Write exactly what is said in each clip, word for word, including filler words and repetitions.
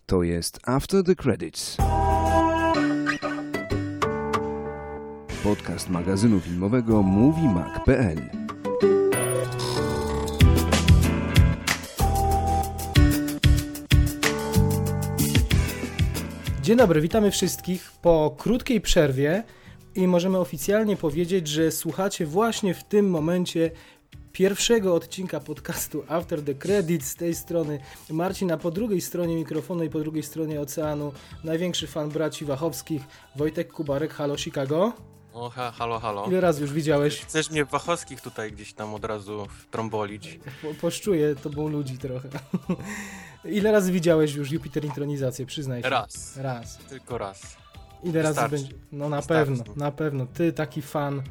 To jest After the Credits. Podcast magazynu filmowego Movie Mag kropka pe el. Dzień dobry, witamy wszystkich po krótkiej przerwie i możemy oficjalnie powiedzieć, że słuchacie właśnie w tym momencie pierwszego odcinka podcastu After the Credits. Z tej strony Marcin, a po drugiej stronie mikrofonu i po drugiej stronie oceanu największy fan braci Wachowskich, Wojtek Kubarek. Halo Chicago. O, ha, halo, halo. Ile razy już widziałeś? Chcesz mnie Wachowskich tutaj gdzieś tam od razu wtrąbolić? Po, poszczuję tobą ludzi trochę. Ile razy widziałeś już Jupiter Intronizację? Przyznaj się. Raz. Raz. Tylko raz. Ile razy Wystarczy. będzie? No na Wystarczy. pewno, na pewno. Ty taki fan.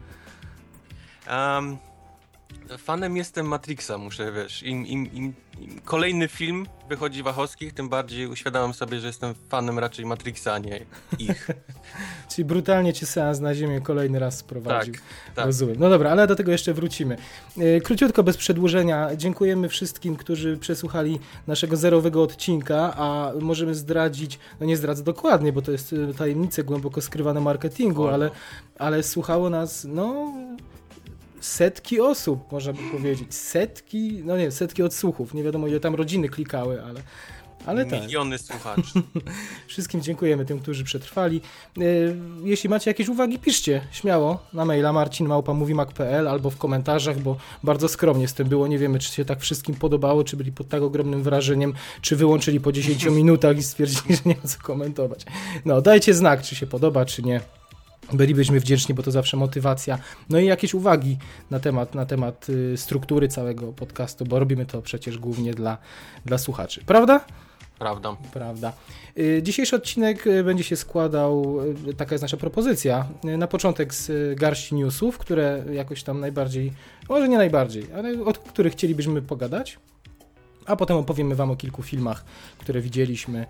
Um, fanem jestem Matrixa, muszę, wiesz, im, im, im, im kolejny film wychodzi Wachowskich, tym bardziej uświadamiam sobie, że jestem fanem raczej Matrixa, a nie ich. Czyli brutalnie cię seans na ziemię kolejny raz sprowadził. Tak, tak. Rozumiem. No dobra, ale do tego jeszcze wrócimy. E, Króciutko, bez przedłużenia, dziękujemy wszystkim, którzy przesłuchali naszego zerowego odcinka, a możemy zdradzić, no nie zdradzę dokładnie, bo to jest e, tajemnice głęboko skrywane marketingu, ale, ale słuchało nas, no... setki osób, można by powiedzieć. Setki, no nie, setki odsłuchów. Nie wiadomo, ile tam rodziny klikały, ale, ale tak. Miliony słuchaczy. Wszystkim dziękujemy tym, którzy przetrwali. Jeśli macie jakieś uwagi, piszcie śmiało na maila marcin małpa movie mag kropka pe el albo w komentarzach, bo bardzo skromnie z tym było. Nie wiemy, czy się tak wszystkim podobało, czy byli pod tak ogromnym wrażeniem, czy wyłączyli po dziesięciu minutach i stwierdzili, że nie ma co komentować. No, dajcie znak, czy się podoba, czy nie. Bylibyśmy wdzięczni, bo to zawsze motywacja. No i jakieś uwagi na temat, na temat y, struktury całego podcastu, bo robimy to przecież głównie dla, dla słuchaczy. Prawda? Prawda. Prawda. Y, dzisiejszy odcinek y, będzie się składał, y, taka jest nasza propozycja, y, na początek z y, garści newsów, które jakoś tam najbardziej, może nie najbardziej, ale od których chcielibyśmy pogadać. A potem opowiemy wam o kilku filmach, które widzieliśmy.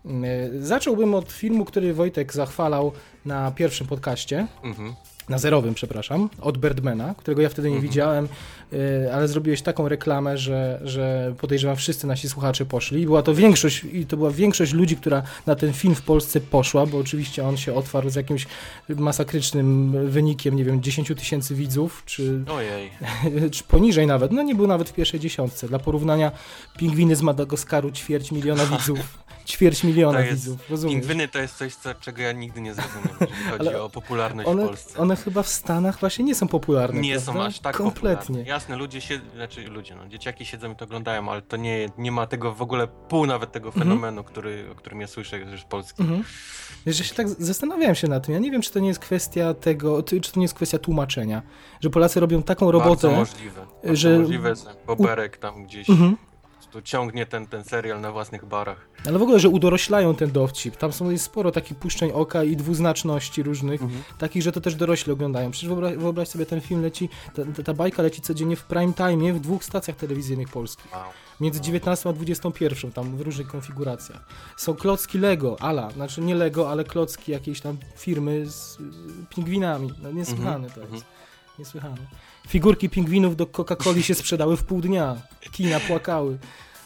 Zacząłbym od filmu, który Wojtek zachwalał na pierwszym podcaście, mhm. na zerowym, przepraszam, od Birdmana, którego ja wtedy nie mhm. widziałem, ale zrobiłeś taką reklamę, że, że podejrzewam wszyscy nasi słuchacze poszli. Była to większość, i to była większość ludzi, która na ten film w Polsce poszła, bo oczywiście on się otwarł z jakimś masakrycznym wynikiem, nie wiem, dziesięć tysięcy widzów, czy, Ojej. czy poniżej nawet. No nie był nawet w pierwszej dziesiątce. Dla porównania Pingwiny z Madagaskaru ćwierć miliona widzów. Ćwierć miliona jest, widzów, rozumiesz? Pingwiny to jest coś, co, czego ja nigdy nie zrozumiem, jeżeli chodzi Ale o popularność one, w Polsce. One chyba w Stanach właśnie nie są popularne, Nie prawda? są aż tak kompletnie. popularne. Jasne, ludzie się, znaczy ludzie, no, dzieciaki siedzą i to oglądają, ale to nie, nie ma tego w ogóle pół nawet tego fenomenu, mhm. który, o którym ja słyszę już z Polski. Mhm. Wiesz, że się tak zastanawiałem się nad tym. Ja nie wiem, czy to nie jest kwestia tego, czy to nie jest kwestia tłumaczenia, że Polacy robią taką robotę, bardzo możliwe, bardzo że możliwe, że Boberek tam gdzieś mhm. tu ciągnie ten, ten serial na własnych barach. Ale w ogóle, że udoroślają ten dowcip. Tam są jest sporo takich puszczeń oka i dwuznaczności różnych, mhm. takich, że to też dorośli oglądają. Przecież wyobraź, wyobraź sobie, ten film leci, ta, ta, ta bajka leci codziennie w prime time w dwóch stacjach telewizyjnych polskich. Wow. Między dziewiętnastą a dwudziestą pierwszą, tam w różnych konfiguracjach. Są klocki Lego, ala, znaczy nie Lego, ale klocki jakiejś tam firmy z pingwinami. No niesłychane to jest. Mhm. Niesłychane. Figurki pingwinów do Coca-Coli się sprzedały w pół dnia. Kina płakały.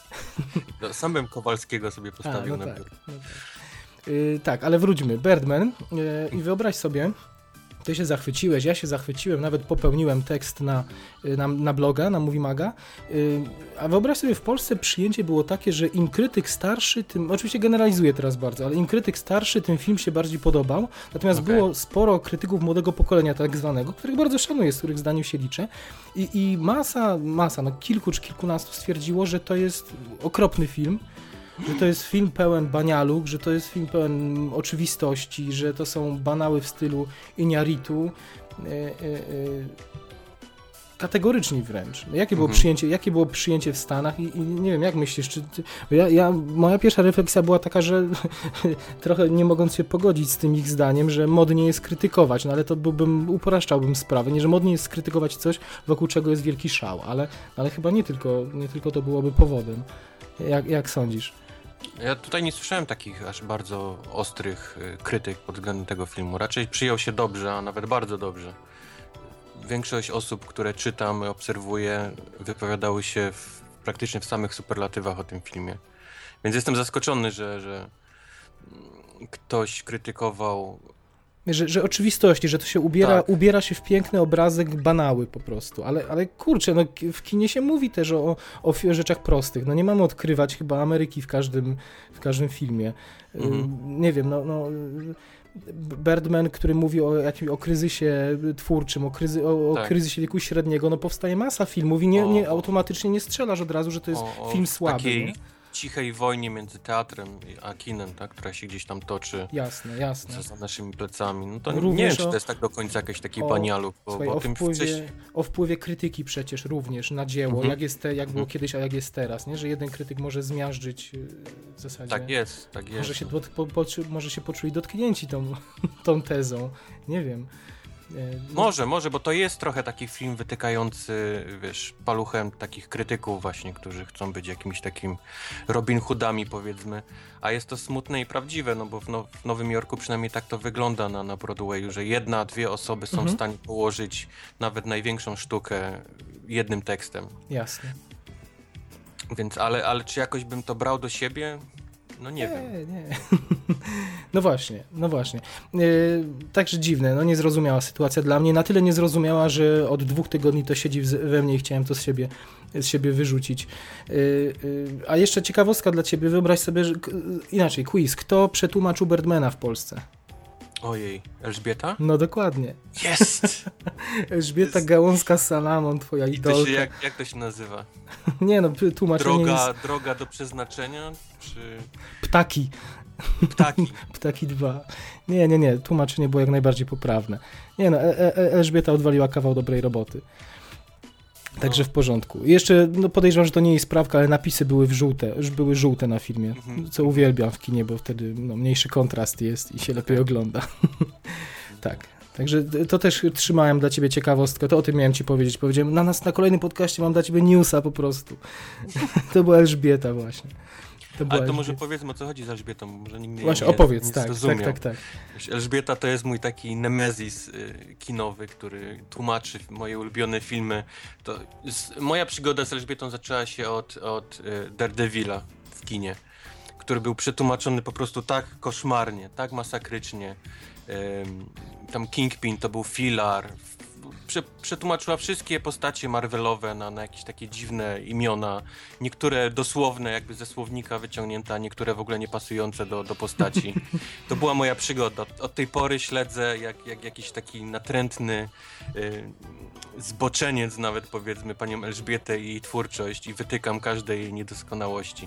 No, sam bym Kowalskiego sobie postawił. A, no na tak, no tak. Yy, tak, ale wróćmy. Birdman. Yy, I wyobraź sobie, ty się zachwyciłeś, ja się zachwyciłem, nawet popełniłem tekst na, na, na bloga, na Movie Maga. Yy, a wyobraź sobie, w Polsce przyjęcie było takie, że im krytyk starszy, tym, oczywiście generalizuję teraz bardzo, ale im krytyk starszy, tym film się bardziej podobał. Natomiast okay. było sporo krytyków młodego pokolenia tak zwanego, których bardzo szanuję, z których zdaniem się liczę. I, i masa, masa, no kilku czy kilkunastu stwierdziło, że to jest okropny film, że to jest film pełen banialuk, że to jest film pełen oczywistości, że to są banały w stylu Iñárritu. E, e, e, kategoryczni wręcz. Jakie było, mhm. przyjęcie, jakie było przyjęcie w Stanach i, i nie wiem, jak myślisz, czy ty, ja, ja, moja pierwsza refleksja była taka, że trochę nie mogąc się pogodzić z tym ich zdaniem, że modnie jest krytykować, no ale to byłbym, upraszczałbym sprawę, nie, że modnie jest skrytykować coś, wokół czego jest wielki szał, ale, ale chyba nie tylko, nie tylko to byłoby powodem. Jak, jak sądzisz? Ja tutaj nie słyszałem takich aż bardzo ostrych krytyk pod względem tego filmu. Raczej przyjął się dobrze, a nawet bardzo dobrze. Większość osób, które czytam, obserwuję, wypowiadały się w, praktycznie w samych superlatywach o tym filmie. Więc jestem zaskoczony, że, że ktoś krytykował... Że, że oczywistości, że to się ubiera, Tak. ubiera się w piękny obrazek banały po prostu, ale, ale kurczę, no w kinie się mówi też o, o rzeczach prostych, no nie mamy odkrywać chyba Ameryki w każdym, w każdym filmie. Mhm. Nie wiem, no, no Birdman, który mówi o jakimś o kryzysie twórczym, o, kryzy, o, o tak. kryzysie wieku średniego, no powstaje masa filmów i nie, nie, automatycznie nie strzelasz od razu, że to jest o, film słaby. Takiej... Nie? cichej wojnie między teatrem a kinem, tak, która się gdzieś tam toczy. Jasne, jasne. Za, za naszymi plecami. No to również nie wiem, czy o, to jest tak do końca jakiś taki o, banialuk, bo, słuchaj, bo o, tym wpływie, wcześniej... o wpływie krytyki przecież również na dzieło, mhm. jak, jest te, jak było mhm. kiedyś, a jak jest teraz, nie? Że jeden krytyk może zmiażdżyć w zasadzie. Tak jest, tak jest. Może się, po, po, po, może się poczuli dotknięci tą, tą tezą, nie wiem. Może, może, bo to jest trochę taki film wytykający, wiesz, paluchem takich krytyków właśnie, którzy chcą być jakimiś takim Robin Hoodami, powiedzmy, a jest to smutne i prawdziwe, no bo w, now, w Nowym Jorku przynajmniej tak to wygląda na, na Broadwayu, że jedna, dwie osoby są mhm. w stanie położyć nawet największą sztukę jednym tekstem. Jasne. Więc, ale, ale czy jakoś bym to brał do siebie? No nie, nie wiem. Nie. No właśnie, no właśnie. Yy, także dziwne, no niezrozumiała sytuacja dla mnie. Na tyle niezrozumiała, że od dwóch tygodni to siedzi we mnie i chciałem to z siebie, z siebie wyrzucić. Yy, yy, a jeszcze ciekawostka dla ciebie. Wyobraź sobie, że inaczej, quiz. Kto przetłumaczył Birdmana w Polsce? Ojej, Elżbieta? No dokładnie. Jest! Elżbieta jest... Gałązka-Salamon, twoja I idolka. To się, jak, jak to się nazywa? Nie no, tłumaczenie droga, jest... droga do przeznaczenia? Czy... Ptaki. Ptaki. Ptaki dwa. Nie, nie, nie. Tłumaczenie było jak najbardziej poprawne. Nie no, e- e- Elżbieta odwaliła kawał dobrej roboty. Także no. w porządku. I jeszcze no podejrzewam, że to nie jest sprawka, ale napisy były w żółte, już były żółte na filmie, mhm. co uwielbiam w kinie, bo wtedy no, mniejszy kontrast jest i się lepiej okay. ogląda. Tak. Także to też trzymałem dla ciebie ciekawostkę, to o tym miałem ci powiedzieć. Powiedziałem, na nas na kolejnym podcaście mam dla ciebie newsa po prostu. To była Elżbieta właśnie. To Ale to Elżbieta. Może powiedzmy, o co chodzi z Elżbietą, może nigdy właśnie, nie, opowiedz, nie tak, zrozumiał. tak, tak, tak. Elżbieta to jest mój taki nemezis y, kinowy, który tłumaczy moje ulubione filmy. To z, moja przygoda z Elżbietą zaczęła się od, od y, Daredevila w kinie, który był przetłumaczony po prostu tak koszmarnie, tak masakrycznie. Y, tam Kingpin to był filar. Prze, przetłumaczyła wszystkie postacie Marvelowe na, na jakieś takie dziwne imiona. Niektóre dosłowne, jakby ze słownika wyciągnięte, a niektóre w ogóle nie pasujące do, do postaci. To była moja przygoda. Od, od tej pory śledzę jak, jak jakiś taki natrętny y, zboczeniec nawet, powiedzmy, panią Elżbietę i jej twórczość i wytykam każdej jej niedoskonałości.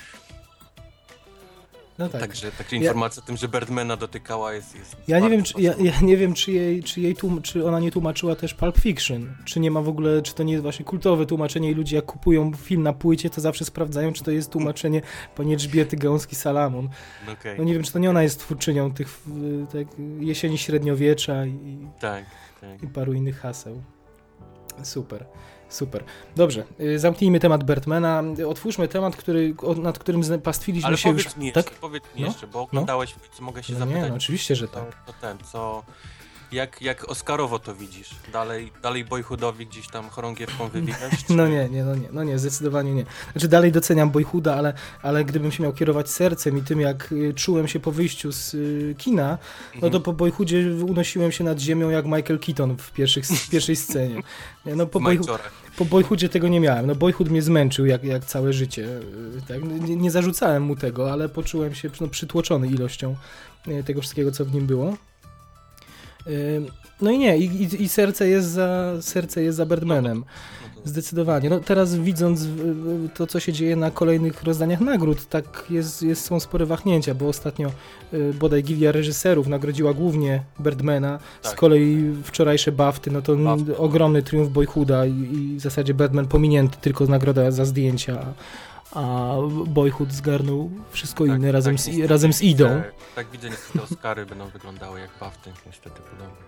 No tak. Także taka informacja ja, o tym, że Birdmana dotykała jest... jest ja, nie wiem, czy, ja, ja nie wiem, czy, jej, czy, jej tłum, czy ona nie tłumaczyła też Pulp Fiction. Czy nie ma w ogóle, czy to nie jest właśnie kultowe tłumaczenie i ludzie jak kupują film na płycie, to zawsze sprawdzają, czy to jest tłumaczenie pani Elżbiety Gałązki-Salamon. Okay. No nie wiem, czy to nie ona jest twórczynią tych tak, jesieni średniowiecza i, tak, tak. i paru innych haseł. Super. Super. Dobrze, zamknijmy temat Birdmana. Otwórzmy temat, który, nad którym pastwiliśmy Ale się powiedz już... Mi jeszcze, tak? Powiedz mi no? jeszcze, bo oglądałeś, no? Co mogę się no zapytać? Nie, no oczywiście, że to, tak. To ten, co... Jak, jak Oscarowo to widzisz? Dalej, dalej Boyhoodowi gdzieś tam chorągiewką wywijać? No nie, nie, no nie, no nie, zdecydowanie nie. Znaczy dalej doceniam Boyhooda, ale, ale gdybym się miał kierować sercem i tym, jak czułem się po wyjściu z y, kina, no to po Boyhoodzie unosiłem się nad ziemią jak Michael Keaton w, pierwszych, w pierwszej scenie. Nie, no po, Boyho- po Boyhoodzie tego nie miałem. No Boyhood mnie zmęczył jak, jak całe życie. Tak? Nie, nie zarzucałem mu tego, ale poczułem się no, przytłoczony ilością tego wszystkiego, co w nim było. No i nie, i, i, i serce jest za serce jest za Birdmanem. Zdecydowanie. No teraz widząc to, co się dzieje na kolejnych rozdaniach nagród, tak jest, jest, są spore wahnięcia, bo ostatnio bodaj Gilia Reżyserów nagrodziła głównie Birdmana, tak. Z kolei wczorajsze BAFTY, no to BAFTY. Ogromny triumf Boyhooda i, i w zasadzie Birdman pominięty, tylko nagroda za zdjęcia, a Boyhood zgarnął wszystko tak, inne razem, tak, z, niestety, razem z Idą. Te, tak widzę, niestety Oscary będą wyglądały jak BAFTY, niestety podobnie.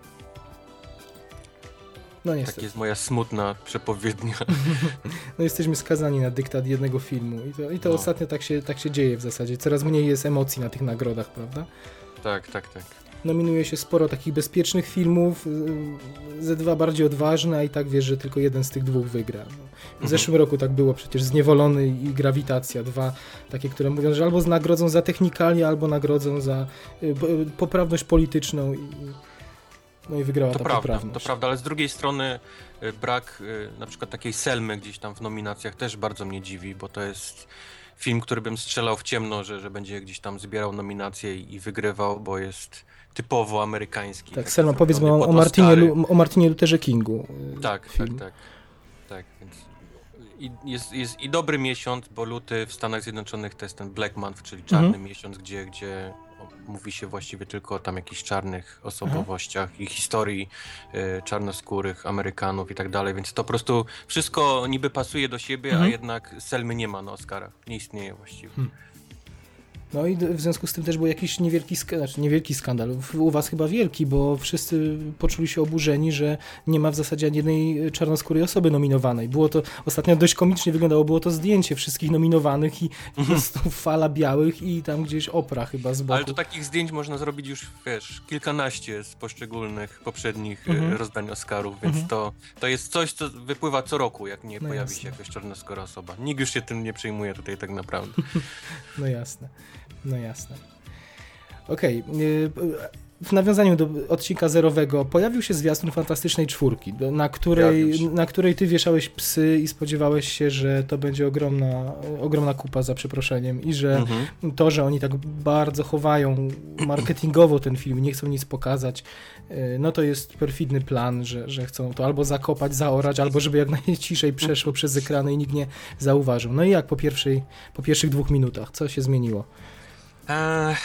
No niestety. Tak jest moja smutna przepowiednia. No jesteśmy skazani na dyktat jednego filmu i to, i to no. ostatnio tak się, tak się dzieje w zasadzie. Coraz mniej jest emocji na tych nagrodach, prawda? Tak, tak, tak. nominuje się sporo takich bezpiecznych filmów, ze dwa bardziej odważne, a i tak wiesz, że tylko jeden z tych dwóch wygra. No. W Mhm. zeszłym roku tak było przecież Zniewolony i Grawitacja, dwa takie, które mówią, że albo nagrodzą za technikalię, albo nagrodzą za y, poprawność polityczną i, no i wygrała To ta prawda, poprawność. to prawda, ale z drugiej strony y, brak y, na przykład takiej Selmy gdzieś tam w nominacjach też bardzo mnie dziwi, bo to jest film, który bym strzelał w ciemno, że, że będzie gdzieś tam zbierał nominacje i, i wygrywał, bo jest typowo amerykański. Tak, taki Selma, powiedzmy zrobiony o, po o, to Martinie, stary. Lu- o Martinie Lutherze Kingu. y, Tak, film. tak, tak. Tak, więc i, jest, jest i dobry miesiąc, bo luty w Stanach Zjednoczonych to jest ten Black Month, czyli czarny Mhm. miesiąc, gdzie, gdzie o, mówi się właściwie tylko o tam jakichś czarnych osobowościach i historii y, czarnoskórych Amerykanów i tak dalej, więc to po prostu wszystko niby pasuje do siebie, Mhm. a jednak Selmy nie ma na Oscarach. Nie istnieje właściwie. Hmm. No i d- w związku z tym też był jakiś niewielki, sk- znaczy niewielki skandal, w- u was chyba wielki, bo wszyscy poczuli się oburzeni, że nie ma w zasadzie ani jednej czarnoskórej osoby nominowanej. Było to, ostatnio dość komicznie wyglądało, było to zdjęcie wszystkich nominowanych i po prostu fala białych i tam gdzieś Opra chyba z boku. Ale to takich zdjęć można zrobić już, wiesz, kilkanaście z poszczególnych poprzednich Mhm. mhm. rozdań Oscarów, więc Mhm. to, to jest coś, co wypływa co roku, jak nie No pojawi jasne. się jakaś czarnoskóra osoba. Nikt już się tym nie przejmuje tutaj tak naprawdę. No jasne, no jasne. Okej, y, w nawiązaniu do odcinka zerowego pojawił się zwiastun Fantastycznej Czwórki, do- na której, Pojawił się. na której ty wieszałeś psy i spodziewałeś się, że to będzie ogromna, ogromna kupa, za przeproszeniem, i że Mhm. to, że oni tak bardzo chowają marketingowo ten film, nie chcą nic pokazać, y, no to jest perfidny plan, że, że chcą to albo zakopać, zaorać, albo żeby jak najciszej przeszło przez ekrany i nikt nie zauważył. No i jak po, pierwszej, po pierwszych dwóch minutach? Co się zmieniło? Eee,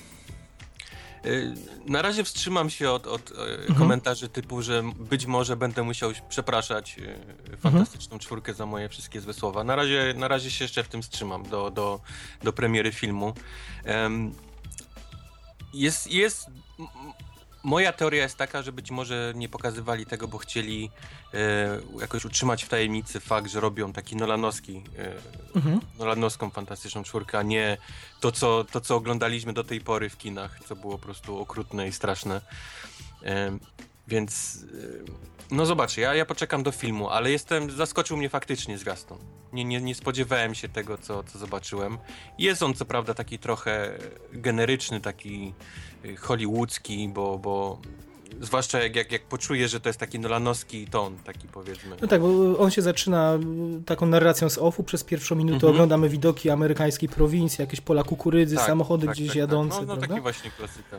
y, na razie wstrzymam się od, od e, Mhm. komentarzy typu, że być może będę musiał przepraszać e, Fantastyczną Czwórkę za moje wszystkie złe słowa. Na razie, na razie się jeszcze w tym wstrzymam do, do, do premiery filmu. Em, jest, jest, m- m- moja teoria jest taka, że być może nie pokazywali tego, bo chcieli e, jakoś utrzymać w tajemnicy fakt, że robią taki nolanowski e, Mhm. nolanowską Fantastyczną Czwórkę, a nie to co, to, co oglądaliśmy do tej pory w kinach, co było po prostu okrutne i straszne. Em, więc e, no zobaczę, ja, ja poczekam do filmu, ale jestem, zaskoczył mnie faktycznie zwiastun. Nie, nie, nie spodziewałem się tego, co, co zobaczyłem. Jest on co prawda taki trochę generyczny, taki e, hollywoodzki, bo, bo zwłaszcza jak, jak, jak poczuję, że to jest taki nolanowski ton, taki powiedzmy. No tak, bo on się zaczyna y, taką narracją z offu. Przez pierwszą minutę Mhm. oglądamy widoki amerykańskiej prowincji, jakieś pola kukurydzy, Tak, samochody tak, gdzieś tak, jadące, tak. No, no prawda? taki właśnie klasyka.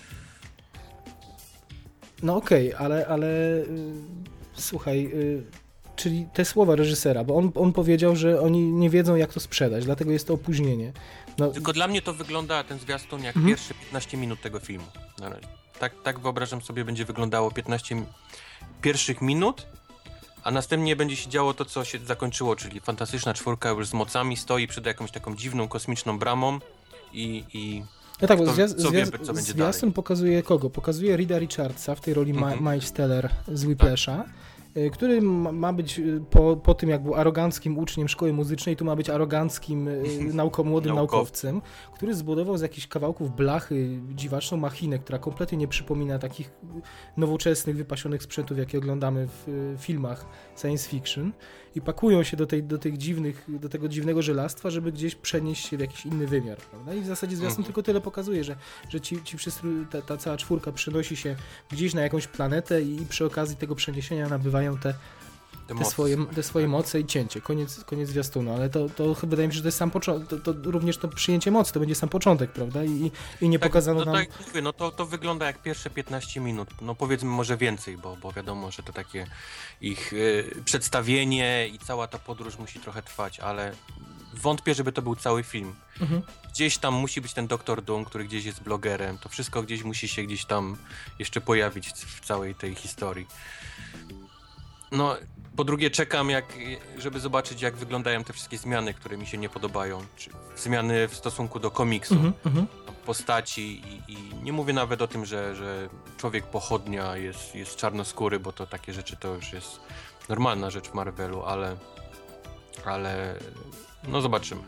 No okej, ale, ale y, słuchaj, y, czyli te słowa reżysera, bo on, on powiedział, że oni nie wiedzą, jak to sprzedać, dlatego jest to opóźnienie. No, Tylko dla mnie to wygląda, ten zwiastun, jak Mhm. pierwsze piętnaście minut tego filmu. Na razie. Tak, tak wyobrażam sobie, będzie wyglądało piętnaście mi- pierwszych minut, a następnie będzie się działo to, co się zakończyło, czyli Fantastyczna Czwórka już z mocami stoi przed jakąś taką dziwną, kosmiczną bramą i... i no tak, bo kto- zwiast, co wie, zwiast, co będzie zwiastun dalej. pokazuje kogo? Pokazuje Reeda Richardsa w tej roli Ma- Mhm. Miles Teller z Whiplasha, y, który ma, ma być y, po, po tym, jak był aroganckim uczniem szkoły muzycznej, tu ma być aroganckim y, nauko, młodym Naukow- naukowcem, który zbudował z jakichś kawałków blachy dziwaczną machinę, która kompletnie nie przypomina takich nowoczesnych, wypasionych sprzętów, jakie oglądamy w y, filmach science fiction, i pakują się do, tej, do, tych dziwnych, do tego dziwnego żelastwa, żeby gdzieś przenieść się w jakiś inny wymiar, prawda? I w zasadzie zwiastun Mhm. tylko tyle pokazuje, że, że ci, ci wszyscy, ta, ta cała czwórka przenosi się gdzieś na jakąś planetę i, i przy okazji tego przeniesienia nabywają te, te te, moce swoje, swoje, te swoje tak. moce i cięcie. Koniec, koniec zwiastunu, ale to, to chyba wydaje mi się, że to jest sam początek, to, to również to przyjęcie mocy, to będzie sam początek, prawda? I, i, i nie Tak, pokazano no, nam... tak jak mówię, no to, to wygląda jak pierwsze piętnaście minut, no powiedzmy może więcej, bo, bo wiadomo, że to takie ich y, przedstawienie i cała ta podróż musi trochę trwać, ale wątpię, żeby to był cały film. Mhm. Gdzieś tam musi być ten doktor Doom, który gdzieś jest blogerem, to wszystko gdzieś musi się gdzieś tam jeszcze pojawić w całej tej historii. No, po drugie czekam, jak, żeby zobaczyć, jak wyglądają te wszystkie zmiany, które mi się nie podobają, czy zmiany w stosunku do komiksu. Mhm, mhm. Postaci i, i nie mówię nawet o tym, że, że człowiek pochodnia jest, jest czarnoskóry, bo to takie rzeczy to już jest normalna rzecz w Marvelu, ale ale no zobaczymy.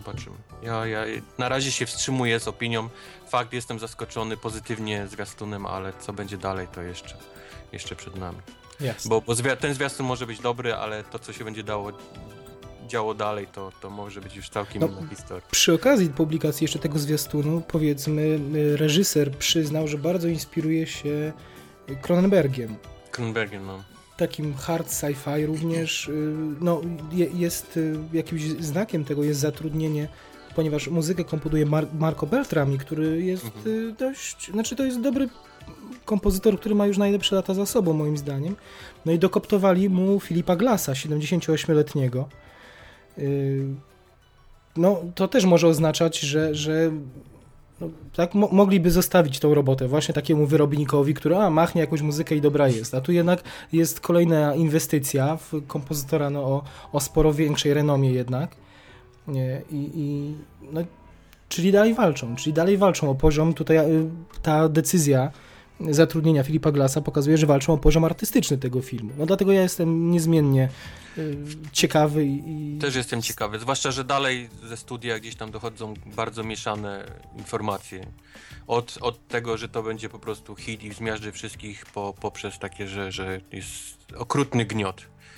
zobaczymy. Ja, ja na razie się wstrzymuję z opinią. Fakt, jestem zaskoczony pozytywnie zwiastunem, ale co będzie dalej, to jeszcze, jeszcze przed nami. Jasne. Bo, bo zwia- ten zwiastun może być dobry, ale to, co się będzie dało, działo dalej, to, to może być już całkiem No, inna historia. Przy okazji publikacji jeszcze tego zwiastunu, powiedzmy, reżyser przyznał, że bardzo inspiruje się Cronenbergiem. Cronenbergiem, no. Takim hard sci-fi również, no, je, jest jakimś znakiem tego, jest zatrudnienie, ponieważ muzykę komponuje Mar- Marco Beltrami, który jest mhm. dość, znaczy to jest dobry kompozytor, który ma już najlepsze lata za sobą, moim zdaniem. No i dokoptowali mu Philippa Glassa, siedemdziesięcioośmioletniego. No, to też może oznaczać, że, że no, tak mo- mogliby zostawić tą robotę właśnie takiemu wyrobnikowi, który a, machnie jakąś muzykę i dobra jest. A tu jednak jest kolejna inwestycja w kompozytora no, o, o sporo większej renomie jednak. Nie, i, i, no, czyli dalej walczą, czyli dalej walczą o poziom. Tutaj ta decyzja zatrudnienia Philippa Glassa pokazuje, że walczą o poziom artystyczny tego filmu. No dlatego ja jestem niezmiennie y, ciekawy i... Też jestem ciekawy, zwłaszcza, że dalej ze studia gdzieś tam dochodzą bardzo mieszane informacje. Od, od tego, że to będzie po prostu hit i zmiażdży wszystkich, po, poprzez takie, że, że jest okrutny gniot.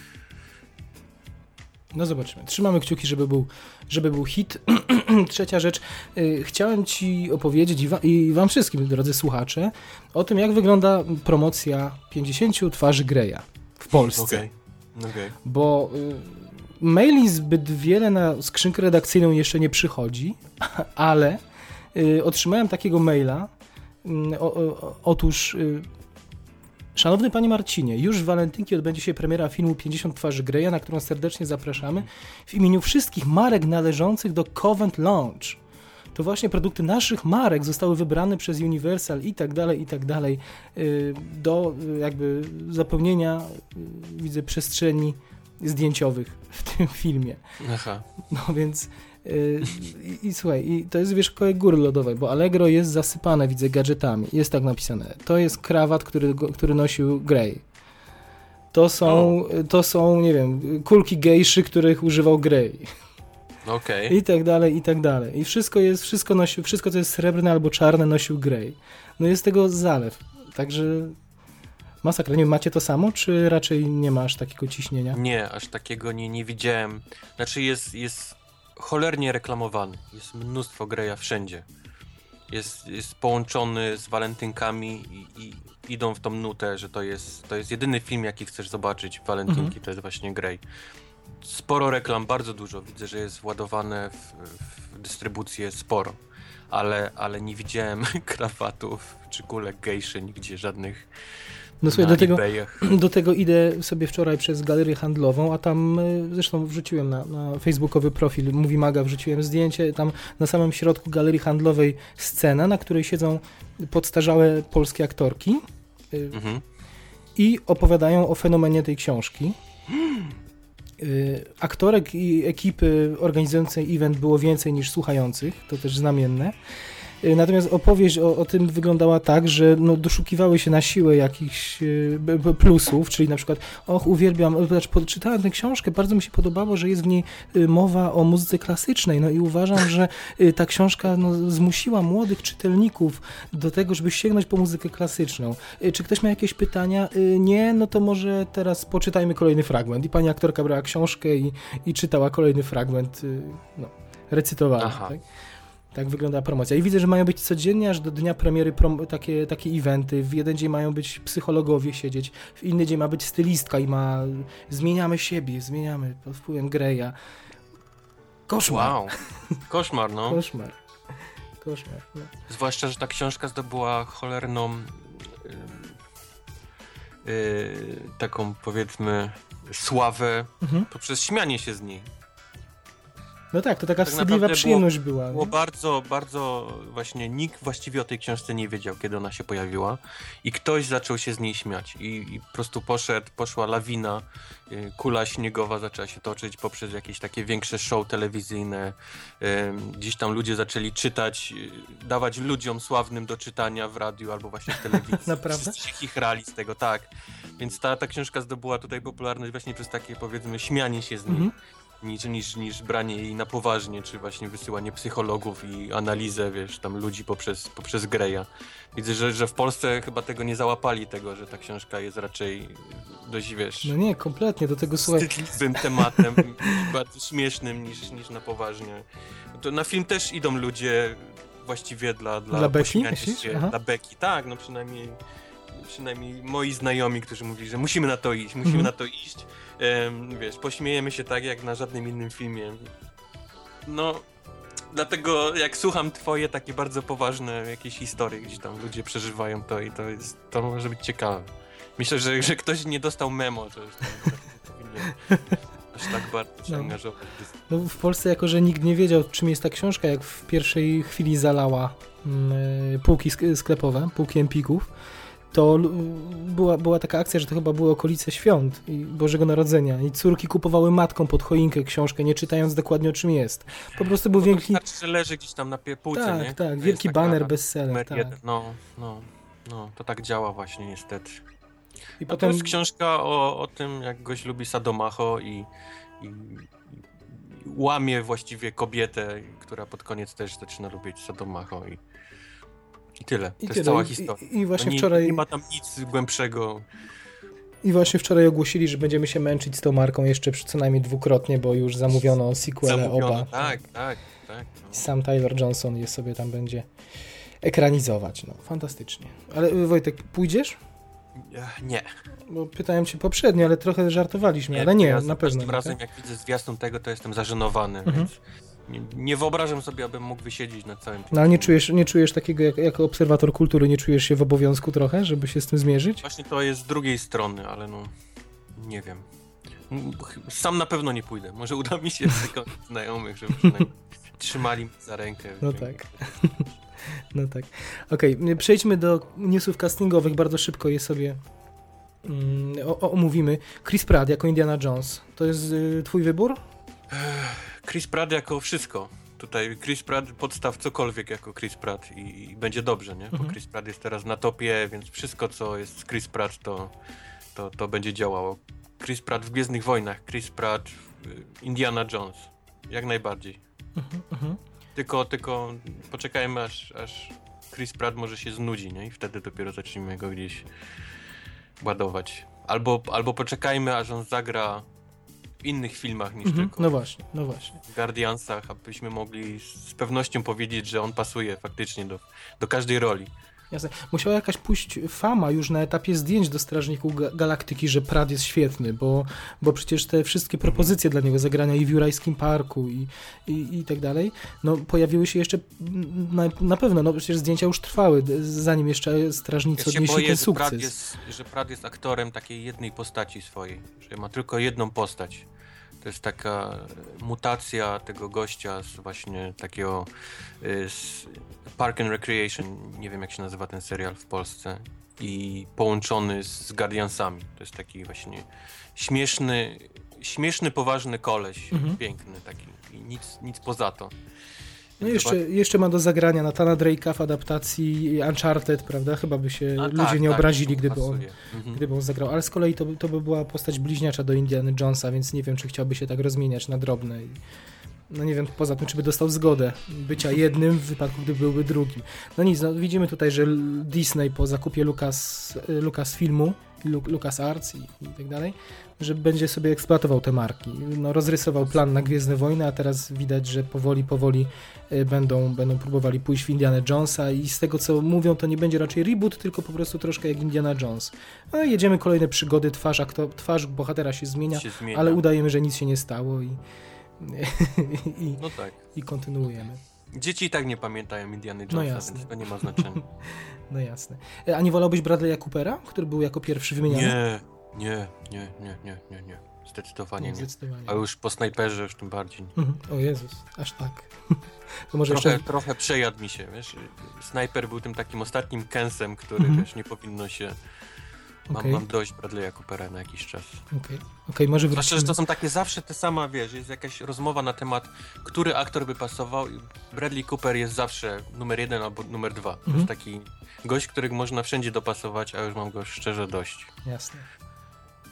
No zobaczymy. Trzymamy kciuki, żeby był, żeby był hit. Trzecia rzecz. Yy, chciałem ci opowiedzieć i, wa- i wam wszystkim, drodzy słuchacze, o tym, jak wygląda promocja pięćdziesięciu twarzy Greya w Polsce. Okay. Okay. Bo yy, maili zbyt wiele na skrzynkę redakcyjną jeszcze nie przychodzi, ale yy, otrzymałem takiego maila. Yy, o, o, otóż... Yy, Szanowny Panie Marcinie, już w walentynki odbędzie się premiera filmu pięćdziesiąt twarzy Greya, na którą serdecznie zapraszamy w imieniu wszystkich marek należących do Covent Launch. To właśnie produkty naszych marek zostały wybrane przez Universal i tak dalej, i tak dalej do jakby zapełnienia, widzę, przestrzeni zdjęciowych w tym filmie. Aha. No więc... I, i słuchaj, i to jest wiesz koło góry lodowej, bo Allegro jest zasypane, widzę, gadżetami. Jest tak napisane. To jest krawat, który, który nosił Grey. To są, oh. to są, nie wiem, kulki gejszy, których używał Grey. Okej. Okay. I tak dalej, i tak dalej. I wszystko jest, wszystko nosił, wszystko co jest srebrne albo czarne nosił Grey. No jest tego zalew. Także masakra. Nie wiem, macie to samo, czy raczej nie ma aż takiego ciśnienia? Nie, aż takiego nie, nie widziałem. Znaczy jest, jest cholernie reklamowany. Jest mnóstwo Greya wszędzie. Jest, jest połączony z walentynkami i, i idą w tą nutę, że to jest, to jest jedyny film, jaki chcesz zobaczyć w walentynki, mhm. to jest właśnie Grey. Sporo reklam, bardzo dużo. Widzę, że jest władowane w, w dystrybucję sporo. Ale, ale nie widziałem krawatów czy kulek gejszy nigdzie żadnych. No słuchaj, do tego, do tego idę sobie wczoraj przez galerię handlową, a tam zresztą wrzuciłem na, na facebookowy profil Movie Maga, wrzuciłem zdjęcie, tam na samym środku galerii handlowej scena, na której siedzą podstarzałe polskie aktorki mhm. i opowiadają o fenomenie tej książki. Aktorek i ekipy organizującej event było więcej niż słuchających, to też znamienne. Natomiast opowieść o, o tym wyglądała tak, że no, doszukiwały się na siłę jakichś y, plusów, czyli na przykład och, uwielbiam, znaczy, czytałem tę książkę, bardzo mi się podobało, że jest w niej y, mowa o muzyce klasycznej, no i uważam, że y, ta książka no, zmusiła młodych czytelników do tego, żeby sięgnąć po muzykę klasyczną. Y, czy ktoś ma jakieś pytania? Y, nie, no to może teraz poczytajmy kolejny fragment. I pani aktorka brała książkę i, i czytała kolejny fragment, y, no, recytowała. Tak? Tak wygląda promocja. I widzę, że mają być codziennie, aż do dnia premiery prom- takie, takie eventy. W jeden dzień mają być psychologowie siedzieć, w inny dzień ma być stylistka i ma... Zmieniamy siebie, zmieniamy pod wpływem Greya. Koszmar. Wow. Koszmar, no. Koszmar. Koszmar, no. Zwłaszcza, że ta książka zdobyła cholerną yy, yy, taką, powiedzmy, sławę mhm. poprzez śmianie się z niej. No tak, to taka tak wstydliwa przyjemność było, była. Było bardzo, bardzo właśnie nikt właściwie o tej książce nie wiedział, kiedy ona się pojawiła i ktoś zaczął się z niej śmiać i, i po prostu poszedł, poszła lawina, y, kula śniegowa zaczęła się toczyć poprzez jakieś takie większe show telewizyjne. Y, gdzieś tam ludzie zaczęli czytać, y, dawać ludziom sławnym do czytania w radiu albo właśnie w telewizji. Naprawdę? Wszyscy się chichrali z tego, tak. Więc ta, ta książka zdobyła tutaj popularność właśnie przez takie, powiedzmy, śmianie się z niej. Mhm. niż, niż, niż branie jej na poważnie, czy właśnie wysyłanie psychologów i analizę, wiesz, tam ludzi poprzez, poprzez Greya. Widzę, że, że w Polsce chyba tego nie załapali, tego, że ta książka jest raczej dość, wiesz, No nie, kompletnie, do tego słuchaj... wstydliwym tematem, bardzo śmiesznym niż, niż na poważnie. To na film też idą ludzie właściwie dla, dla, Dla beki, pośmiania myślisz? się, Aha. dla beki, tak, no przynajmniej przynajmniej moi znajomi, którzy mówili, że musimy na to iść, musimy Mhm. na to iść. Em, wiesz, pośmiejemy się tak jak na żadnym innym filmie. No, dlatego jak słucham twoje takie bardzo poważne jakieś historie, gdzieś tam ludzie przeżywają to i to jest, to może być ciekawe. Myślę, że, że ktoś nie dostał memo, że że powinien aż tak bardzo się No. angażować. No, w Polsce, jako że nikt nie wiedział, czym jest ta książka, jak w pierwszej chwili zalała mm, półki sk- sklepowe, półki Empików, to l- była, była taka akcja, że to chyba były okolice świąt i Bożego Narodzenia i córki kupowały matką pod choinkę książkę, nie czytając dokładnie, o czym jest. Po prostu był wielki... Wystarczy, że leży gdzieś tam na pie- półce, Tak, nie? tak, To jest wielki taka baner, bestseller, numer tak. jeden. No, no, no, to tak działa właśnie niestety. I A to potem... jest książka o, o tym, jak gość lubi sadomaso i, i, i łamie właściwie kobietę, która pod koniec też zaczyna lubić sadomaso i, i tyle. To I jest tyle. cała I- historia. I, i właśnie No nie, wczoraj... nie ma tam nic głębszego. I właśnie wczoraj ogłosili, że będziemy się męczyć z tą marką jeszcze przy- co najmniej dwukrotnie, bo już zamówiono sequele Zamówiono. oba. Tak, tak, tak. No. Sam Taylor Johnson je sobie tam będzie ekranizować. No, fantastycznie. Ale y, Wojtek, pójdziesz? Ech, Nie. Bo pytałem cię poprzednio, ale trochę żartowaliśmy, nie ale nie, ja na za pewno. każdym nie, razem, tak? jak widzę zwiastun tego, to jestem zażenowany, Mhm. więc nie, nie wyobrażam sobie, abym mógł wysiedzieć na całym tym No ale nie filmie. czujesz, nie czujesz takiego, jak, jako obserwator kultury, nie czujesz się w obowiązku trochę, żeby się z tym zmierzyć? Właśnie to jest z drugiej strony, ale no, nie wiem. M- ch- Sam na pewno nie pójdę. Może uda mi się przekonać znajomych, żeby przynajmniej trzymali mnie za rękę. No tak. No tak. Okej, przejdźmy do newsów castingowych. Bardzo szybko je sobie mm, o, o, omówimy. Chris Pratt jako Indiana Jones. To jest y, twój wybór? Chris Pratt jako wszystko. Tutaj Chris Pratt podstaw cokolwiek jako Chris Pratt i, i będzie dobrze, nie? Bo Mhm. Chris Pratt jest teraz na topie, więc wszystko co jest z Chris Pratt to, to, to będzie działało. Chris Pratt w Gwiezdnych Wojnach, Chris Pratt w y, Indiana Jones. Jak najbardziej. Mhm, mhm. Tylko, tylko poczekajmy aż, aż Chris Pratt może się znudzi, nie? I wtedy dopiero zaczniemy go gdzieś ładować. Albo, albo poczekajmy, aż on zagra w innych filmach niż Mhm. tylko No właśnie, no właśnie. w Guardiansach, abyśmy mogli z pewnością powiedzieć, że on pasuje faktycznie do, do każdej roli. Jasne. Musiała jakaś pójść fama już na etapie zdjęć do Strażników Ga- Galaktyki, że Pratt jest świetny, bo, bo przecież te wszystkie propozycje dla niego, zagrania i w Jurajskim Parku i, i, i tak dalej, no pojawiły się jeszcze mm, na, na pewno, no przecież zdjęcia już trwały, d- zanim jeszcze Strażnicy Ja się odnieśli boję, ten że Pratt, sukces. jest, że Pratt jest aktorem takiej jednej postaci swojej, że ma tylko jedną postać. To jest taka mutacja tego gościa z właśnie takiego y, z Park and Recreation, nie wiem jak się nazywa ten serial w Polsce, i połączony z Guardiansami. To jest taki właśnie śmieszny, śmieszny, poważny koleś, Mhm. piękny taki i nic, nic poza to. No Więc jeszcze, jeszcze ma do zagrania Nathana Drake'a w adaptacji Uncharted, prawda? Chyba by się A, ludzie tak, nie tak, obrazili, to gdyby on, pasuje. Mhm. gdyby on zagrał. Ale z kolei to, by- to by była postać bliźniacza do Indiana Jonesa, więc nie wiem, czy chciałby się tak rozmieniać na drobne. I, no nie wiem, poza tym, czy by dostał zgodę bycia jednym w wypadku, gdy byłby drugim. No nic, no widzimy tutaj, że Disney po zakupie Lucas, Lucasfilmu, Lu- LucasArts i, i tak dalej, że będzie sobie eksploatował te marki. No, rozrysował plan na Gwiezdne Wojny, a teraz widać, że powoli, powoli y, będą, będą próbowali pójść w Indiana Jonesa i z tego, co mówią, to nie będzie raczej reboot, tylko po prostu troszkę jak Indiana Jones. No i jedziemy, kolejne przygody, twarz, aktor, twarz bohatera się zmienia, Się zmienia. ale udajemy, że nic się nie stało i, i, No tak. i kontynuujemy. Dzieci i tak nie pamiętają Indiana No Jonesa, jasne. więc to nie ma znaczenia. No jasne. E, A nie wolałbyś Bradley'a Coopera, który był jako pierwszy wymieniany? Nie, nie, nie, nie, nie, nie, nie. Zdecydowanie nie. Zdecydowanie. A już po snajperze już tym bardziej. Mhm. O Jezus, aż tak. To może Trochę, jeszcze... trochę przejadł mi się, wiesz. Snajper był tym takim ostatnim kęsem, który Mhm. wiesz, nie powinno się... Mam, Okej. mam dość Bradley'a Coopera na jakiś czas. Okej, okay. Może Zwłaszcza, wrócimy. że to są takie zawsze te same, wiesz, jest jakaś rozmowa na temat, który aktor by pasował i Bradley Cooper jest zawsze numer jeden albo numer dwa. To Mhm. jest taki gość, których można wszędzie dopasować, a już mam go szczerze dość. Jasne.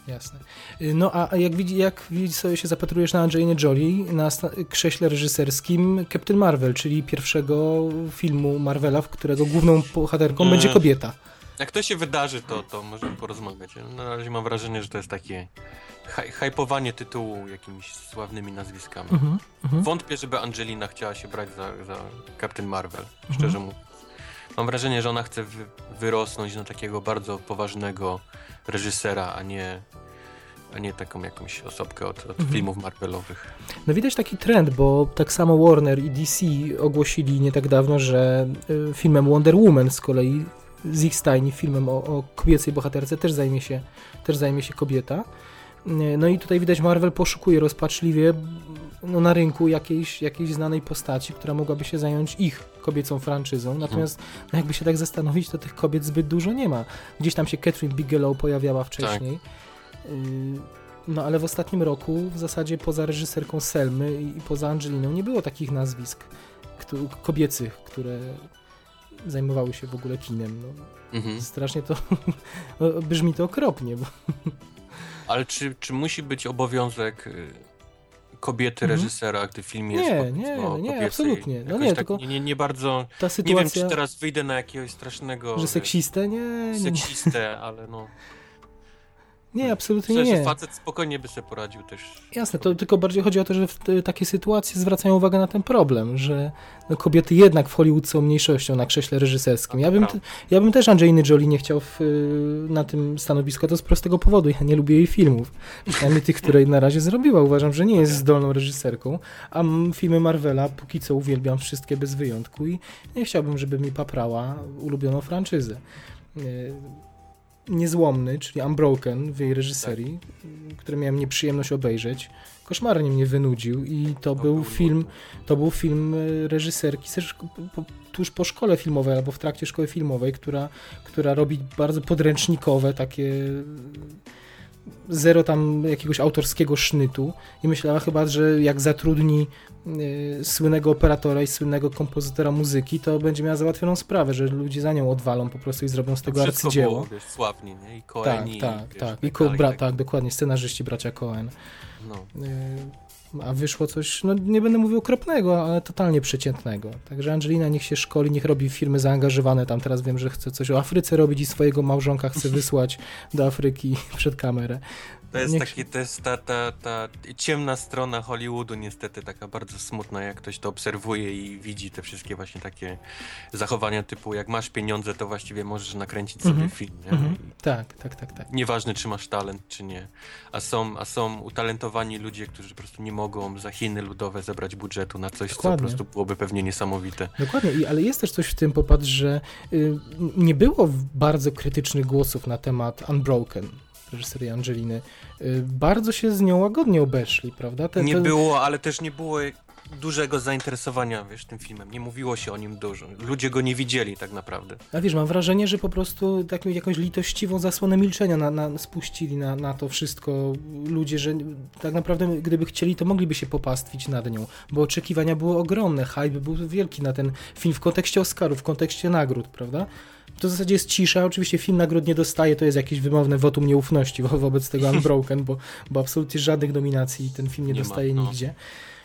jasne. No a jak, widzi, jak widzi sobie się zapatrujesz na Angelinę Jolie na krześle reżyserskim Captain Marvel, czyli pierwszego filmu Marvela, w którego główną bohaterką będzie kobieta. Jak to się wydarzy, to, to możemy porozmawiać. Na razie mam wrażenie, że to jest takie haj, hajpowanie tytułu jakimiś sławnymi nazwiskami. Mhm, mhm. Wątpię, żeby Angelina chciała się brać za, za Captain Marvel, szczerze mówiąc. Mam wrażenie, że ona chce wy, wyrosnąć na takiego bardzo poważnego reżysera, a nie, a nie taką jakąś osobkę od, od mhm. filmów Marvelowych. No widać taki trend, bo tak samo Warner i D C ogłosili nie tak dawno, że y, filmem Wonder Woman z kolei z ich stajni, filmem o, o kobiecej bohaterce też zajmie się, też zajmie się kobieta. No i tutaj widać, Marvel poszukuje rozpaczliwie no, na rynku jakiejś, jakiejś znanej postaci, która mogłaby się zająć ich kobiecą franczyzą. Natomiast no, jakby się tak zastanowić, to tych kobiet zbyt dużo nie ma. Gdzieś tam się Catherine Bigelow pojawiała wcześniej. Tak. No ale w ostatnim roku w zasadzie poza reżyserką Selmy i poza Angeliną nie było takich nazwisk kto, kobiecych, które zajmowały się w ogóle kinem. No. Mhm. Strasznie to brzmi to okropnie. Bo... Ale czy, czy musi być obowiązek kobiety mhm. reżysera, gdy film jest nie, po, nie, no, nie, kobiecej? absolutnie. No nie, tak, tylko nie, nie, nie bardzo... Ta sytuacja... Nie wiem, czy teraz wyjdę na jakiegoś strasznego... Że seksistę? Nie, nie. Seksistę, ale no... Nie, absolutnie Myślę, nie. że facet spokojnie by sobie poradził też. Jasne, to tylko bardziej chodzi o to, że w takie sytuacje zwracają uwagę na ten problem, że no, kobiety jednak w Hollywood są mniejszością na krześle reżyserskim. Ja bym, ja bym też Angeliny Jolie nie chciał w, na tym stanowisku, to z prostego powodu. Ja nie lubię jej filmów. Przynajmniej tych, które na razie zrobiła. Uważam, że nie jest zdolną reżyserką, a filmy Marvela póki co uwielbiam wszystkie bez wyjątku i nie chciałbym, żeby mi paprała ulubioną franczyzę. Niezłomny, czyli Unbroken w jej reżyserii, tak. który miałem nieprzyjemność obejrzeć, koszmarnie mnie wynudził i to, to był, był film to był film reżyserki też po, tuż po szkole filmowej albo w trakcie szkoły filmowej, która, która robi bardzo podręcznikowe takie zero tam jakiegoś autorskiego sznytu i myślała chyba, że jak zatrudni y, słynnego operatora i słynnego kompozytora muzyki, to będzie miała załatwioną sprawę, że ludzie za nią odwalą po prostu i zrobią z tego to arcydzieło. Było, wiesz, sławni, nie? I Coeni. Tak, tak, wiesz, tak. I ko- bra- tak. tak, dokładnie, scenarzyści bracia Coen. No. Y- a wyszło coś, no nie będę mówił okropnego, ale totalnie przeciętnego. Także Angelina niech się szkoli, niech robi firmy zaangażowane. Tam teraz wiem, że chce coś o Afryce robić i swojego małżonka chce wysłać do Afryki przed kamerę. To jest, niech... taki, to jest ta, ta, ta ciemna strona Hollywoodu niestety, taka bardzo smutna, jak ktoś to obserwuje i widzi te wszystkie właśnie takie zachowania typu jak masz pieniądze, to właściwie możesz nakręcić sobie mm-hmm. film. Nie? Mm-hmm. Tak, tak, tak, tak. Nieważne, czy masz talent, czy nie. A są, a są utalentowani ludzie, którzy po prostu nie mogą za Chiny ludowe zebrać budżetu na coś, Dokładnie. co po prostu byłoby pewnie niesamowite. Dokładnie, I, ale jest też coś w tym, popatrz, że y, nie było bardzo krytycznych głosów na temat Unbroken, reżyserii Angeliny. Y, bardzo się z nią łagodnie obeszli, prawda? Te, nie te... było, ale też nie było dużego zainteresowania, wiesz, tym filmem. Nie mówiło się o nim dużo. Ludzie go nie widzieli tak naprawdę. A wiesz, mam wrażenie, że po prostu taką jakąś litościwą zasłonę milczenia na, na, spuścili na, na to wszystko ludzie, że tak naprawdę gdyby chcieli, to mogliby się popastwić nad nią, bo oczekiwania były ogromne, hype był wielki na ten film w kontekście Oscarów, w kontekście nagród, prawda? To w zasadzie jest cisza, oczywiście film nagród nie dostaje, to jest jakieś wymowne wotum nieufności wo- wobec tego Unbroken, bo, bo absolutnie żadnych nominacji ten film nie, nie dostaje ma, no. nigdzie.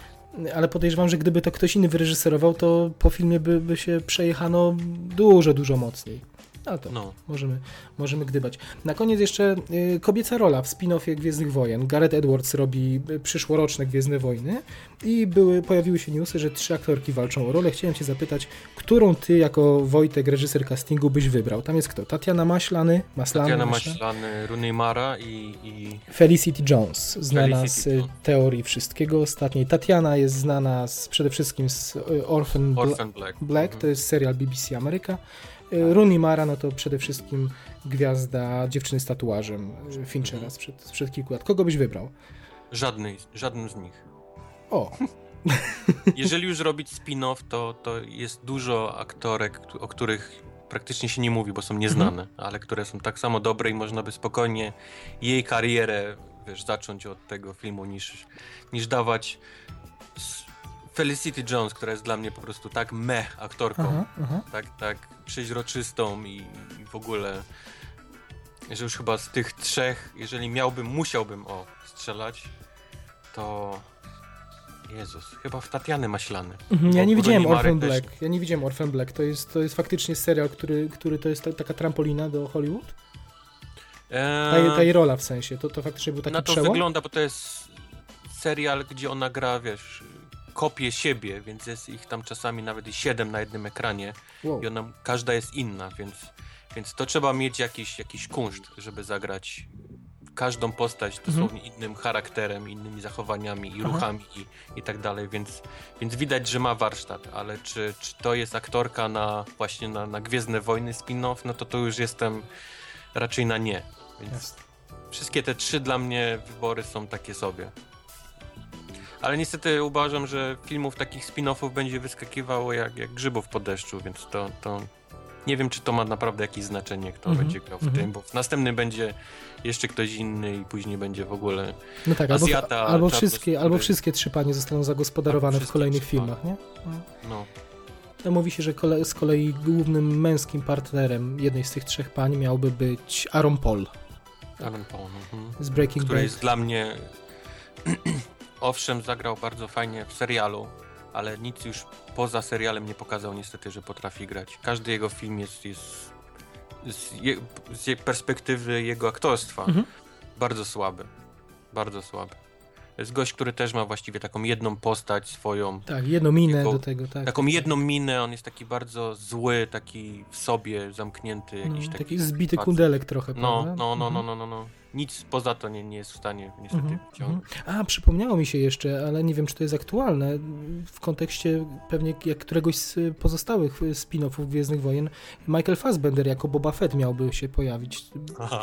Ale podejrzewam, że gdyby to ktoś inny wyreżyserował, to po filmie by, by się przejechano dużo, dużo mocniej. Ale to no. możemy, możemy gdybać. Na koniec jeszcze y, kobieca rola w spin-offie Gwiezdnych Wojen. Gareth Edwards robi przyszłoroczne Gwiezdne Wojny i były, pojawiły się newsy, że trzy aktorki walczą o rolę. Chciałem cię zapytać, którą ty jako Wojtek, reżyser castingu, byś wybrał? Tam jest kto? Tatiana Maślany? Maslany, Tatiana Maślany, Rooney Mara i, i... Felicity Jones, znana Felicity z Jones. Teorii Wszystkiego ostatniej. Tatiana jest znana z, przede wszystkim z Orphan, Orphan Black. Black. Mhm. To jest serial B B C Ameryka. Rooney Mara, no to przede wszystkim gwiazda Dziewczyny z tatuażem Finchera mm. sprzed, sprzed kilku lat. Kogo byś wybrał? Żadnej, żadnym z nich. O! Jeżeli już robić spin-off, to, to jest dużo aktorek, o których praktycznie się nie mówi, bo są nieznane, mm. ale które są tak samo dobre i można by spokojnie jej karierę, wiesz, zacząć od tego filmu, niż, niż dawać Felicity Jones, która jest dla mnie po prostu tak meh aktorką, aha, aha. tak, tak przeźroczystą i, i w ogóle że już chyba z tych trzech, jeżeli miałbym, musiałbym o strzelać, to Jezus, chyba w Tatiany Maślane. Mhm, ja nie widziałem Orphan też... Black. Ja nie widziałem Orphan Black. To jest, to jest faktycznie serial, który, który to jest ta, taka trampolina do Hollywood? Eee... Ta, ta jej rola w sensie. To, to faktycznie był taki Na to przełom? wygląda, bo to jest serial, gdzie ona gra, wiesz, kopie siebie, więc jest ich tam czasami nawet i siedem na jednym ekranie. Wow. I ona, każda jest inna, więc, więc to trzeba mieć jakiś, jakiś kunszt, żeby zagrać każdą postać dosłownie mhm. innym charakterem, innymi zachowaniami i Aha. ruchami i, i tak dalej, więc, więc widać, że ma warsztat, ale czy, czy to jest aktorka na właśnie na, na Gwiezdne Wojny spin-off, no to to już jestem raczej na nie, więc yes. wszystkie te trzy dla mnie wybory są takie sobie. Ale niestety uważam, że filmów takich spin-offów będzie wyskakiwało jak, jak grzybów po deszczu, więc to, to nie wiem, czy to ma naprawdę jakieś znaczenie, kto mm-hmm. będzie grał w mm-hmm. tym, bo w następnym będzie jeszcze ktoś inny i później będzie w ogóle no tak, Azjata. Albo, albo, wszystkie, albo wszystkie trzy panie zostaną zagospodarowane w kolejnych filmach, nie? No. no. No, mówi się, że kole, z kolei głównym męskim partnerem jednej z tych trzech pań miałby być Aaron Paul. Aaron Paul, mm-hmm. z Breaking Który Bad. jest dla mnie... Owszem, zagrał bardzo fajnie w serialu, ale nic już poza serialem nie pokazał niestety, że potrafi grać. Każdy jego film jest, jest z, je, z perspektywy jego aktorstwa mhm. bardzo słaby. Bardzo słaby. To jest gość, który też ma właściwie taką jedną postać swoją. Tak, jedną minę jego, do tego. Tak, taką tak. jedną minę, on jest taki bardzo zły, taki w sobie zamknięty. Jakiś no, taki, taki zbity facet. kundelek trochę, no, prawda? no, no, mhm. no, no, no, no. Nic poza to nie, nie jest w stanie niestety mhm. wciągnąć. A, przypomniało mi się jeszcze, ale nie wiem, czy to jest aktualne, w kontekście pewnie jak któregoś z pozostałych spin-offów Gwiezdnych Wojen, Michael Fassbender jako Boba Fett miałby się pojawić. Aha.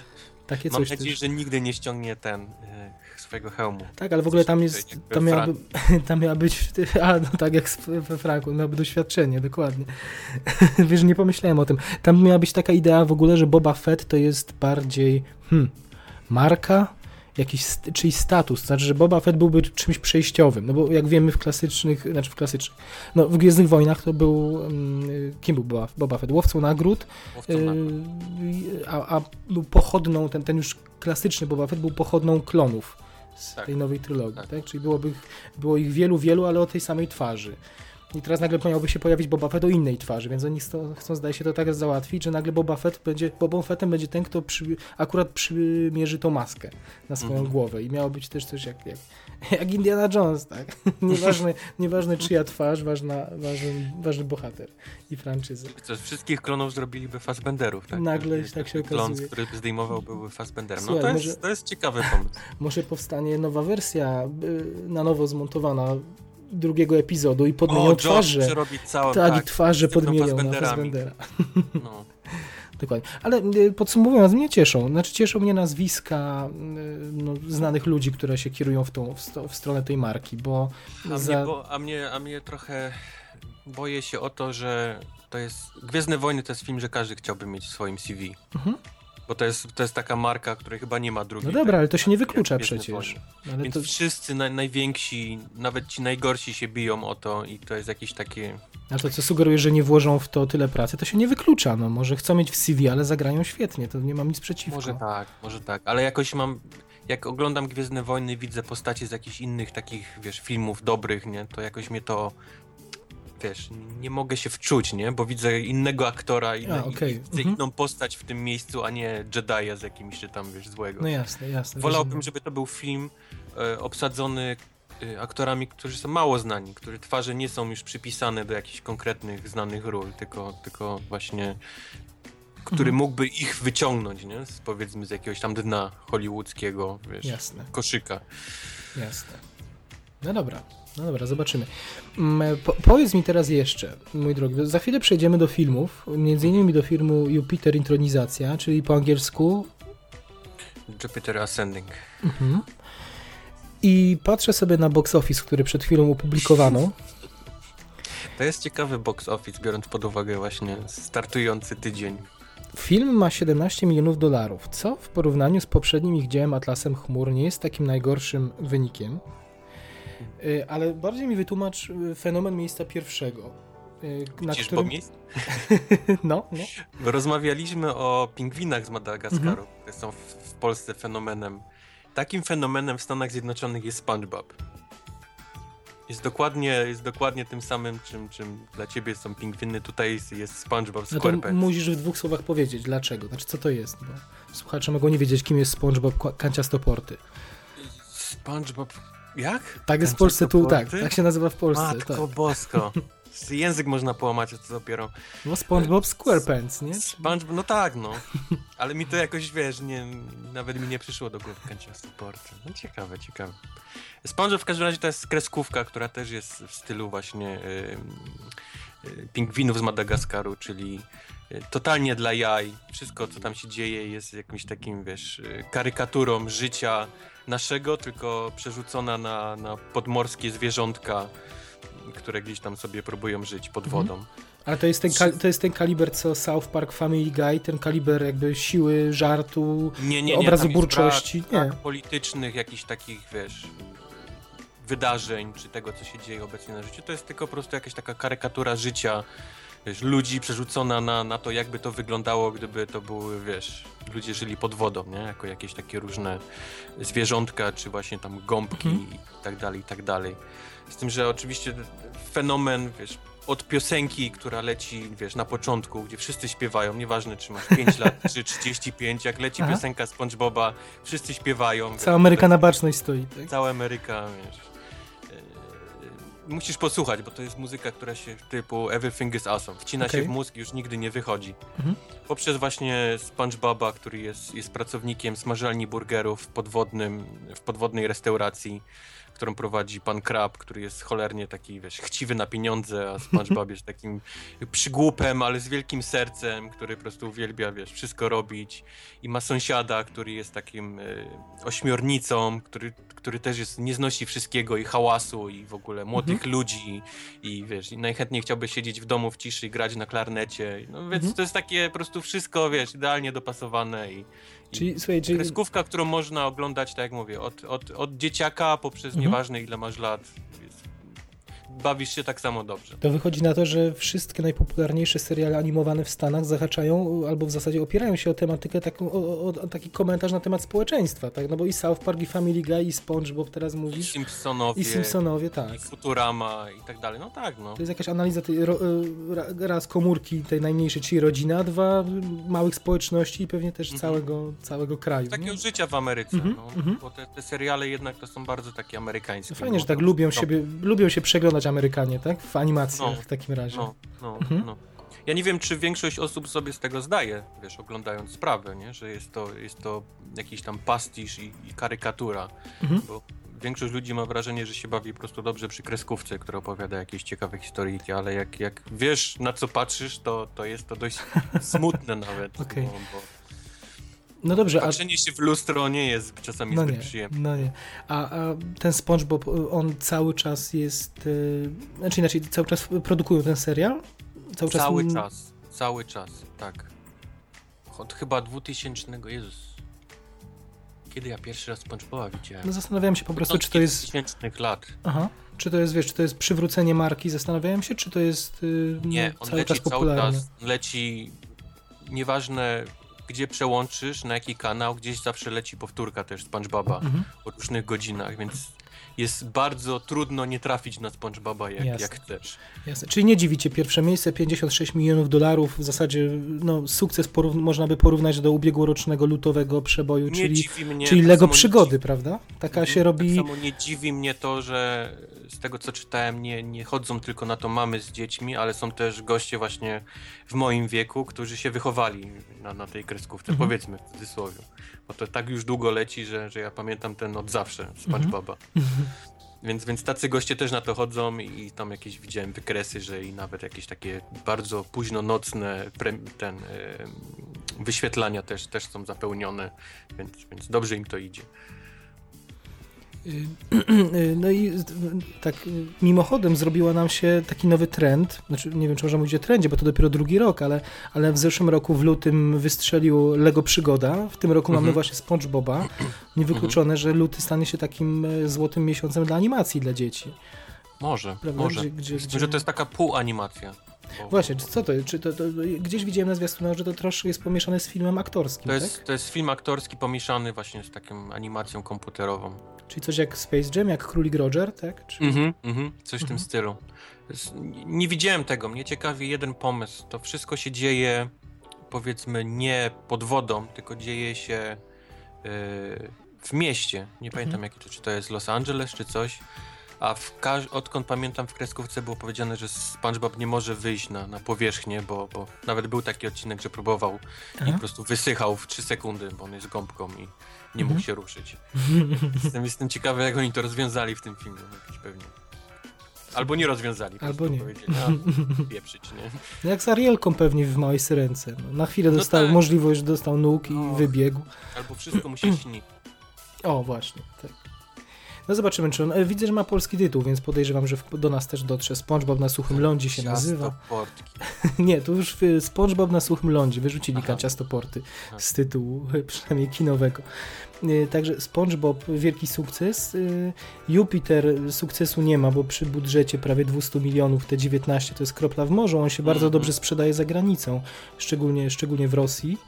Takie Mam coś nadzieję, też. że nigdy nie ściągnie ten y, swojego hełmu. Tak, ale w ogóle tam jest, tam miała, tam miała być, a no tak jak we Franku, miałaby doświadczenie, dokładnie. Wiesz, nie pomyślałem o tym. Tam miała być taka idea w ogóle, że Boba Fett to jest bardziej hmm, marka, jakiś st- czyjś status, znaczy, że Boba Fett byłby czymś przejściowym, no bo jak wiemy w klasycznych, znaczy w klasycznych, no w Gwiezdnych Wojnach to był, um, kim był Boba, Boba Fett? Łowcą nagród, Łowcą y- nagród. A, a był pochodną, ten, ten już klasyczny Boba Fett był pochodną klonów z tak. tej nowej trylogii, tak? tak? Czyli byłoby, było ich wielu, wielu, ale o tej samej twarzy. I teraz nagle miałby się pojawić Boba Fett o innej twarzy, więc oni chcą, chcą zdaje się to tak załatwić, że nagle Boba Fett będzie, Bobą Fettem będzie ten, kto przy, akurat przymierzy tą maskę na swoją mm-hmm. głowę i miało być też coś jak, jak, jak Indiana Jones, tak? nieważne, nieważne czyja twarz, ważna, ważny, ważny bohater i franczyzy. Co, z wszystkich klonów zrobiliby Fassbenderów, tak? Nagle tak się okazuje. Klon, który zdejmował, byłby Fassbenderem. No Słuchaj, to, jest, może, to jest ciekawy pomysł. Może powstanie nowa wersja na nowo zmontowana drugiego epizodu i podmienią twarze. Całą, tak, tak, i twarze podmienią na Fassbendera. No. Dokładnie. Ale podsumowując, mnie cieszą. Znaczy cieszą mnie nazwiska no, znanych ludzi, które się kierują w, tą, w, sto, w stronę tej marki, bo a, za... mnie, bo a, mnie, a mnie trochę boję się o to, że to jest... Gwiezdne Wojny to jest film, że każdy chciałby mieć w swoim C V. Mhm. Bo to jest, to jest taka marka, której chyba nie ma drugiej. No dobra, tak, ale to się nie wyklucza Gwiezdne przecież. Ale Więc to... wszyscy na, najwięksi, nawet ci najgorsi się biją o to i to jest jakieś takie... A to co sugeruje, że nie włożą w to tyle pracy, to się nie wyklucza. No może chcą mieć w C V, ale zagrają świetnie, to nie mam nic przeciwko. Może tak, może tak, ale jakoś mam... Jak oglądam Gwiezdne Wojny, widzę postacie z jakichś innych takich, wiesz, filmów dobrych, nie? To jakoś mnie to... Wiesz, nie mogę się wczuć, nie? Bo widzę innego aktora i, a, okay. i widzę mhm. inną postać w tym miejscu, a nie Jedi'a z jakimś czy tam, wiesz, złego. No jasne, jasne. Wolałbym, rozumiem. żeby to był film e, obsadzony e, aktorami, którzy są mało znani, których twarze nie są już przypisane do jakichś konkretnych, znanych ról, tylko, tylko właśnie który mhm. mógłby ich wyciągnąć, nie? Z, powiedzmy z jakiegoś tam dna hollywoodzkiego, wiesz, jasne. koszyka. Jasne. No dobra. No dobra, zobaczymy. Po, powiedz mi teraz jeszcze, mój drogi, za chwilę przejdziemy do filmów, między innymi do filmu Jupiter Intronizacja, czyli po angielsku Jupiter Ascending. Mhm. I patrzę sobie na box office, który przed chwilą opublikowano. To jest ciekawy box office, biorąc pod uwagę właśnie startujący tydzień. Film ma siedemnaście milionów dolarów, co w porównaniu z poprzednim ich dziełem Atlasem Chmur nie jest takim najgorszym wynikiem. Ale bardziej mi wytłumacz fenomen miejsca pierwszego. y, na Widzisz, którym... bo miejsc? No, no. Rozmawialiśmy o pingwinach z Madagaskaru, Mhm. które są w, w Polsce fenomenem. Takim fenomenem w Stanach Zjednoczonych jest SpongeBob. Jest dokładnie, jest dokładnie tym samym, czym, czym dla ciebie są pingwiny. Tutaj jest, jest SpongeBob No to SquarePants. musisz w dwóch słowach powiedzieć, dlaczego, znaczy co to jest, bo słuchacze mogą nie wiedzieć, kim jest SpongeBob Ka- Kanciastoporty. SpongeBob... Jak? Tak jest w Polsce tu, tak, Kanciastoporty? tak się nazywa w Polsce. Matko Tak. bosko. Język można połamać, a to dopiero... No SpongeBob SquarePants, nie? SpongeBob, no tak, no. Ale mi to jakoś, wiesz, nie, nawet mi nie przyszło do głowy Kanciastoporty. No ciekawe, ciekawe. SpongeBob w każdym razie to jest kreskówka, która też jest w stylu właśnie y, y, pingwinów z Madagaskaru, czyli y, totalnie dla jaj. Wszystko, co tam się dzieje, jest jakimś takim, wiesz, y, karykaturą życia naszego, tylko przerzucona na, na podmorskie zwierzątka, które gdzieś tam sobie próbują żyć pod wodą. Ale to jest, ten kal- to jest ten kaliber, co South Park, Family Guy, ten kaliber jakby siły, żartu, Nie, nie, nie, obrazoburczości. tam jest brak, Nie. brak politycznych jakichś takich, wiesz, wydarzeń, czy tego, co się dzieje obecnie na życiu. To jest tylko po prostu jakaś taka karykatura życia, wiesz, ludzi przerzucona na, na to, jakby to wyglądało, gdyby to były, wiesz, ludzie żyli pod wodą, nie? Jako jakieś takie różne zwierzątka, czy właśnie tam gąbki Mhm. i tak dalej, i tak dalej. Z tym, że oczywiście fenomen, wiesz, od piosenki, która leci, wiesz, na początku, gdzie wszyscy śpiewają, nieważne czy masz pięć lat, czy trzydzieści pięć, jak leci Aha. piosenka SpongeBoba, wszyscy śpiewają. Wiesz, Cała Ameryka na baczność stoi, tak? Cała Ameryka, wiesz. Yy, musisz posłuchać, bo to jest muzyka, która się typu Everything is Awesome. Wcina Okej. się w mózg i już nigdy nie wychodzi. Mhm. Poprzez właśnie SpongeBoba, który jest, jest pracownikiem smażalni burgerów w, podwodnym, w podwodnej restauracji, którą prowadzi pan Krab, który jest cholernie taki, wiesz, chciwy na pieniądze, a SpongeBob jest takim przygłupem, ale z wielkim sercem, który po prostu uwielbia, wiesz, wszystko robić. I ma sąsiada, który jest takim y, ośmiornicą, który, który też jest, nie znosi wszystkiego i hałasu i w ogóle młodych Mhm. ludzi i wiesz, i najchętniej chciałby siedzieć w domu w ciszy i grać na klarnecie. No więc Mhm. to jest takie po prostu wszystko, wiesz, idealnie dopasowane i Czyli, słuchaj, czyli... kreskówka, którą można oglądać, tak jak mówię, od, od, od dzieciaka poprzez Mhm. nieważne ile masz lat. Jest, bawisz się tak samo dobrze. To wychodzi na to, że wszystkie najpopularniejsze seriale animowane w Stanach zahaczają, albo w zasadzie opierają się o tematykę, taką, o, o, o taki komentarz na temat społeczeństwa, tak? No bo i South Park, i Family Guy, i SpongeBob teraz I mówisz, Simpsonowie, i Simpsonowie, i tak. Futurama i tak dalej. No tak, no. To jest jakaś analiza tej, ro, ra, raz komórki tej najmniejszej, czyli rodziny, a dwa małych społeczności i pewnie też Mhm. całego, całego kraju. Takiego Nie? życia w Ameryce, Mhm, no. mhm. Bo te, te seriale jednak to są bardzo takie amerykańskie. No fajnie, no, że tak to- lubią no, siebie, lubią się przeglądać Amerykanie, tak? W animacjach No, w takim razie. No, no, Mhm. no. Ja nie wiem, czy większość osób sobie z tego zdaje, wiesz, oglądając sprawę, nie? Że jest to, jest to jakiś tam pastisz i, i karykatura, Mhm. bo większość ludzi ma wrażenie, że się bawi po prostu dobrze przy kreskówce, która opowiada jakieś ciekawe historyjki, ale jak, jak wiesz, na co patrzysz, to, to jest to dość smutne nawet, Okej. bo, bo No dobrze, a patrzenie się w lustro nie jest czasami no zbyt nie, przyjemne. no nie. A, a ten SpongeBob, on cały czas jest, yy, znaczy inaczej, cały czas produkują ten serial? Cały czas... Cały czas, cały czas, tak. Od chyba dwutysięcznego, Jezus. Kiedy ja pierwszy raz SpongeBoba widziałem? No zastanawiałem się po prostu, czy to jest... tysięcznych lat. Aha. Czy to jest, wiesz, czy to jest przywrócenie marki? Zastanawiałem się, czy to jest yy, Nie, no, on cały leci czas cały popularny. czas, leci, nieważne gdzie przełączysz, na jaki kanał, gdzieś zawsze leci powtórka też SpongeBoba Mhm. o różnych godzinach, więc jest bardzo trudno nie trafić na SpongeBoba jak, Jasne. jak chcesz. Jasne. Czyli nie dziwicie, pierwsze miejsce, pięćdziesiąt sześć milionów dolarów, w zasadzie no, sukces porów- można by porównać do ubiegłorocznego lutowego przeboju, Nie czyli, dziwi mnie, czyli tak Lego samo nie przygody, dziwi- prawda? Taka Mhm, się robi... Tak samo nie dziwi mnie to, że z tego co czytałem, nie, nie chodzą tylko na to mamy z dziećmi, ale są też goście właśnie w moim wieku, którzy się wychowali na, na tej kreskówce, Mhm. powiedzmy w cudzysłowie. Bo to tak już długo leci, że, że ja pamiętam ten od zawsze, SpongeBoba. Mhm. Więc, więc tacy goście też na to chodzą i, i tam jakieś widziałem wykresy, że i nawet jakieś takie bardzo późno nocne pre, ten, e, wyświetlania też, też są zapełnione, więc, więc dobrze im to idzie. No i tak mimochodem zrobiła nam się taki nowy trend, znaczy nie wiem, czy można mówić o trendzie, bo to dopiero drugi rok, ale, ale w zeszłym roku w lutym wystrzelił Lego Przygoda, w tym roku Mhm. mamy właśnie SpongeBoba. Niewykluczone, że luty stanie się takim e, złotym miesiącem dla animacji dla dzieci. Może, Prawda? może. Gdzie- gdzie- Myślę, gdzie- że to jest taka półanimacja. Bo- Właśnie, czy co to jest? Czy to, to, gdzieś widziałem na zwiastunach, że to troszkę jest pomieszane z filmem aktorskim, To jest, tak? to jest film aktorski pomieszany właśnie z taką animacją komputerową. Czyli coś jak Space Jam, jak Królik Roger, tak? Czy... Mhm, mhm, coś w Mhm. tym stylu. Z- Nie nie widziałem tego, mnie ciekawi jeden pomysł. To wszystko się dzieje, powiedzmy, nie pod wodą, tylko dzieje się yy, w mieście. Nie pamiętam, jaki to, czy to jest Los Angeles, czy coś. A w każ- odkąd pamiętam, w kreskówce było powiedziane, że SpongeBob nie może wyjść na, na powierzchnię, bo, bo nawet był taki odcinek, że próbował i Aha. po prostu wysychał w trzy sekundy, bo on jest gąbką i nie Mhm. mógł się ruszyć. Jestem, jestem ciekawy, jak oni to rozwiązali w tym filmie, jakiś pewnie. Albo nie rozwiązali, po Albo prostu nie. powiedzieli, a pieprzyć, nie? Jak z Arielką pewnie w Małej Syrence. No, na chwilę No dostał tak. możliwość, dostał nóg i No. wybiegł. Albo wszystko mu się śni. O, właśnie, tak. No zobaczymy, czy on... e, Widzę, że ma polski tytuł, więc podejrzewam, że w, do nas też dotrze. SpongeBob na suchym lądzie się nazywa. Ciastoportki. Nie, to już y, SpongeBob na suchym lądzie. Wyrzucili Aha. kaciastoporty Aha. z tytułu, y, przynajmniej kinowego. Y, Także SpongeBob wielki sukces. Y, Jupiter sukcesu nie ma, bo przy budżecie prawie dwieście milionów, te dziewiętnaście to jest kropla w morzu. On się bardzo Mhm. dobrze sprzedaje za granicą, szczególnie, szczególnie w Rosji.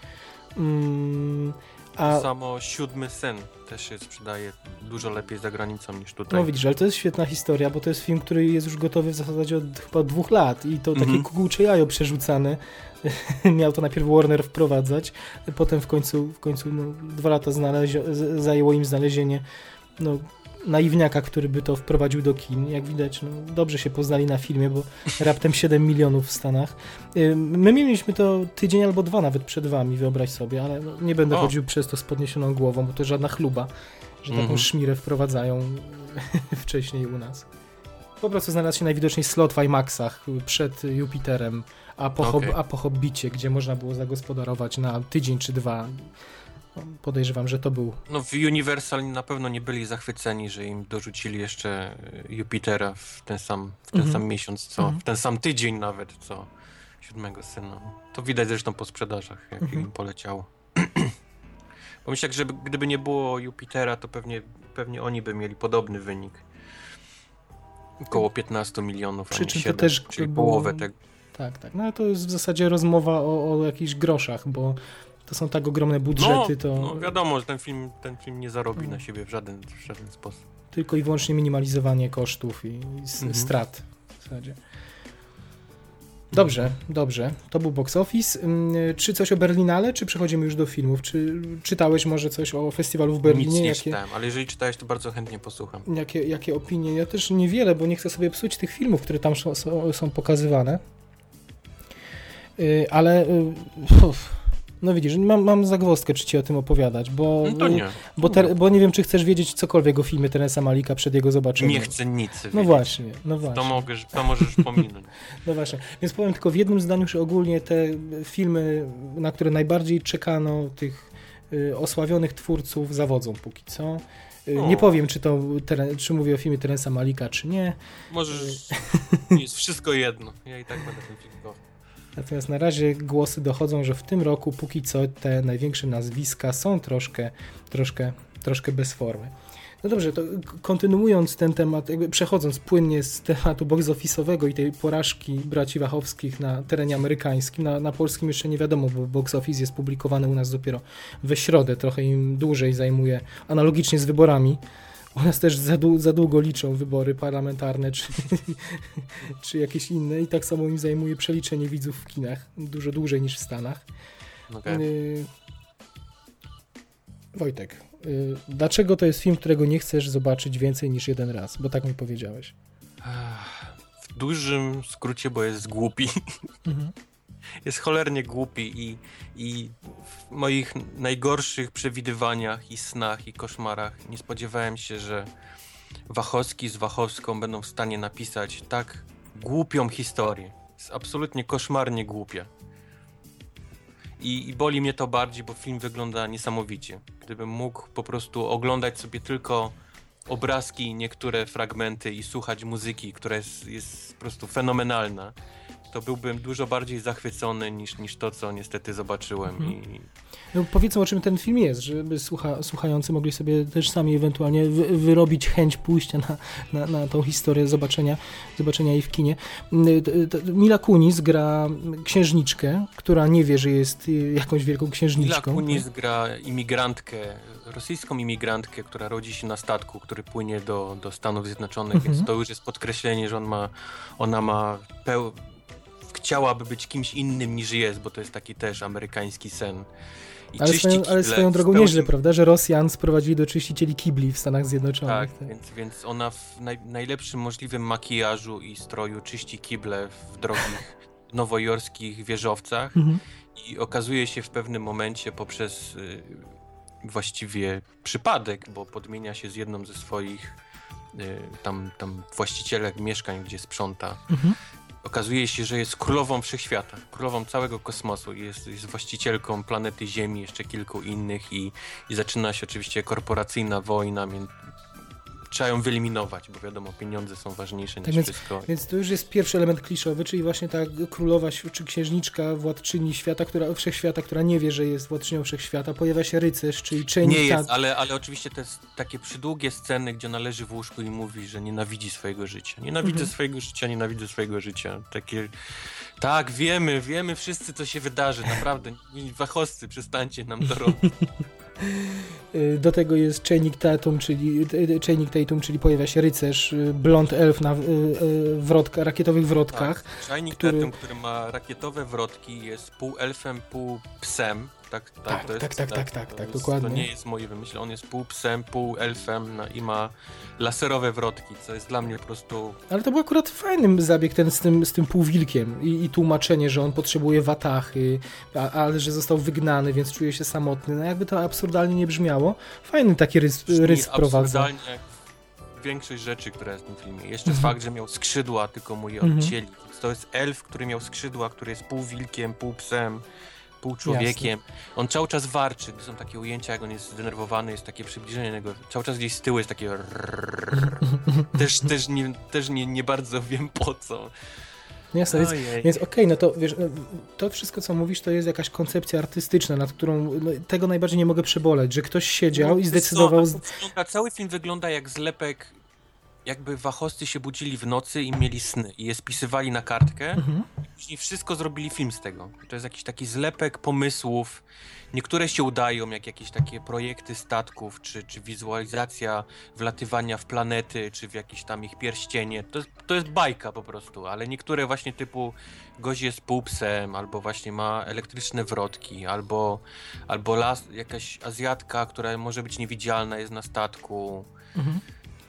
Mm, A Samo Siódmy Sen też się sprzedaje dużo lepiej za granicą niż tutaj. no widzisz, ale to jest świetna historia, bo to jest film, który jest już gotowy w zasadzie od chyba dwóch lat i to takie Mhm. kukułcze jajo przerzucane. Miał to najpierw Warner wprowadzać, potem w końcu, w końcu no, dwa lata znalezio- z- zajęło im znalezienie no, naiwniaka, który by to wprowadził do kin. Jak widać, no, dobrze się poznali na filmie, bo raptem siedem milionów w Stanach. Y, My mieliśmy to tydzień albo dwa nawet przed wami, wyobraź sobie, ale no, nie będę O. chodził przez to z podniesioną głową, bo to żadna chluba, że taką Mhm. szmirę wprowadzają wcześniej u nas. Po prostu znalazł się najwidoczniej slot w IMAXach przed Jupiterem, a po, Okej. hob- a po Hobbicie, gdzie można było zagospodarować na tydzień czy dwa. No, podejrzewam, że to był... No w Universal na pewno nie byli zachwyceni, że im dorzucili jeszcze y, Jupitera w ten sam, w ten Mhm. sam miesiąc, co Mhm. w ten sam tydzień nawet, co Siódmego Syna. To widać zresztą po sprzedażach, jak Mhm. im poleciało. Bo myślę, że gdyby nie było Jupitera, to pewnie, pewnie oni by mieli podobny wynik. Około piętnaście milionów, Przy a nie czym to siedem, też czyli było- połowę tego. Tak, tak. No ale to jest w zasadzie rozmowa o, o jakichś groszach, bo to są tak ogromne budżety, to No wiadomo, że ten film, ten film nie zarobi No. na siebie w żaden, w żaden sposób. tylko i wyłącznie minimalizowanie kosztów i, i s- Mhm. strat w zasadzie. Dobrze, dobrze. To był box office. Ym, Czy coś o Berlinale, czy przechodzimy już do filmów? Czy czytałeś może coś o festiwalu w Berlinie? Nic nie Jakie, czytałem, ale jeżeli czytałeś, to bardzo chętnie posłucham. jakie, jakie opinie? Ja też niewiele, bo nie chcę sobie psuć tych filmów, które tam są, są, są pokazywane. Yy, ale yy, uff, no widzisz, mam, mam zagwozdkę, czy ci o tym opowiadać, bo, No to nie. bo, ter, bo nie wiem, czy chcesz wiedzieć cokolwiek o filmie Terensa Malika przed jego zobaczeniem. Nie chcę nic No wiedzieć. właśnie, no właśnie. To, możesz, to możesz pominąć. No właśnie, więc powiem tylko w jednym zdaniu, że ogólnie te filmy, na które najbardziej czekano, tych y, osławionych twórców, zawodzą póki co. Y, O. nie powiem, czy to teren, czy mówię o filmie Terensa Malika, czy nie. Możesz... Jest wszystko jedno. Ja i tak będę ten film kochał. Natomiast na razie głosy dochodzą, że w tym roku póki co te największe nazwiska są troszkę, troszkę, troszkę bez formy. No dobrze, to k- kontynuując ten temat, jakby przechodząc płynnie z tematu box office'owego i tej porażki braci Wachowskich na terenie amerykańskim, na, na polskim jeszcze nie wiadomo, bo box office jest publikowany u nas dopiero we środę, trochę im dłużej zajmuje, analogicznie z wyborami. U nas też za, dłu- za długo liczą wybory parlamentarne czy, czy jakieś inne i tak samo im zajmuje przeliczenie widzów w kinach, dużo dłużej niż w Stanach. Okay. Y... Wojtek, y... dlaczego to jest film, którego nie chcesz zobaczyć więcej niż jeden raz? Bo tak mi powiedziałeś. W dużym skrócie, bo jest głupi. Mhm. Jest cholernie głupi i, i w moich najgorszych przewidywaniach i snach i koszmarach nie spodziewałem się, że Wachowski z Wachowską będą w stanie napisać tak głupią historię. Jest absolutnie koszmarnie głupia. I, I boli mnie to bardziej, bo film wygląda niesamowicie. Gdybym mógł po prostu oglądać sobie tylko obrazki, niektóre fragmenty i słuchać muzyki, która jest, jest po prostu fenomenalna, to byłbym dużo bardziej zachwycony niż, niż to, co niestety zobaczyłem. Mhm. I... No, powiedzmy, o czym ten film jest, żeby słucha, słuchający mogli sobie też sami ewentualnie wy, wyrobić chęć pójścia na, na, na tą historię, zobaczenia, zobaczenia jej w kinie. Mila Kunis gra księżniczkę, która nie wie, że jest jakąś wielką księżniczką. Mila Kunis gra imigrantkę, rosyjską imigrantkę, która rodzi się na statku, który płynie do, do Stanów Zjednoczonych, mhm. więc to już jest podkreślenie, że on ma, ona ma peł... chciałaby być kimś innym niż jest, bo to jest taki też amerykański sen. I ale, swoją, ale swoją drogą pełni... nieźle, prawda, że Rosjan sprowadzili do czyścicieli kibli w Stanach Zjednoczonych. Tak, tak. Więc, więc ona w naj, najlepszym możliwym makijażu i stroju czyści kible w drogich nowojorskich wieżowcach mhm. i okazuje się w pewnym momencie poprzez y, właściwie przypadek, bo podmienia się z jedną ze swoich y, tam, tam właścicielek mieszkań, gdzie sprząta. Mhm. Okazuje się, że jest królową wszechświata, królową całego kosmosu, jest, jest właścicielką planety Ziemi, jeszcze kilku innych i, i zaczyna się oczywiście korporacyjna wojna, więc trzeba ją wyeliminować, bo wiadomo, pieniądze są ważniejsze tak niż więc, wszystko. Więc to już jest pierwszy element kliszowy, czyli właśnie ta królowa czy księżniczka, władczyni świata, która, wszechświata, która nie wie, że jest władczynią wszechświata. Pojawia się rycerz, czyli część... Nie jest, ale, ale oczywiście te takie przydługie sceny, gdzie ona leży w łóżku i mówi, że nienawidzi swojego życia. Nienawidzę mhm. swojego życia, nienawidzę swojego życia. Takie... Tak, wiemy, wiemy wszyscy, co się wydarzy, naprawdę. Wachowscy, przestańcie nam to robić. Do tego jest Channing Tatum, czyli Channing Tatum, czyli pojawia się rycerz, blond elf na wrotka, rakietowych wrotkach. Tak, Channing który... Tatum, który ma rakietowe wrotki, jest pół elfem, pół psem. Tak, tak, tak, to jest, tak, tak, tak, tak, tak, dokładnie. To nie jest moje wymyślenie, on jest pół psem, pół elfem no, i ma laserowe wrotki, co jest dla mnie po prostu... Ale to był akurat fajny zabieg ten z tym, z tym półwilkiem i, i tłumaczenie, że on potrzebuje watachy, a, ale że został wygnany, więc czuje się samotny. No jakby to absurdalnie nie brzmiało, fajny taki rys, rys wprowadza. Absurdalnie jak większość rzeczy, która jest w tym filmie. Jeszcze mhm. fakt, że miał skrzydła, tylko mu je Mhm. odcięli. To jest elf, który miał skrzydła, który jest pół wilkiem, pół psem, pół człowiekiem. Jasne. On cały czas warczy, gdy są takie ujęcia, jak on jest zdenerwowany, jest takie przybliżenie niego. Cały czas gdzieś z tyłu jest takie też, też, nie, też nie, nie bardzo wiem po co. Jasne, więc, więc okej, okay, no to wiesz, to wszystko co mówisz to jest jakaś koncepcja artystyczna, nad którą no, tego najbardziej nie mogę przeboleć, że ktoś siedział no, i zdecydował... Co, wygląda, cały film wygląda jak zlepek, jakby wachowcy się budzili w nocy i mieli sny i je spisywali na kartkę mhm. i wszystko zrobili film z tego. To jest jakiś taki zlepek pomysłów. Niektóre się udają, jak jakieś takie projekty statków, czy, czy wizualizacja wlatywania w planety, czy w jakieś tam ich pierścienie. To jest, to jest bajka po prostu, ale niektóre właśnie typu gość jest półpsem, albo właśnie ma elektryczne wrotki, albo, albo las, jakaś Azjatka, która może być niewidzialna, jest na statku. Mhm.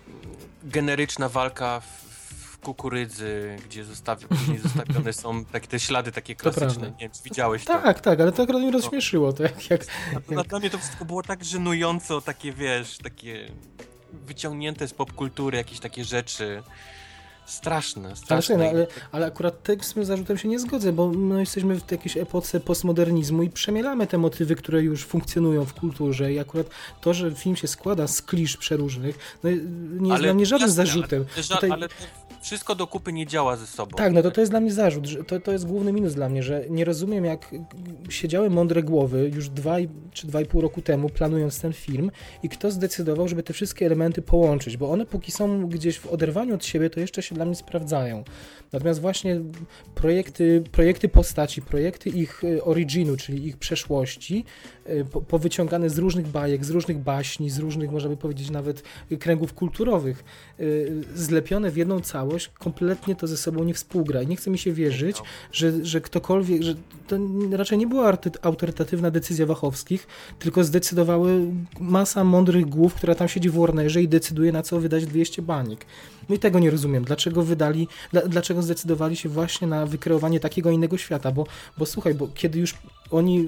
Generyczna walka w, w kukurydzy, gdzie zostawi, później zostawione są takie te ślady takie klasyczne. Nie wiem, czy widziałeś to? Tak, tak, ale to akurat mnie rozśmieszyło. To jak, jak, jak... Dla mnie to wszystko było tak żenująco, takie wiesz, takie wyciągnięte z popkultury, jakieś takie rzeczy. Straszne, straszne. Ale, ale, ale akurat tym z tym zarzutem się nie zgodzę, bo my jesteśmy w jakiejś epoce postmodernizmu i przemielamy te motywy, które już funkcjonują w kulturze i akurat to, że film się składa z klisz przeróżnych, no, nie jest ale dla mnie żadnym jasne, zarzutem. Ale, Tutaj... ale to wszystko do kupy nie działa ze sobą. Tak, no to to jest dla mnie zarzut, że to, to jest główny minus dla mnie, że nie rozumiem, jak siedziały mądre głowy już dwa czy dwa i pół roku temu, planując ten film i kto zdecydował, żeby te wszystkie elementy połączyć, bo one póki są gdzieś w oderwaniu od siebie, to jeszcze się dla mnie sprawdzają. Natomiast właśnie projekty, projekty postaci, projekty ich originu, czyli ich przeszłości, po, powyciągane z różnych bajek, z różnych baśni, z różnych, można by powiedzieć, nawet kręgów kulturowych, zlepione w jedną całość, kompletnie to ze sobą nie współgra. I nie chce mi się wierzyć, że, że ktokolwiek, że to raczej nie była autorytatywna decyzja Wachowskich, tylko zdecydowały masa mądrych głów, która tam siedzi w Warnerze i decyduje, na co wydać dwieście banik. No i tego nie rozumiem. Dlaczego wydali, dla, dlaczego zdecydowali się właśnie na wykreowanie takiego innego świata? Bo, bo słuchaj, bo kiedy już oni...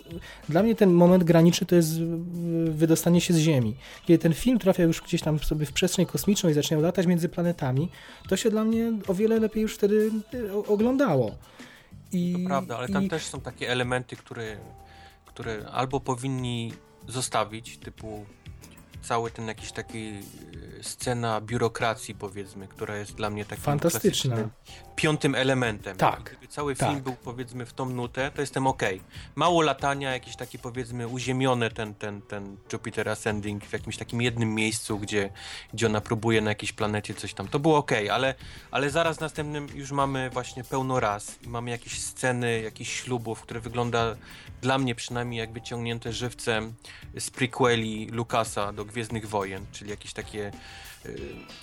Dla mnie ten moment graniczny to jest wydostanie się z Ziemi. Kiedy ten film trafia już gdzieś tam sobie w przestrzeń kosmiczną i zaczynają latać między planetami, to się dla mnie o wiele lepiej już wtedy oglądało. I, to prawda, ale tam i... też są takie elementy, które, które albo powinni zostawić, typu cały ten jakiś taki scena biurokracji, powiedzmy, która jest dla mnie takim fantastyczna. piątym elementem. Tak, Gdyby cały film tak. był powiedzmy w tą nutę, to jestem okej. Okay. Mało latania, jakieś takie powiedzmy uziemione ten, ten, ten Jupiter Ascending w jakimś takim jednym miejscu, gdzie, gdzie ona próbuje na jakiejś planecie coś tam. To było okej, okay, ale, ale zaraz następnym już mamy właśnie pełno raz i mamy jakieś sceny, jakichś ślubów, które wygląda dla mnie przynajmniej jak wyciągnięte żywcem z prequeli Lucasa do Gwiezdnych Wojen, czyli jakieś takie y,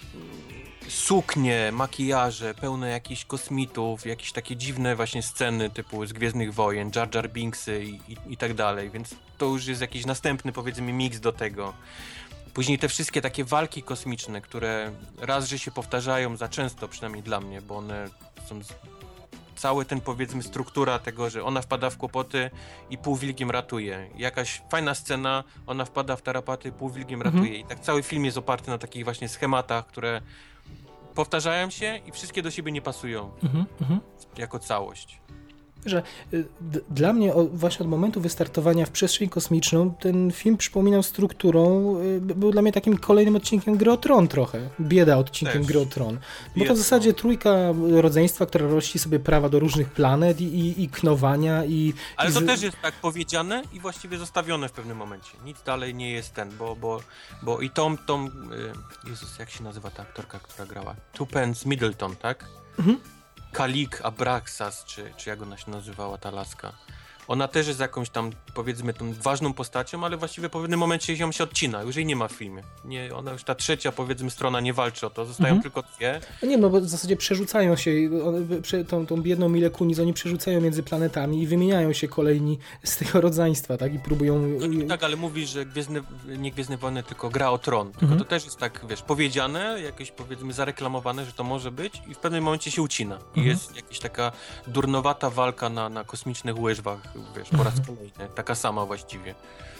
suknie, makijaże, pełne jakichś kosmitów, jakieś takie dziwne właśnie sceny typu z Gwiezdnych Wojen, Jar Jar Binksy i, i, i tak dalej, więc to już jest jakiś następny powiedzmy miks do tego. Później te wszystkie takie walki kosmiczne, które raz, że się powtarzają za często, przynajmniej dla mnie, bo one są... Z... Cały ten, powiedzmy, struktura tego, że ona wpada w kłopoty i półwilkiem ratuje. Jakaś fajna scena, ona wpada w tarapaty, półwilkiem Mhm. ratuje. I tak cały film jest oparty na takich właśnie schematach, które powtarzają się i wszystkie do siebie nie pasują Mhm, mhm. jako całość. Że y, d- dla mnie o, właśnie od momentu wystartowania w przestrzeń kosmiczną ten film przypominał strukturą, y, był dla mnie takim kolejnym odcinkiem Gry o Tron trochę. Bieda odcinkiem Też. Gry o Tron. Bo to Jest, w zasadzie no. trójka rodzeństwa, która rości sobie prawa do różnych planet i, i, i knowania i... Ale i to z... też jest tak powiedziane i właściwie zostawione w pewnym momencie. Nic dalej nie jest ten, bo, bo, bo i tą, tą y, Jezus, jak się nazywa ta aktorka, która grała? Tupence Middleton, tak? Mhm. Kalik Abraxas, czy, czy jak ona się nazywała, ta laska. Ona też jest jakąś tam, powiedzmy, tą ważną postacią, ale właściwie po pewnym momencie ją się odcina, już jej nie ma w filmie. Nie, ona już ta trzecia, powiedzmy, strona nie walczy o to, zostają Mhm. tylko dwie. No nie, no bo w zasadzie przerzucają się, one, prze, tą, tą biedną Milę Kunis, oni przerzucają między planetami i wymieniają się kolejni z tego rodzeństwa, tak? I próbują... No i tak, ale mówisz, że Gwiezdne, nie Gwiezdne Wojny, tylko Gra o Tron. Tylko Mhm. to też jest tak, wiesz, powiedziane, jakieś powiedzmy zareklamowane, że to może być i w pewnym momencie się ucina. I Mhm. jest jakaś taka durnowata walka na, na kosmicznych łyżwach, wiesz, po raz kolejny. Taka sama właściwie.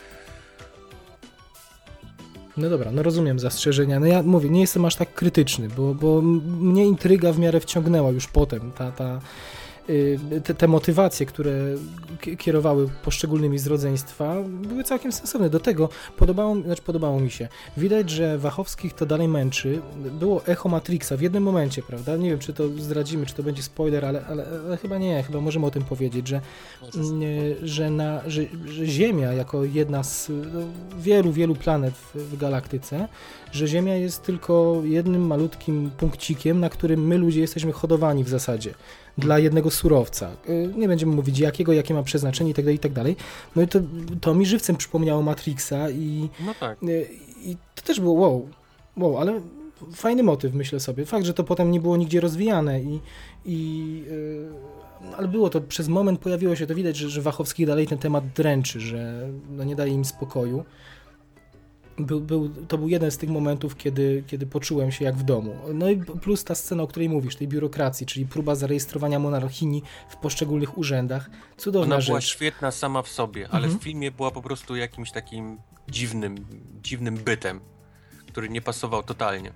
No dobra, no rozumiem zastrzeżenia. No ja mówię, nie jestem aż tak krytyczny, bo, bo mnie intryga w miarę wciągnęła już potem. Ta, ta, y, te, te motywacje, które k- kierowały poszczególnymi z rodzeństwa, były całkiem sensowne. Do tego podobało, znaczy podobało mi się. Widać, że Wachowskich to dalej męczy. Było echo Matrixa w jednym momencie, prawda? Nie wiem, czy to zdradzimy, czy to będzie spoiler, ale, ale, ale chyba nie, chyba możemy o tym powiedzieć, że Nie, że, na, że, że Ziemia jako jedna z no, wielu, wielu planet w, w galaktyce, że Ziemia jest tylko jednym malutkim punkcikiem, na którym my ludzie jesteśmy hodowani w zasadzie dla jednego surowca. Nie będziemy mówić jakiego, jakie ma przeznaczenie itd., itd. No i to, to mi żywcem przypomniało Matrixa i, No tak. i, i to też było wow, wow, ale fajny motyw, myślę sobie. Fakt, że to potem nie było nigdzie rozwijane i, i yy, no, ale było to, przez moment pojawiło się to, widać, że, że Wachowski dalej ten temat dręczy, że no, nie daje im spokoju. Był, był, to był jeden z tych momentów, kiedy, kiedy poczułem się jak w domu. No i plus ta scena, o której mówisz, tej biurokracji, czyli próba zarejestrowania monarchini w poszczególnych urzędach. Cudowna Ona rzecz. była świetna sama w sobie, ale Mhm. w filmie była po prostu jakimś takim dziwnym, dziwnym bytem, który nie pasował totalnie.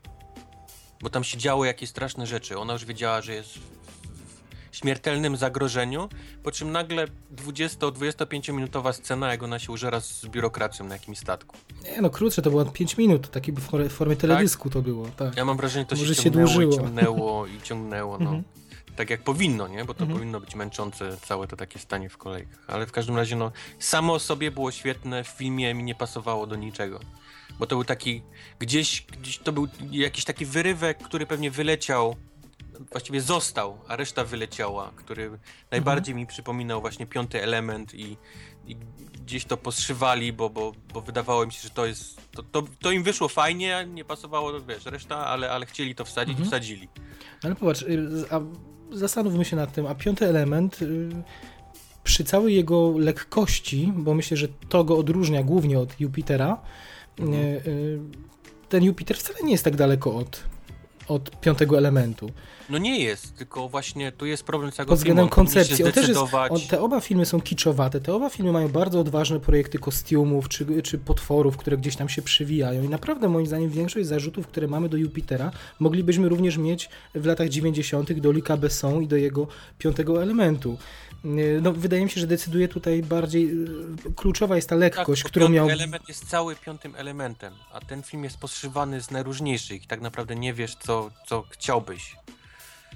Bo tam się działy jakieś straszne rzeczy. Ona już wiedziała, że jest w śmiertelnym zagrożeniu, po czym nagle dwudziesto-dwudziestopięciominutowa scena, jak ona się użera z biurokracją na jakimś statku. Nie no, krótsze, to było pięć minut, taki w formie, w formie teledysku to było. Tak. Ja mam wrażenie, że to Może się się ciągnęło dłużyło. i ciągnęło i ciągnęło, no. Mhm. Tak jak powinno, nie? Bo to Mhm. powinno być męczące całe to takie stanie w kolejkach. Ale w każdym razie, no, samo o sobie było świetne, w filmie mi nie pasowało do niczego. Bo to był taki, gdzieś, gdzieś to był jakiś taki wyrywek, który pewnie wyleciał, właściwie został, a reszta wyleciała, który najbardziej mi przypominał właśnie Piąty Element i, i gdzieś to poszywali, bo, bo, bo wydawało mi się, że to jest, to, to, to im wyszło fajnie, nie pasowało, wiesz, reszta, ale, ale chcieli to wsadzić Mhm. i wsadzili. Ale popatrz, y, a zastanówmy się nad tym, a Piąty Element y, przy całej jego lekkości, bo myślę, że to go odróżnia głównie od Jupitera, Mhm. y, y, ten Jupiter wcale nie jest tak daleko od, od Piątego Elementu. No nie jest, tylko właśnie tu jest problem całego Pod względem filmu. On powinien się koncepcji. On też jest, zdecydować. on, te oba filmy są kiczowate, te oba filmy mają bardzo odważne projekty kostiumów czy, czy potworów, które gdzieś tam się przywijają i naprawdę moim zdaniem większość zarzutów, które mamy do Jupitera, moglibyśmy również mieć w latach dziewięćdziesiątych do Luca Besson i do jego Piątego Elementu. No, wydaje mi się, że decyduje tutaj bardziej, kluczowa jest ta lekkość, tak, którą piąty miał... element jest cały piątym elementem, a ten film jest poszywany z najróżniejszych i tak naprawdę nie wiesz, co, co chciałbyś.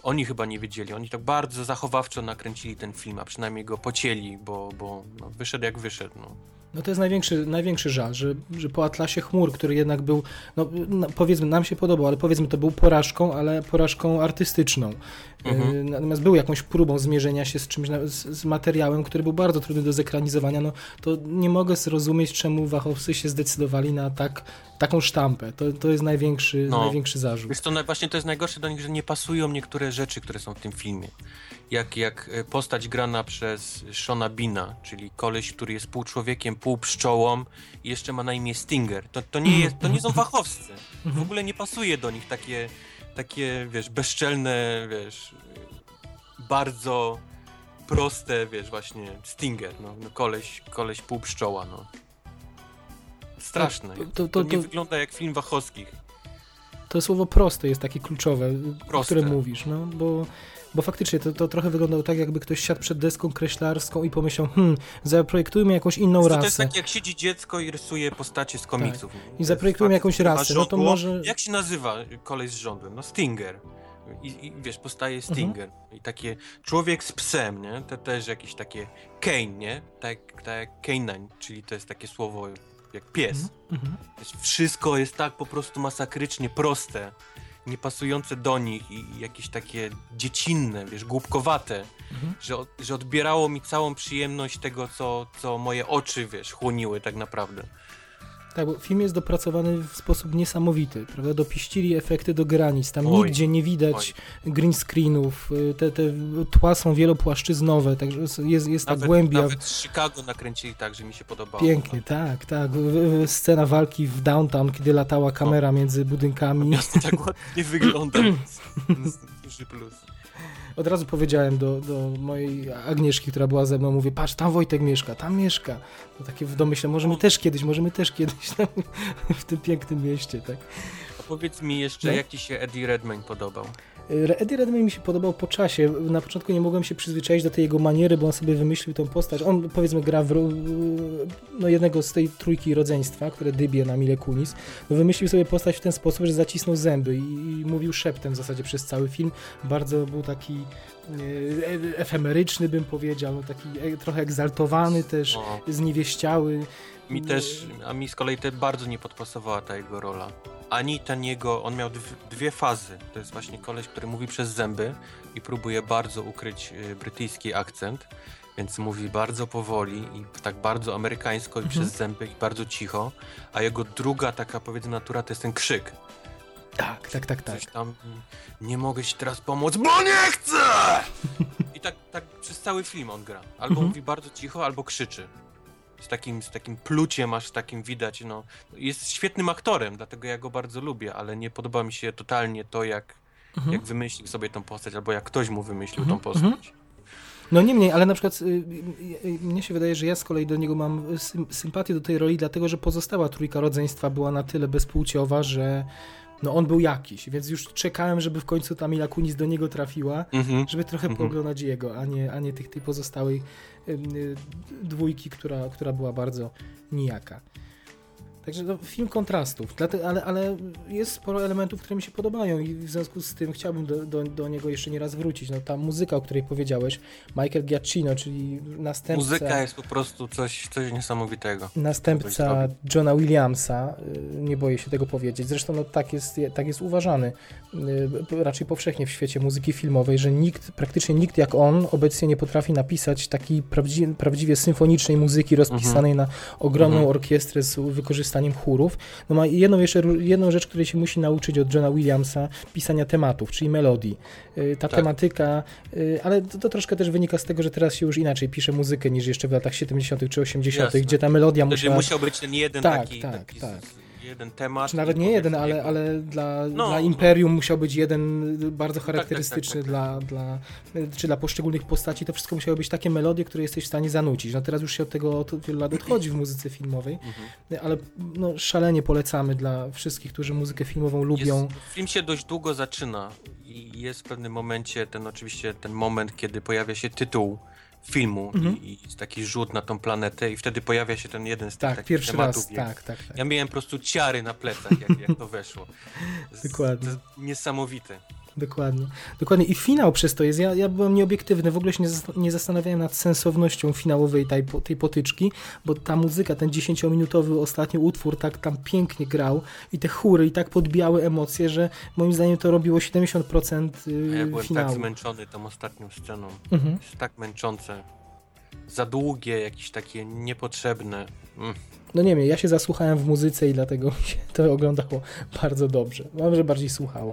oni chyba nie wiedzieli. Oni tak bardzo zachowawczo nakręcili ten film, a przynajmniej go pocięli, bo, bo no, wyszedł jak wyszedł. No. No to jest największy, największy żal, że, że po Atlasie Chmur, który jednak był, no, no powiedzmy, nam się podobał, ale powiedzmy to był porażką, ale porażką artystyczną. Mhm. Natomiast był jakąś próbą zmierzenia się z czymś, z, z materiałem, który był bardzo trudny do zekranizowania, no to nie mogę zrozumieć, czemu Wachowcy się zdecydowali na tak, taką sztampę. To, to jest największy, no, największy zarzut. Wiesz, to na, właśnie to jest najgorsze do nich, że nie pasują niektóre rzeczy, które są w tym filmie. Jak, jak postać grana przez Seana Beana, czyli koleś, który jest pół człowiekiem, pół pszczołą i jeszcze ma na imię Stinger. To, to, nie, jest, to nie są fachowscy. W ogóle nie pasuje do nich takie, takie wiesz, bezczelne, wiesz, bardzo proste, wiesz, właśnie Stinger, no, no koleś, koleś pół pszczoła, no. Straszne. To, to, to, to nie to... wygląda jak film Wachowskich. To słowo proste jest takie kluczowe, proste. O którym mówisz, no, bo Bo faktycznie to, to trochę wyglądało tak, jakby ktoś siadł przed deską kreślarską i pomyślał, hmm, zaprojektujmy jakąś inną to rasę. To jest tak, jak siedzi dziecko i rysuje postacie z komiksów. Tak. I zaprojektujmy jakąś rasę, no to może... Jak się nazywa koleś z żądłem? No Stinger. I, i wiesz, powstaje Stinger. Mhm. I takie człowiek z psem, nie? To też jakieś takie Kane, nie? Tak, tak jak Canine, czyli to jest takie słowo jak pies. Mhm. Wiesz, wszystko jest tak po prostu masakrycznie proste, niepasujące do nich i jakieś takie dziecinne, wiesz, głupkowate, mhm. że, że odbierało mi całą przyjemność tego, co, co moje oczy, wiesz, chłoniły tak naprawdę. Tak, bo film jest dopracowany w sposób niesamowity, prawda? Dopiścili efekty do granic, tam oj, nigdzie nie widać oj. green screenów, te, te tła są wielopłaszczyznowe, także jest, jest nawet, ta głębia. Nawet Chicago nakręcili tak, że mi się podobało. Pięknie, no. tak, tak. Scena walki w downtown, kiedy latała kamera no. między budynkami. Miasto tak ładnie wygląda, więc duży plus. Od razu powiedziałem do, do mojej Agnieszki, która była ze mną, mówię, patrz, tam Wojtek mieszka, tam mieszka. To takie w domyśle, może my też kiedyś, może my też kiedyś tam, w tym pięknym mieście, tak. A powiedz mi jeszcze, no? jak ci się Eddie Redmayne podobał? Eddie Redmayne mi się podobał po czasie. Na początku nie mogłem się przyzwyczaić do tej jego maniery, bo on sobie wymyślił tą postać. On, powiedzmy, gra w no, jednego z tej trójki rodzeństwa, które dybie na Mile Kunis. No, wymyślił sobie postać w ten sposób, że zacisnął zęby i, i mówił szeptem w zasadzie przez cały film. Bardzo był taki e, efemeryczny, bym powiedział, no, taki e, trochę egzaltowany też, o. zniewieściały. Mi też, a mi z kolei te bardzo nie podpasowała ta jego rola. Ani ten jego, on miał dwie fazy. To jest właśnie koleś, który mówi przez zęby i próbuje bardzo ukryć brytyjski akcent, więc mówi bardzo powoli i tak bardzo amerykańsko i mhm. przez zęby i bardzo cicho, a jego druga taka, powiedzmy, natura to jest ten krzyk. Tak, tak, tak, tak. Coś tam, nie mogę ci teraz pomóc, bo nie chcę! I tak, tak przez cały film on gra. Albo mhm. mówi bardzo cicho, albo krzyczy. Z takim, z takim pluciem, aż takim widać, no. Jest świetnym aktorem, dlatego ja go bardzo lubię, ale nie podoba mi się totalnie to, jak, mhm. jak wymyślił sobie tą postać, albo jak ktoś mu wymyślił mhm. tą postać. Mhm. No niemniej, ale na przykład y, y, mnie się wydaje, że ja z kolei do niego mam sym, sympatię do tej roli, dlatego, że pozostała trójka rodzeństwa była na tyle bezpłciowa, że no on był jakiś, więc już czekałem, żeby w końcu ta Mila Kunis do niego trafiła, mm-hmm. żeby trochę mm-hmm. pooglądać jego, a nie, a nie tych, tej pozostałej y, y, dwójki, która, która była bardzo nijaka. Także no, film kontrastów, Dlatego, ale, ale jest sporo elementów, które mi się podobają i w związku z tym chciałbym do, do, do niego jeszcze nie raz wrócić. No, ta muzyka, o której powiedziałeś, Michael Giacchino, czyli następca... Muzyka jest po prostu coś, coś niesamowitego. Następca Johna Williamsa, nie boję się tego powiedzieć. Zresztą no, tak, jest, tak jest uważany raczej powszechnie w świecie muzyki filmowej, że nikt, praktycznie nikt jak on obecnie nie potrafi napisać takiej prawdzi- prawdziwie symfonicznej muzyki rozpisanej mhm. na ogromną mhm. orkiestrę z wykorzystaniem chórów. No ma jedną jeszcze jedną rzecz, której się musi nauczyć od Johna Williamsa, pisania tematów, czyli melodii. Ta tak. tematyka, ale to, to troszkę też wynika z tego, że teraz się już inaczej pisze muzykę niż jeszcze w latach siedemdziesiątych czy osiemdziesiątych, Jasne. Gdzie ta melodia Wtedy musiała... musiał być ten jeden tak, taki, tak, taki tak. jeden temat. Czy nawet nie jeden, ale, ale dla, no, dla Imperium no. musiał być jeden bardzo charakterystyczny tak, tak, tak, tak, dla, dla, czy dla poszczególnych postaci. To wszystko musiały być takie melodie, które jesteś w stanie zanucić. No teraz już się od tego od wielu lat odchodzi w muzyce filmowej, mhm. ale no, szalenie polecamy dla wszystkich, którzy muzykę filmową lubią. Jest, film się dość długo zaczyna i jest w pewnym momencie ten oczywiście ten moment, kiedy pojawia się tytuł filmu mhm. i, i jest taki rzut na tą planetę i wtedy pojawia się ten jeden z tak, tych pierwszy tematów. Raz, tak, tak, tak. Ja miałem po prostu ciary na plecach, jak, jak to weszło. Z, Dokładnie. To jest niesamowite. Dokładnie. Dokładnie. I finał przez to jest, ja, ja byłem nieobiektywny, w ogóle się nie, zas- nie zastanawiałem nad sensownością finałowej tej, tej potyczki, bo ta muzyka, ten dziesięciominutowy ostatni utwór tak tam pięknie grał i te chóry i tak podbijały emocje, że moim zdaniem to robiło siedemdziesiąt procent yy, Ja byłem finału. tak zmęczony tą ostatnią sceną. Mhm. Jest tak męczące. Za długie, jakieś takie niepotrzebne. Mm. No nie wiem, ja się zasłuchałem w muzyce i dlatego mi się to oglądało bardzo dobrze. Mam, że bardziej słuchało.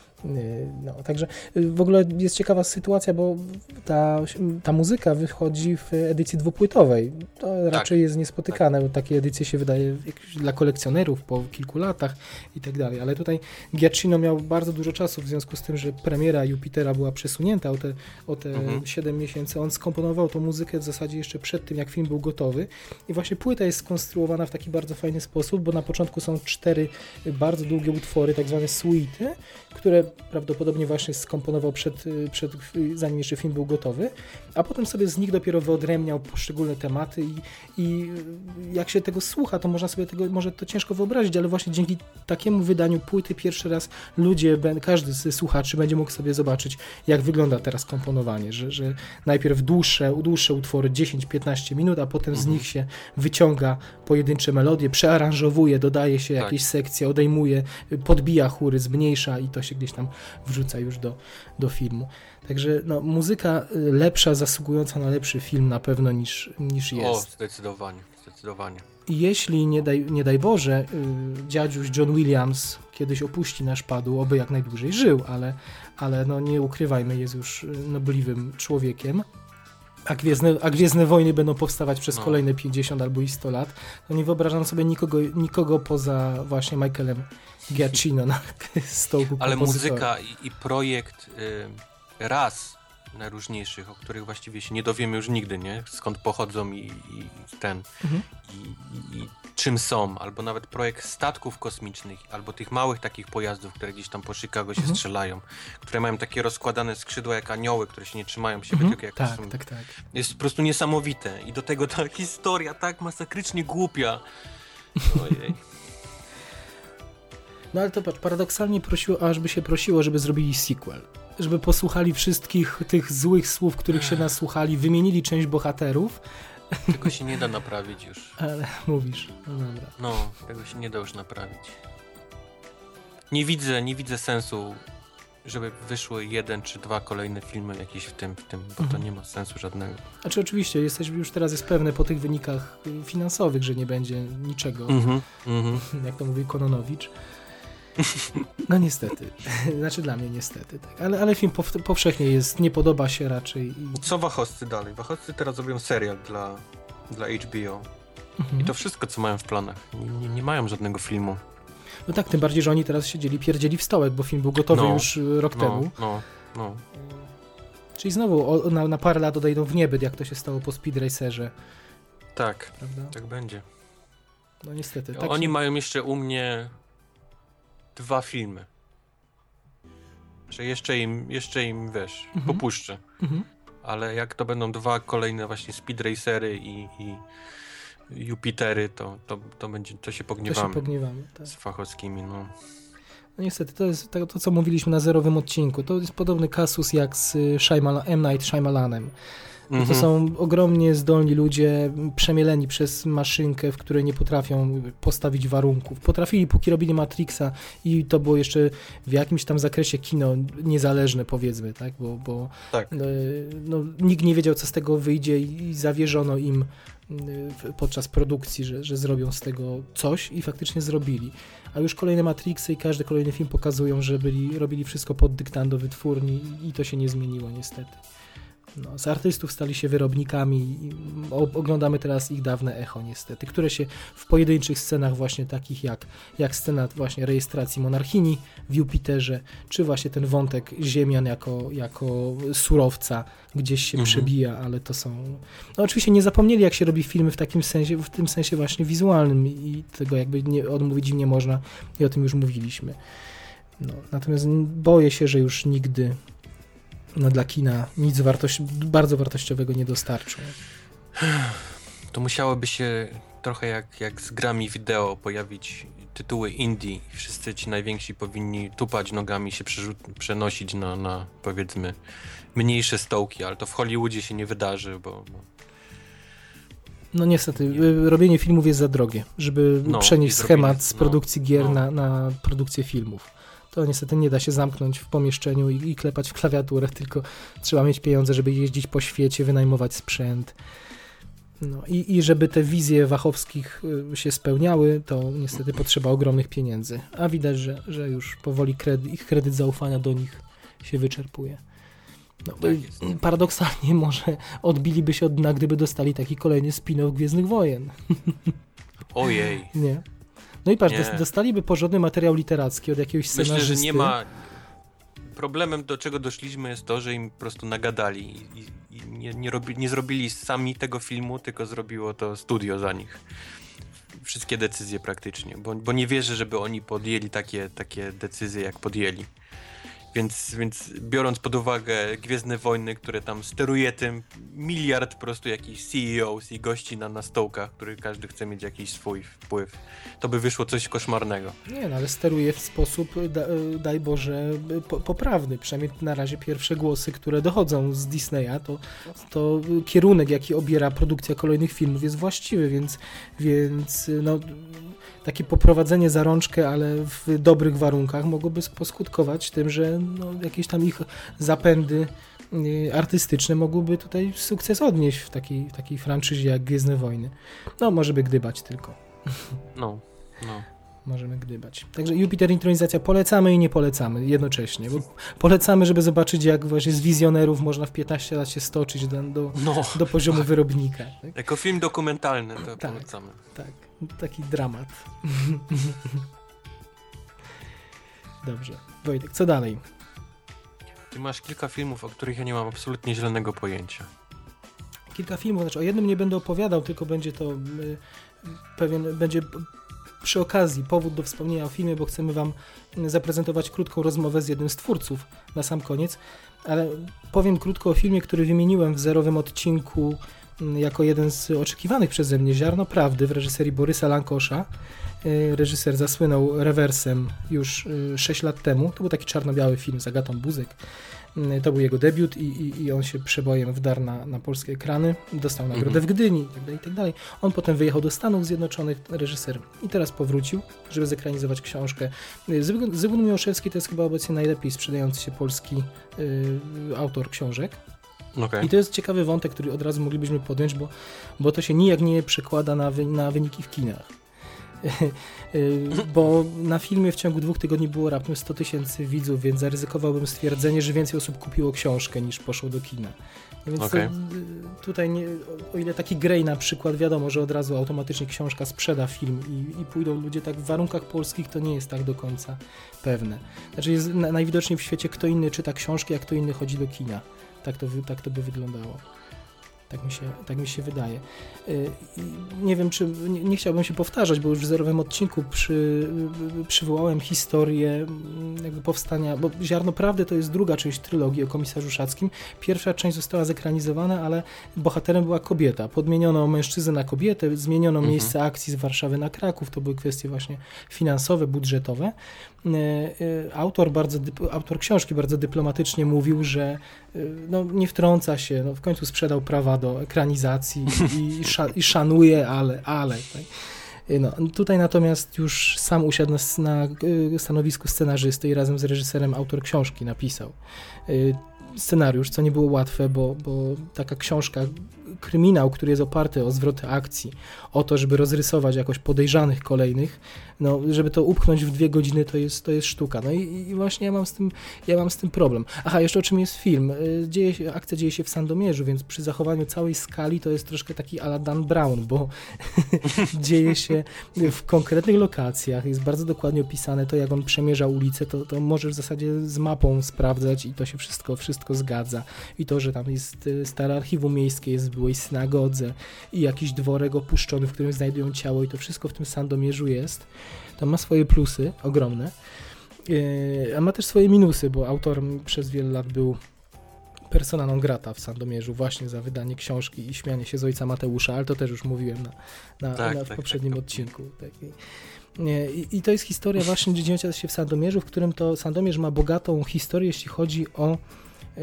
No, także w ogóle jest ciekawa sytuacja, bo ta, ta muzyka wychodzi w edycji dwupłytowej. To tak, raczej jest niespotykane. Tak. Takie edycje się wydaje dla kolekcjonerów po kilku latach i tak dalej. Ale tutaj Giacchino miał bardzo dużo czasu w związku z tym, że premiera Jupitera była przesunięta o te, o te mhm. siedem miesięcy. On skomponował tą muzykę w zasadzie jeszcze przed tym, jak film był gotowy. I właśnie płyta jest skonstruowana w taki bardzo fajny sposób, bo na początku są cztery bardzo długie utwory, tak zwane suity, które prawdopodobnie właśnie skomponował przed, przed, zanim jeszcze film był gotowy, a potem sobie z nich dopiero wyodrębniał poszczególne tematy i, i jak się tego słucha, to można sobie tego, może to ciężko wyobrazić, ale właśnie dzięki takiemu wydaniu płyty pierwszy raz ludzie, każdy z słuchaczy będzie mógł sobie zobaczyć, jak wygląda teraz komponowanie, że, że najpierw dłuższe, dłuższe utwory dziesięć piętnaście minut, a potem z nich się wyciąga pojedyncze melodie, przearanżowuje, dodaje się jakieś tak. sekcje, odejmuje, podbija chóry, zmniejsza i to się gdzieś tam wrzuca już do, do filmu. Także no, muzyka lepsza, zasługująca na lepszy film na pewno niż, niż jest. O, zdecydowanie, zdecydowanie. I jeśli nie daj, nie daj Boże, yy, dziadziuś John Williams kiedyś opuści nasz padł, oby jak najdłużej żył, ale, ale no, nie ukrywajmy, jest już nobliwym człowiekiem. A Gwiezdne, a Gwiezdne Wojny będą powstawać przez no. kolejne pięćdziesiąt albo i sto lat. No nie wyobrażam sobie nikogo, nikogo poza właśnie Michaelem Giacchino na stołku Ale kompozytora. muzyka i, i projekt y, raz najróżniejszych, o których właściwie się nie dowiemy już nigdy, nie? Skąd pochodzą i, i ten mhm. i, i, i czym są, albo nawet projekt statków kosmicznych, albo tych małych takich pojazdów, które gdzieś tam po Chicago się mhm. strzelają, które mają takie rozkładane skrzydła jak anioły, które się nie trzymają siebie, mhm. tylko jak tak, są, tak, tak. jest po prostu niesamowite i do tego ta historia tak masakrycznie głupia. Ojej. No ale to patrz, paradoksalnie prosiło, aż by się prosiło, żeby zrobili sequel. Żeby posłuchali wszystkich tych złych słów, których się nasłuchali, wymienili część bohaterów. Tego się nie da naprawić już. Ale mówisz, no dobra. No, tego się nie da już naprawić. Nie widzę, nie widzę sensu, żeby wyszły jeden czy dwa kolejne filmy jakieś w tym, w tym, bo mhm. to nie ma sensu żadnego. Znaczy oczywiście, jesteś, już teraz jest pewne po tych wynikach finansowych, że nie będzie niczego, mhm. Mhm. jak to mówi Kononowicz. No niestety. Znaczy dla mnie niestety. Tak. Ale, ale film pow- powszechnie jest, nie podoba się raczej. I... Co Wachowscy dalej? Wachowscy teraz robią serial dla, dla H B O. Mhm. I to wszystko, co mają w planach. Nie, nie, nie mają żadnego filmu. No tak, tym bardziej, że oni teraz siedzieli, pierdzieli w stołek, bo film był gotowy no, już rok no, temu. No, no. Czyli znowu o, na, na parę lat odejdą w niebyt, jak to się stało po Speed Racerze. Tak, prawda? Tak będzie. No niestety. Tak oni się... mają jeszcze u mnie dwa filmy. Że jeszcze im, jeszcze im wiesz, mhm. popuszczę. Mhm. Ale jak to będą dwa kolejne właśnie Speed Racery i, i Jupitery, to, to, to będzie, to się pogniewamy. To się pogniewamy, tak. Z Fachowskimi, no. No niestety, to jest to, to, co mówiliśmy na zerowym odcinku. To jest podobny kasus jak z Shyamala, M. Night Shyamalanem. Mm-hmm. To są ogromnie zdolni ludzie, przemieleni przez maszynkę, w której nie potrafią postawić warunków. Potrafili, póki robili Matrixa i to było jeszcze w jakimś tam zakresie kino niezależne, powiedzmy, tak? Bo, bo tak. no, nikt nie wiedział, co z tego wyjdzie i zawierzono im podczas produkcji, że, że zrobią z tego coś i faktycznie zrobili. A już kolejne Matrixy i każdy kolejny film pokazują, że byli, robili wszystko pod dyktando wytwórni i to się nie zmieniło niestety. No, z artystów stali się wyrobnikami i oglądamy teraz ich dawne echo niestety, które się w pojedynczych scenach właśnie takich jak, jak scena właśnie rejestracji monarchini w Jupiterze, czy właśnie ten wątek Ziemian jako, jako surowca gdzieś się mhm. przebija, ale to są... No oczywiście nie zapomnieli, jak się robi filmy w takim sensie, w tym sensie właśnie wizualnym i tego jakby nie, odmówić im nie można i o tym już mówiliśmy. No, natomiast boję się, że już nigdy no dla kina nic wartości- bardzo wartościowego nie dostarczą. To musiałyby się trochę jak, jak z grami wideo pojawić tytuły indie i wszyscy ci najwięksi powinni tupać nogami, się przerzut- przenosić na, na powiedzmy mniejsze stołki, ale to w Hollywoodzie się nie wydarzy, bo... bo... No niestety, robienie filmów jest za drogie, żeby no, przenieść schemat z no, produkcji gier no. na, na produkcję filmów. To niestety nie da się zamknąć w pomieszczeniu i, i klepać w klawiaturę, tylko trzeba mieć pieniądze, żeby jeździć po świecie, wynajmować sprzęt. No i, i żeby te wizje Wachowskich się spełniały, to niestety potrzeba ogromnych pieniędzy. A widać, że, że już powoli kredyt, ich kredyt zaufania do nich się wyczerpuje. No, Tak paradoksalnie może odbiliby się od dna, gdyby dostali taki kolejny spin-off Gwiezdnych Wojen. Ojej. Nie. No i patrz, Nie. dostaliby porządny materiał literacki od jakiegoś scenarzysty. Myślę, że nie ma... Problemem, do czego doszliśmy, jest to, że im po prostu nagadali i, i nie, nie, robi, nie zrobili sami tego filmu, tylko zrobiło to studio za nich. Wszystkie decyzje praktycznie, bo, bo nie wierzę, żeby oni podjęli takie, takie decyzje, jak podjęli. Więc, więc biorąc pod uwagę Gwiezdne Wojny, które tam steruje tym, miliard po prostu jakichś C E Os i gości na, na stołkach, który każdy chce mieć jakiś swój wpływ, to by wyszło coś koszmarnego. Nie, no ale steruje w sposób, da, daj Boże, po, poprawny. Przynajmniej na razie pierwsze głosy, które dochodzą z Disneya, to, to kierunek, jaki obiera produkcja kolejnych filmów, jest właściwy, więc, więc no, takie poprowadzenie za rączkę, ale w dobrych warunkach mogłoby poskutkować tym, że no, jakieś tam ich zapędy artystyczne mogłyby tutaj sukces odnieść w takiej, w takiej franczyzie jak Gwiezdne Wojny. No, możemy gdybać tylko. No, no. Możemy gdybać. Także Jupiter Intronizacja polecamy i nie polecamy jednocześnie, bo polecamy, żeby zobaczyć, jak właśnie z wizjonerów można w piętnaście lat się stoczyć do, do, no. do poziomu wyrobnika. Tak? Jako film dokumentalny to Tak. polecamy. Tak, taki dramat. Dobrze. Wojtek, co dalej? Ty masz kilka filmów, o których ja nie mam absolutnie zielonego pojęcia. Kilka filmów, znaczy o jednym nie będę opowiadał, tylko będzie to y, pewien, będzie przy okazji powód do wspomnienia o filmie, bo chcemy wam zaprezentować krótką rozmowę z jednym z twórców na sam koniec, ale powiem krótko o filmie, który wymieniłem w zerowym odcinku y, jako jeden z oczekiwanych przeze mnie, Ziarno Prawdy w reżyserii Borysa Lankosza. Y, reżyser zasłynął Rewersem już y, sześć lat temu. To był taki czarno-biały film z Agatą Buzek. To był jego debiut i, i, i on się przebojem wdarł na, na polskie ekrany, dostał nagrodę w Gdyni itd., itd. On potem wyjechał do Stanów Zjednoczonych, reżyser, i teraz powrócił, żeby zekranizować książkę. Zygmunt, Zygmunt Miłoszewski to jest chyba obecnie najlepiej sprzedający się polski y, autor książek. Okay. I to jest ciekawy wątek, który od razu moglibyśmy podjąć, bo, bo to się nijak nie przekłada na, wy, na wyniki w kinach. Bo na filmie w ciągu dwóch tygodni było raptem sto tysięcy widzów, więc zaryzykowałbym stwierdzenie, że więcej osób kupiło książkę niż poszło do kina. Więc okay. to, tutaj, nie, o ile taki Grey na przykład, wiadomo, że od razu automatycznie książka sprzeda film i, i pójdą ludzie tak w warunkach polskich, to nie jest tak do końca pewne. Znaczy jest na, najwidoczniej w świecie kto inny czyta książki, a kto inny chodzi do kina. Tak to, tak to by wyglądało. Tak mi się, tak mi się wydaje. Nie wiem, czy nie, nie chciałbym się powtarzać, bo już w zerowym odcinku przy, przywołałem historię jakby powstania, bo Ziarno Prawdy to jest druga część trylogii o komisarzu Szackim. Pierwsza część została zekranizowana, ale bohaterem była kobieta. Podmieniono mężczyznę na kobietę, zmieniono mhm. miejsce akcji z Warszawy na Kraków. To były kwestie właśnie finansowe, budżetowe. Autor, bardzo, autor książki bardzo dyplomatycznie mówił, że no, nie wtrąca się, no, w końcu sprzedał prawa do ekranizacji i, sza, i szanuje, ale, ale. Tak. No, tutaj natomiast już sam usiadł na, na stanowisku scenarzysty i razem z reżyserem autor książki napisał scenariusz, co nie było łatwe, bo, bo taka książka, kryminał, który jest oparty o zwroty akcji, o to, żeby rozrysować jakoś podejrzanych kolejnych, no, żeby to upchnąć w dwie godziny, to jest, to jest sztuka. No i, i właśnie ja mam z tym, ja mam z tym problem. Aha, jeszcze o czym jest film. Dzieje się, akcja dzieje się w Sandomierzu, więc przy zachowaniu całej skali to jest troszkę taki a la Dan Brown, bo dzieje się w konkretnych lokacjach, jest bardzo dokładnie opisane to, jak on przemierza ulicę, to, to możesz w zasadzie z mapą sprawdzać i to się wszystko, wszystko zgadza. I to, że tam jest stare archiwum miejskie, jest w byłej synagodze i jakiś dworek opuszczony, w którym znajdują ciało i to wszystko w tym Sandomierzu jest. To ma swoje plusy ogromne, a ma też swoje minusy, bo autor przez wiele lat był persona non grata w Sandomierzu właśnie za wydanie książki i śmianie się z ojca Mateusza, ale to też już mówiłem na, na, tak, na, w tak, poprzednim tak. odcinku. Taki. I, I to jest historia właśnie dziejąca się w Sandomierzu, w którym to Sandomierz ma bogatą historię, jeśli chodzi o y,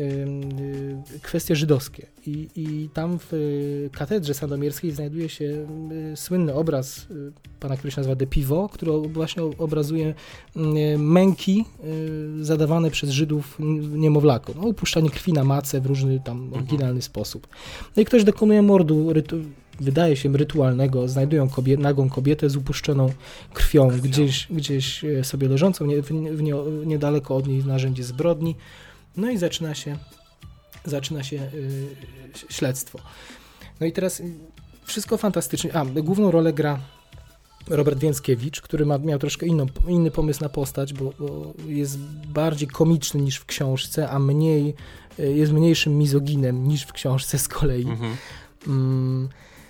y, kwestie żydowskie. I, I tam w y, katedrze sandomierskiej znajduje się y, słynny obraz y, pana, który się nazywa De Pivot, który właśnie obrazuje y, męki y, zadawane przez Żydów niemowlakom. No, upuszczanie krwi na macę w różny tam oryginalny mhm. sposób. No i ktoś dokonuje mordu rytu wydaje się rytualnego, znajdują kobiet, nagą kobietę z upuszczoną krwią, krwią. Gdzieś, gdzieś sobie leżącą, nie, w, w nie, niedaleko od niej narzędzie zbrodni. No i zaczyna się, zaczyna się yy, śledztwo. No i teraz wszystko fantastycznie. A, główną rolę gra Robert Więckiewicz, który ma, miał troszkę inną, inny pomysł na postać, bo, bo jest bardziej komiczny niż w książce, a mniej, jest mniejszym mizoginem niż w książce z kolei. Mhm. Mm,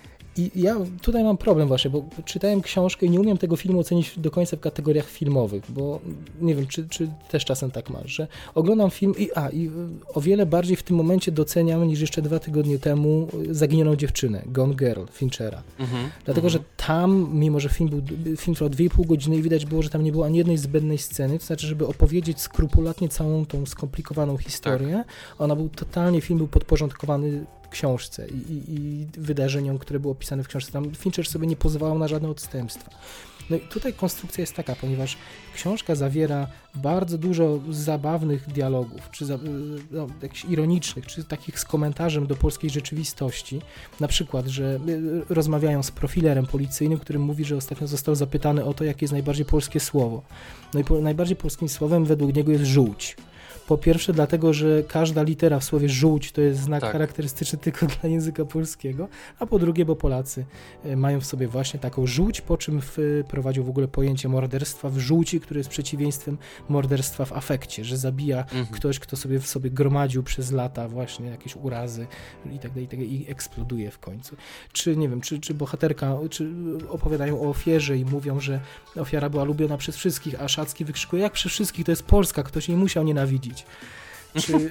I ja tutaj mam problem właśnie, bo czytałem książkę i nie umiem tego filmu ocenić do końca w kategoriach filmowych, bo nie wiem, czy, czy też czasem tak masz, że oglądam film i, a, i o wiele bardziej w tym momencie doceniam niż jeszcze dwa tygodnie temu Zaginioną dziewczynę, Gone Girl, Finchera. Mm-hmm, Dlatego, mm-hmm. że tam, mimo że film był, film trwał dwie i pół godziny i widać było, że tam nie było ani jednej zbędnej sceny, to znaczy, żeby opowiedzieć skrupulatnie całą tą skomplikowaną historię, tak. ona był totalnie, film był podporządkowany książce i, i, i wydarzeniom, które były opisane w książce. Tam Fincher sobie nie pozwalał na żadne odstępstwa. No i tutaj konstrukcja jest taka, ponieważ książka zawiera bardzo dużo zabawnych dialogów, czy za, no, jakichś ironicznych, czy takich z komentarzem do polskiej rzeczywistości. Na przykład, że rozmawiają z profilerem policyjnym, który mówi, że ostatnio został zapytany o to, jakie jest najbardziej polskie słowo. No i po, najbardziej polskim słowem według niego jest żółć. Po pierwsze dlatego, że każda litera w słowie żółć to jest znak tak. charakterystyczny tylko dla języka polskiego, a po drugie, bo Polacy mają w sobie właśnie taką żółć, po czym wprowadził w ogóle pojęcie morderstwa w żółci, które jest przeciwieństwem morderstwa w afekcie, że zabija mhm. ktoś, kto sobie w sobie gromadził przez lata właśnie jakieś urazy i tak dalej, i tak dalej, i eksploduje w końcu. Czy, nie wiem, czy, czy bohaterka, czy opowiadają o ofierze i mówią, że ofiara była lubiona przez wszystkich, a Szacki wykrzykuje, jak przez wszystkich, to jest Polska, ktoś jej musiał nienawidzić. Czy,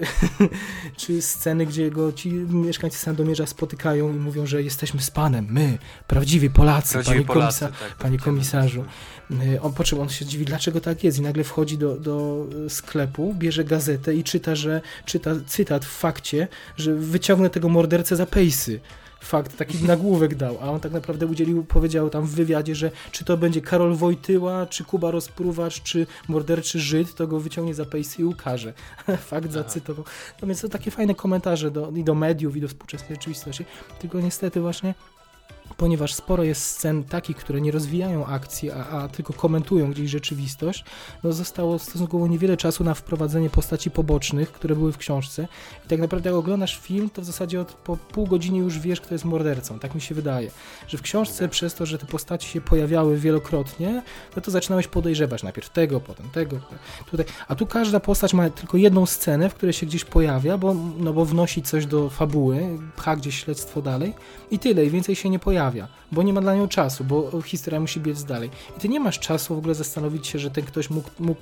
czy sceny, gdzie go ci mieszkańcy Sandomierza spotykają i mówią, że jesteśmy z panem, my, prawdziwi Polacy, prawdziwi panie, Polacy komisa- tak, panie komisarzu. On, po czym on się dziwi, dlaczego tak jest i nagle wchodzi do, do sklepu, bierze gazetę i czyta, że czyta cytat w Fakcie, że wyciągnę tego mordercę za pejsy. Fakt, taki nagłówek dał, a on tak naprawdę udzielił, powiedział tam w wywiadzie, że czy to będzie Karol Wojtyła, czy Kuba Rozpruwacz, czy morderczy Żyd, to go wyciągnie za pejsy i ukaże. Fakt zacytował. No więc to takie fajne komentarze do, i do mediów, i do współczesnej rzeczywistości, tylko niestety właśnie ponieważ sporo jest scen takich, które nie rozwijają akcji, a, a tylko komentują gdzieś rzeczywistość, no zostało stosunkowo niewiele czasu na wprowadzenie postaci pobocznych, które były w książce. I tak naprawdę jak oglądasz film, to w zasadzie od, po pół godziny już wiesz, kto jest mordercą. Tak mi się wydaje. Że w książce przez to, że te postaci się pojawiały wielokrotnie, no to zaczynałeś podejrzewać najpierw tego, potem tego, tutaj. A tu każda postać ma tylko jedną scenę, w której się gdzieś pojawia, bo, no bo wnosi coś do fabuły, pcha gdzieś śledztwo dalej i tyle, i więcej się nie pojawia, bo nie ma dla nią czasu, bo historia musi biec dalej. I ty nie masz czasu w ogóle zastanowić się, że ten ktoś mógł, mógł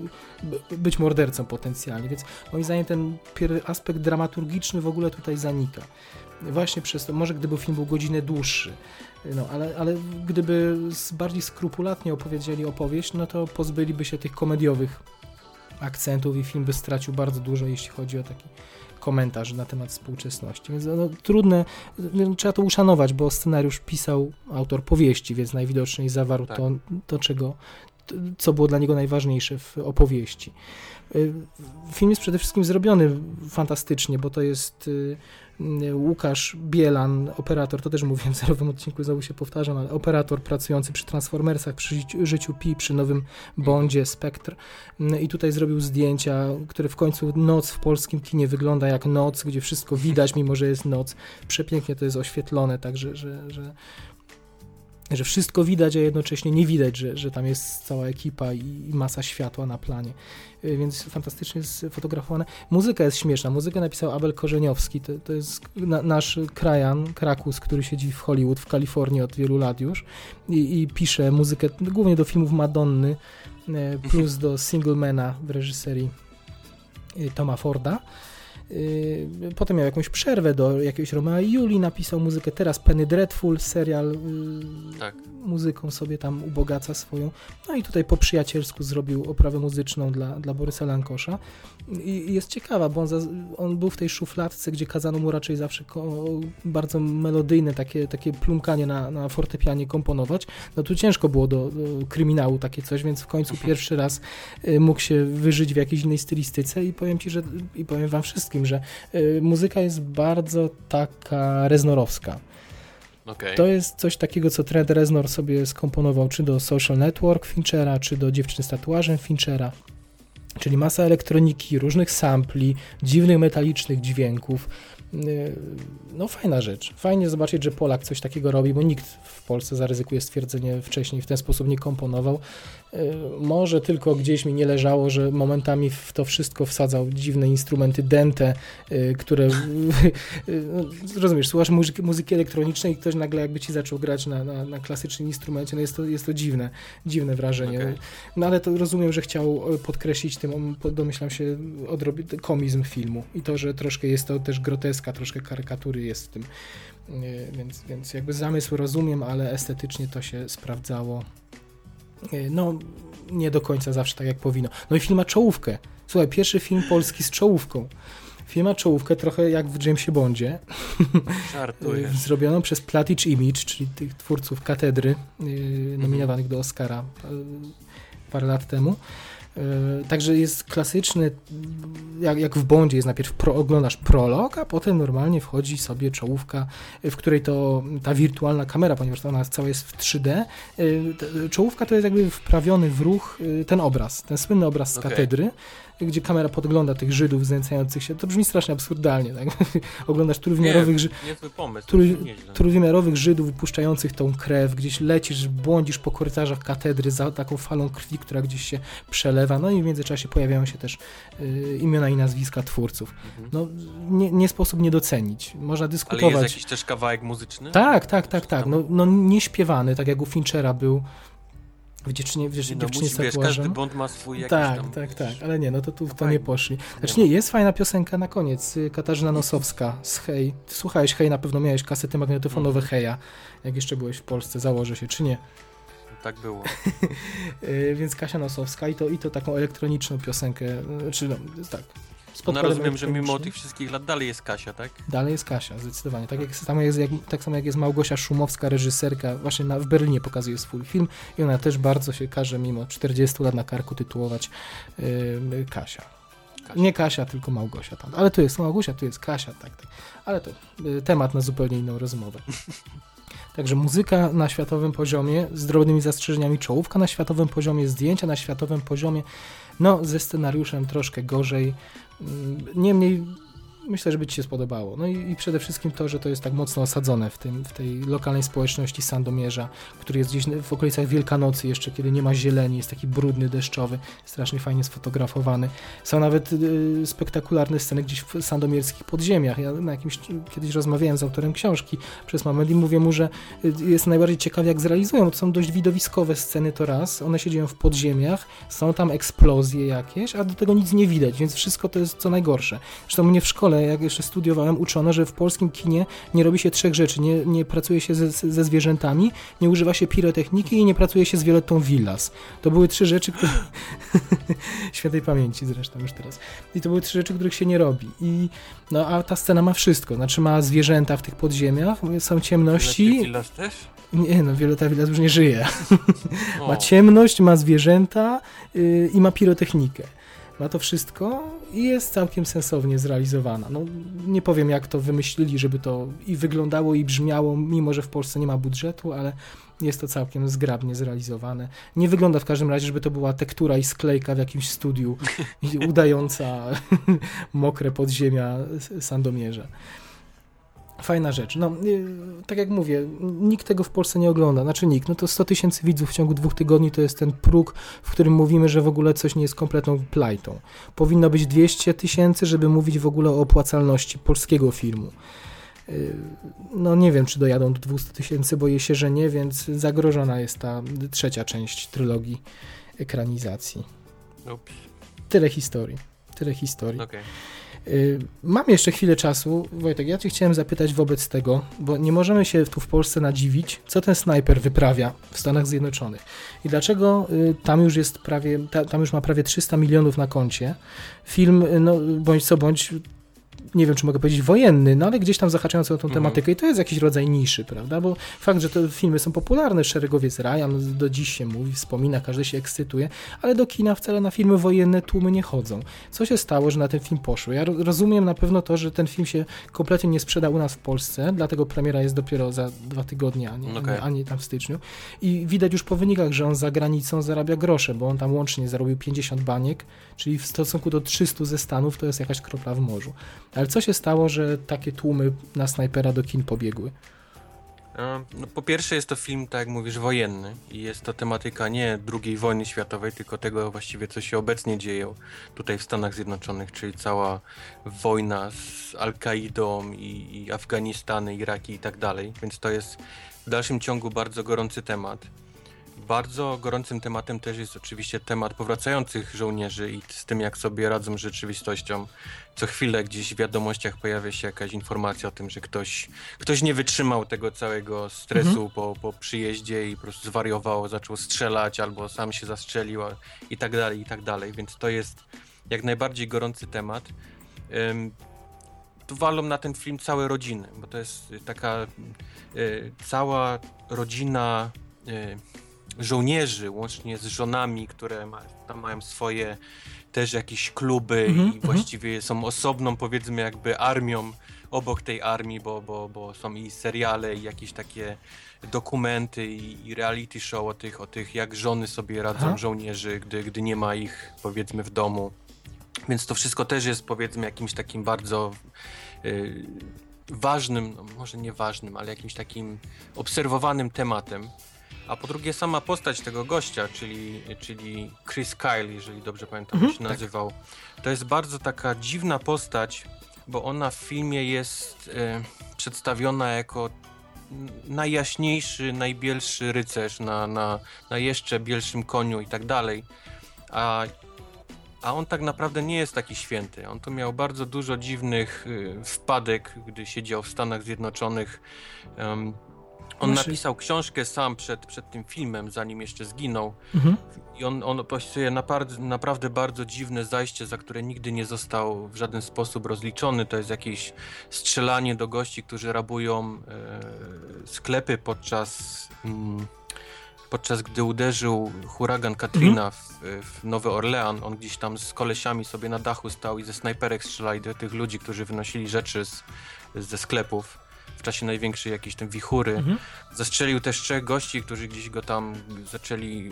być mordercą potencjalnie, więc moim zdaniem ten aspekt dramaturgiczny w ogóle tutaj zanika. Właśnie przez to, może gdyby film był godzinę dłuższy, no, ale, ale gdyby bardziej skrupulatnie opowiedzieli opowieść, no to pozbyliby się tych komediowych akcentów i film by stracił bardzo dużo, jeśli chodzi o taki komentarz na temat współczesności. Więc no, trudne, trzeba to uszanować, bo scenariusz pisał autor powieści, więc najwidoczniej zawarł tak. to, to, czego, co było dla niego najważniejsze w opowieści. Film jest przede wszystkim zrobiony fantastycznie, bo to jest Łukasz Bielan, operator, to też mówiłem w zerowym odcinku, znowu się powtarzam, ale operator pracujący przy Transformersach, przy życiu Pi, przy nowym Bondzie, Spectre, i tutaj zrobił zdjęcia, które w końcu noc w polskim kinie wygląda jak noc, gdzie wszystko widać, mimo że jest noc. Przepięknie to jest oświetlone, także, że, że że wszystko widać, a jednocześnie nie widać, że, że tam jest cała ekipa i masa światła na planie. Więc fantastycznie jest fotografowane. Muzyka jest śmieszna. Muzykę napisał Abel Korzeniowski. To, to jest na, nasz krajan, Krakus, który siedzi w Hollywood, w Kalifornii od wielu lat już i, i pisze muzykę głównie do filmów Madonny plus do Singlemana w reżyserii Toma Forda. Potem miał jakąś przerwę do jakiegoś Romea i Julii, napisał muzykę, teraz Penny Dreadful, serial tak. muzyką sobie tam ubogaca swoją. No i tutaj po przyjacielsku zrobił oprawę muzyczną dla, dla Borysa Lankosza. I, i jest ciekawa, bo on, za, on był w tej szufladce, gdzie kazano mu raczej zawsze ko, bardzo melodyjne takie, takie plumkanie na, na fortepianie komponować. No tu ciężko było do, do kryminału takie coś, więc w końcu pierwszy raz y, mógł się wyżyć w jakiejś innej stylistyce i powiem ci, że i powiem wam wszystkim, że y, muzyka jest bardzo taka reznorowska. Okay. To jest coś takiego, co Trent Reznor sobie skomponował czy do Social Network Finchera, czy do Dziewczyny z tatuażem Finchera. Czyli masa elektroniki, różnych sampli, dziwnych metalicznych dźwięków. No fajna rzecz. Fajnie zobaczyć, że Polak coś takiego robi, bo nikt w Polsce, zaryzykuje stwierdzenie, wcześniej w ten sposób nie komponował. Może tylko gdzieś mi nie leżało, że momentami w to wszystko wsadzał dziwne instrumenty dęte, które no, rozumiesz, słuchasz muzyki, muzyki elektronicznej i ktoś nagle jakby ci zaczął grać na, na, na klasycznym instrumencie, no jest to, jest to dziwne, dziwne wrażenie. Okay. No ale to rozumiem, że chciał podkreślić tym, domyślam się, odrobić komizm filmu i to, że troszkę jest to też groteska, troszkę karykatury jest w tym, więc, więc jakby zamysł rozumiem, ale estetycznie to się sprawdzało no nie do końca zawsze tak jak powinno. No i film ma czołówkę. Słuchaj, pierwszy film polski z czołówką. Film ma czołówkę trochę jak w Jamesie Bondzie. Żartujesz. Zrobioną przez Platige Image, czyli tych twórców Katedry, yy, nominowanych do Oscara parę lat temu. Yy, także jest klasyczny, jak, jak w Bondzie jest najpierw pro, oglądasz prolog, a potem normalnie wchodzi sobie czołówka, w której to ta wirtualna kamera, ponieważ ona cała jest w trzy D, yy, czołówka to jest jakby wprawiony w ruch yy, ten obraz, ten słynny obraz z okay. Katedry, gdzie kamera podgląda tych Żydów znęcających się. To brzmi strasznie absurdalnie, tak? Oglądasz trójwymiarowych, ży... pomysł, trój... trójwymiarowych Żydów wypuszczających tą krew, gdzieś lecisz, błądzisz po korytarzach katedry za taką falą krwi, która gdzieś się przelewa, no i w międzyczasie pojawiają się też y, imiona i nazwiska twórców. Mhm. No, nie, nie sposób nie docenić. Można dyskutować. Ale jest jakiś też kawałek muzyczny? Tak, tak, tak, tak. No, no nie śpiewany, tak jak u Finchera był w dziewczynie, w dziewczynie, no, dziewczynie musi, wiesz, każdy Bond ma swój jakiś tak, tam... Tak, tak, tak, ale nie, no to tu w to fajnie. nie poszli. Znaczy nie, jest fajna piosenka na koniec, Katarzyna Nosowska z Hej. Ty słuchałeś Hej, na pewno miałeś kasety magnetofonowe mm. Heja, jak jeszcze byłeś w Polsce, założę się, czy nie? Tak było. Więc Kasia Nosowska i to, i to taką elektroniczną piosenkę, czy no, tak. No rozumiem, że mimo tych wszystkich lat dalej jest Kasia, tak? Dalej jest Kasia, zdecydowanie. Tak, jak, samo jest, jak, tak samo jak jest Małgosia Szumowska, reżyserka, właśnie na, w Berlinie pokazuje swój film i ona też bardzo się każe mimo czterdziestu lat na karku tytułować yy, Kasia. Kasia. Nie Kasia, tylko Małgosia tam. Ale tu jest Małgosia, tu jest Kasia, tak, tak. Ale to yy, temat na zupełnie inną rozmowę. Także muzyka na światowym poziomie z drobnymi zastrzeżeniami, czołówka na światowym poziomie, zdjęcia na światowym poziomie, no ze scenariuszem troszkę gorzej. Niemniej myślę, że by ci się spodobało. No i, i przede wszystkim to, że to jest tak mocno osadzone w, tym, w tej lokalnej społeczności Sandomierza, który jest gdzieś w okolicach Wielkanocy jeszcze, kiedy nie ma zieleni, jest taki brudny, deszczowy, strasznie fajnie sfotografowany. Są nawet y, spektakularne sceny gdzieś w sandomierskich podziemiach. Ja na jakimś, kiedyś rozmawiałem z autorem książki przez moment i mówię mu, że y, jest najbardziej ciekawe, jak zrealizują. To są dość widowiskowe sceny to raz, one się dzieją w podziemiach, są tam eksplozje jakieś, a do tego nic nie widać, więc wszystko to jest co najgorsze. Zresztą mnie w szkole, jak jeszcze studiowałem, uczono, że w polskim kinie nie robi się trzech rzeczy. Nie, nie pracuje się ze, ze zwierzętami, nie używa się pirotechniki i nie pracuje się z Violettą Villas. To były trzy rzeczy, które... Świętej pamięci zresztą już teraz. I to były trzy rzeczy, których się nie robi. I, no, a ta scena ma wszystko. Znaczy ma zwierzęta w tych podziemiach, są ciemności... Violetty Villas też? Nie, no Violetta Villas już nie żyje. Ma ciemność, ma zwierzęta yy, i ma pirotechnikę. Ma to wszystko i jest całkiem sensownie zrealizowana. No, nie powiem, jak to wymyślili, żeby to i wyglądało, i brzmiało, mimo że w Polsce nie ma budżetu, ale jest to całkiem zgrabnie zrealizowane. Nie wygląda w każdym razie, żeby to była tektura i sklejka w jakimś studiu udająca mokre podziemia Sandomierza. Fajna rzecz. No, tak jak mówię, nikt tego w Polsce nie ogląda. Znaczy nikt. No to sto tysięcy widzów w ciągu dwóch tygodni to jest ten próg, w którym mówimy, że w ogóle coś nie jest kompletną plajtą. Powinno być dwieście tysięcy, żeby mówić w ogóle o opłacalności polskiego filmu. No nie wiem, czy dojadą do dwieście tysięcy, boję się, że nie, więc zagrożona jest ta trzecia część trylogii ekranizacji. Ups. Tyle historii. Tyle historii. Okay. Mam jeszcze chwilę czasu. Wojtek, ja cię chciałem zapytać wobec tego, bo nie możemy się tu w Polsce nadziwić, co ten snajper wyprawia w Stanach Zjednoczonych i dlaczego tam już jest prawie, tam już ma prawie trzysta milionów na koncie. Film, no bądź co bądź, nie wiem, czy mogę powiedzieć wojenny, no ale gdzieś tam zahaczający o tą tematykę i to jest jakiś rodzaj niszy, prawda, bo fakt, że te filmy są popularne, Szeregowiec Ryan do dziś się mówi, wspomina, każdy się ekscytuje, ale do kina wcale na filmy wojenne tłumy nie chodzą. Co się stało, że na ten film poszło? Ja rozumiem na pewno to, że ten film się kompletnie nie sprzeda u nas w Polsce, dlatego premiera jest dopiero za dwa tygodnie, a nie, okay. a nie tam w styczniu i widać już po wynikach, że on za granicą zarabia grosze, bo on tam łącznie zarobił pięćdziesiąt baniek, czyli w stosunku do trzystu ze Stanów to jest jakaś kropla w morzu. Ale co się stało, że takie tłumy na snajpera do kin pobiegły? No, po pierwsze jest to film, tak jak mówisz, wojenny i jest to tematyka nie drugiej wojny światowej, tylko tego właściwie, co się obecnie dzieje tutaj w Stanach Zjednoczonych, czyli cała wojna z Al-Kaidą i, i Afganistany, Iraki i tak dalej, więc to jest w dalszym ciągu bardzo gorący temat. Bardzo gorącym tematem też jest oczywiście temat powracających żołnierzy i z tym, jak sobie radzą z rzeczywistością. Co chwilę gdzieś w wiadomościach pojawia się jakaś informacja o tym, że ktoś, ktoś nie wytrzymał tego całego stresu mhm. po, po przyjeździe i po prostu zwariował, zaczął strzelać albo sam się zastrzelił i tak dalej, i tak dalej. Więc to jest jak najbardziej gorący temat. Um, tu walą na ten film całe rodziny, bo to jest taka y, cała rodzina y, żołnierzy, łącznie z żonami, które ma, tam mają swoje też jakieś kluby mm-hmm, i właściwie mm-hmm. są osobną, powiedzmy, jakby armią obok tej armii, bo, bo, bo są i seriale, i jakieś takie dokumenty i, i reality show o tych, o tych, jak żony sobie radzą Aha. żołnierzy, gdy, gdy nie ma ich, powiedzmy, w domu. Więc to wszystko też jest, powiedzmy, jakimś takim bardzo y, ważnym, no może nie ważnym, ale jakimś takim obserwowanym tematem. A po drugie sama postać tego gościa, czyli, czyli Chris Kyle, jeżeli dobrze pamiętam, mhm, jak się nazywał. Tak. To jest bardzo taka dziwna postać, bo ona w filmie jest e, przedstawiona jako najjaśniejszy, najbielszy rycerz na, na, na jeszcze bielszym koniu i tak dalej. A, a on tak naprawdę nie jest taki święty. On tu miał bardzo dużo dziwnych y, wpadek, gdy siedział w Stanach Zjednoczonych. Um, On Naszy... napisał książkę sam przed, przed tym filmem, zanim jeszcze zginął. Mhm. I on, on opisuje naprawdę, naprawdę bardzo dziwne zajście, za które nigdy nie został w żaden sposób rozliczony. To jest jakieś strzelanie do gości, którzy rabują e, sklepy podczas, m, podczas gdy uderzył huragan Katrina mhm. w, w Nowy Orlean. On gdzieś tam z kolesiami sobie na dachu stał i ze snajperek strzelali do tych ludzi, którzy wynosili rzeczy z, ze sklepów w czasie największej jakiejś tam wichury. Mhm. Zastrzelił też trzech gości, którzy gdzieś go tam zaczęli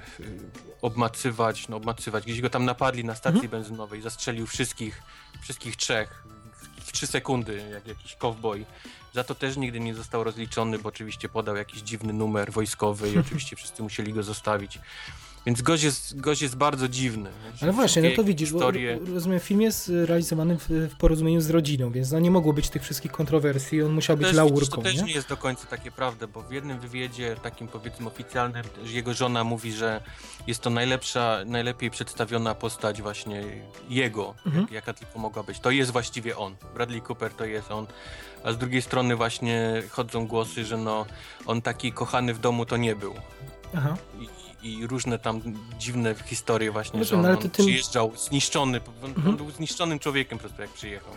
obmacywać, no obmacywać, gdzieś go tam napadli na stacji mhm. benzynowej, zastrzelił wszystkich, wszystkich trzech w trzy sekundy, jak jakiś cowboy. Za to też nigdy nie został rozliczony, bo oczywiście podał jakiś dziwny numer wojskowy i oczywiście wszyscy musieli go zostawić. Więc gość jest, gość jest bardzo dziwny. Ale właśnie, no to widzisz, historie... bo rozumiem, film jest realizowany w, w porozumieniu z rodziną, więc no nie mogło być tych wszystkich kontrowersji, on musiał być też, laurką. To też nie? nie jest do końca takie prawda, bo w jednym wywiadzie, takim powiedzmy oficjalnym, jego żona mówi, że jest to najlepsza, najlepiej przedstawiona postać właśnie jego, mhm. jak, jaka tylko mogła być. To jest właściwie on. Bradley Cooper to jest on. A z drugiej strony właśnie chodzą głosy, że no on taki kochany w domu to nie był. Aha. I, i różne tam dziwne historie właśnie, no, że on, on tym... przyjeżdżał zniszczony, on, mhm. on był zniszczonym człowiekiem po prostu jak przyjechał.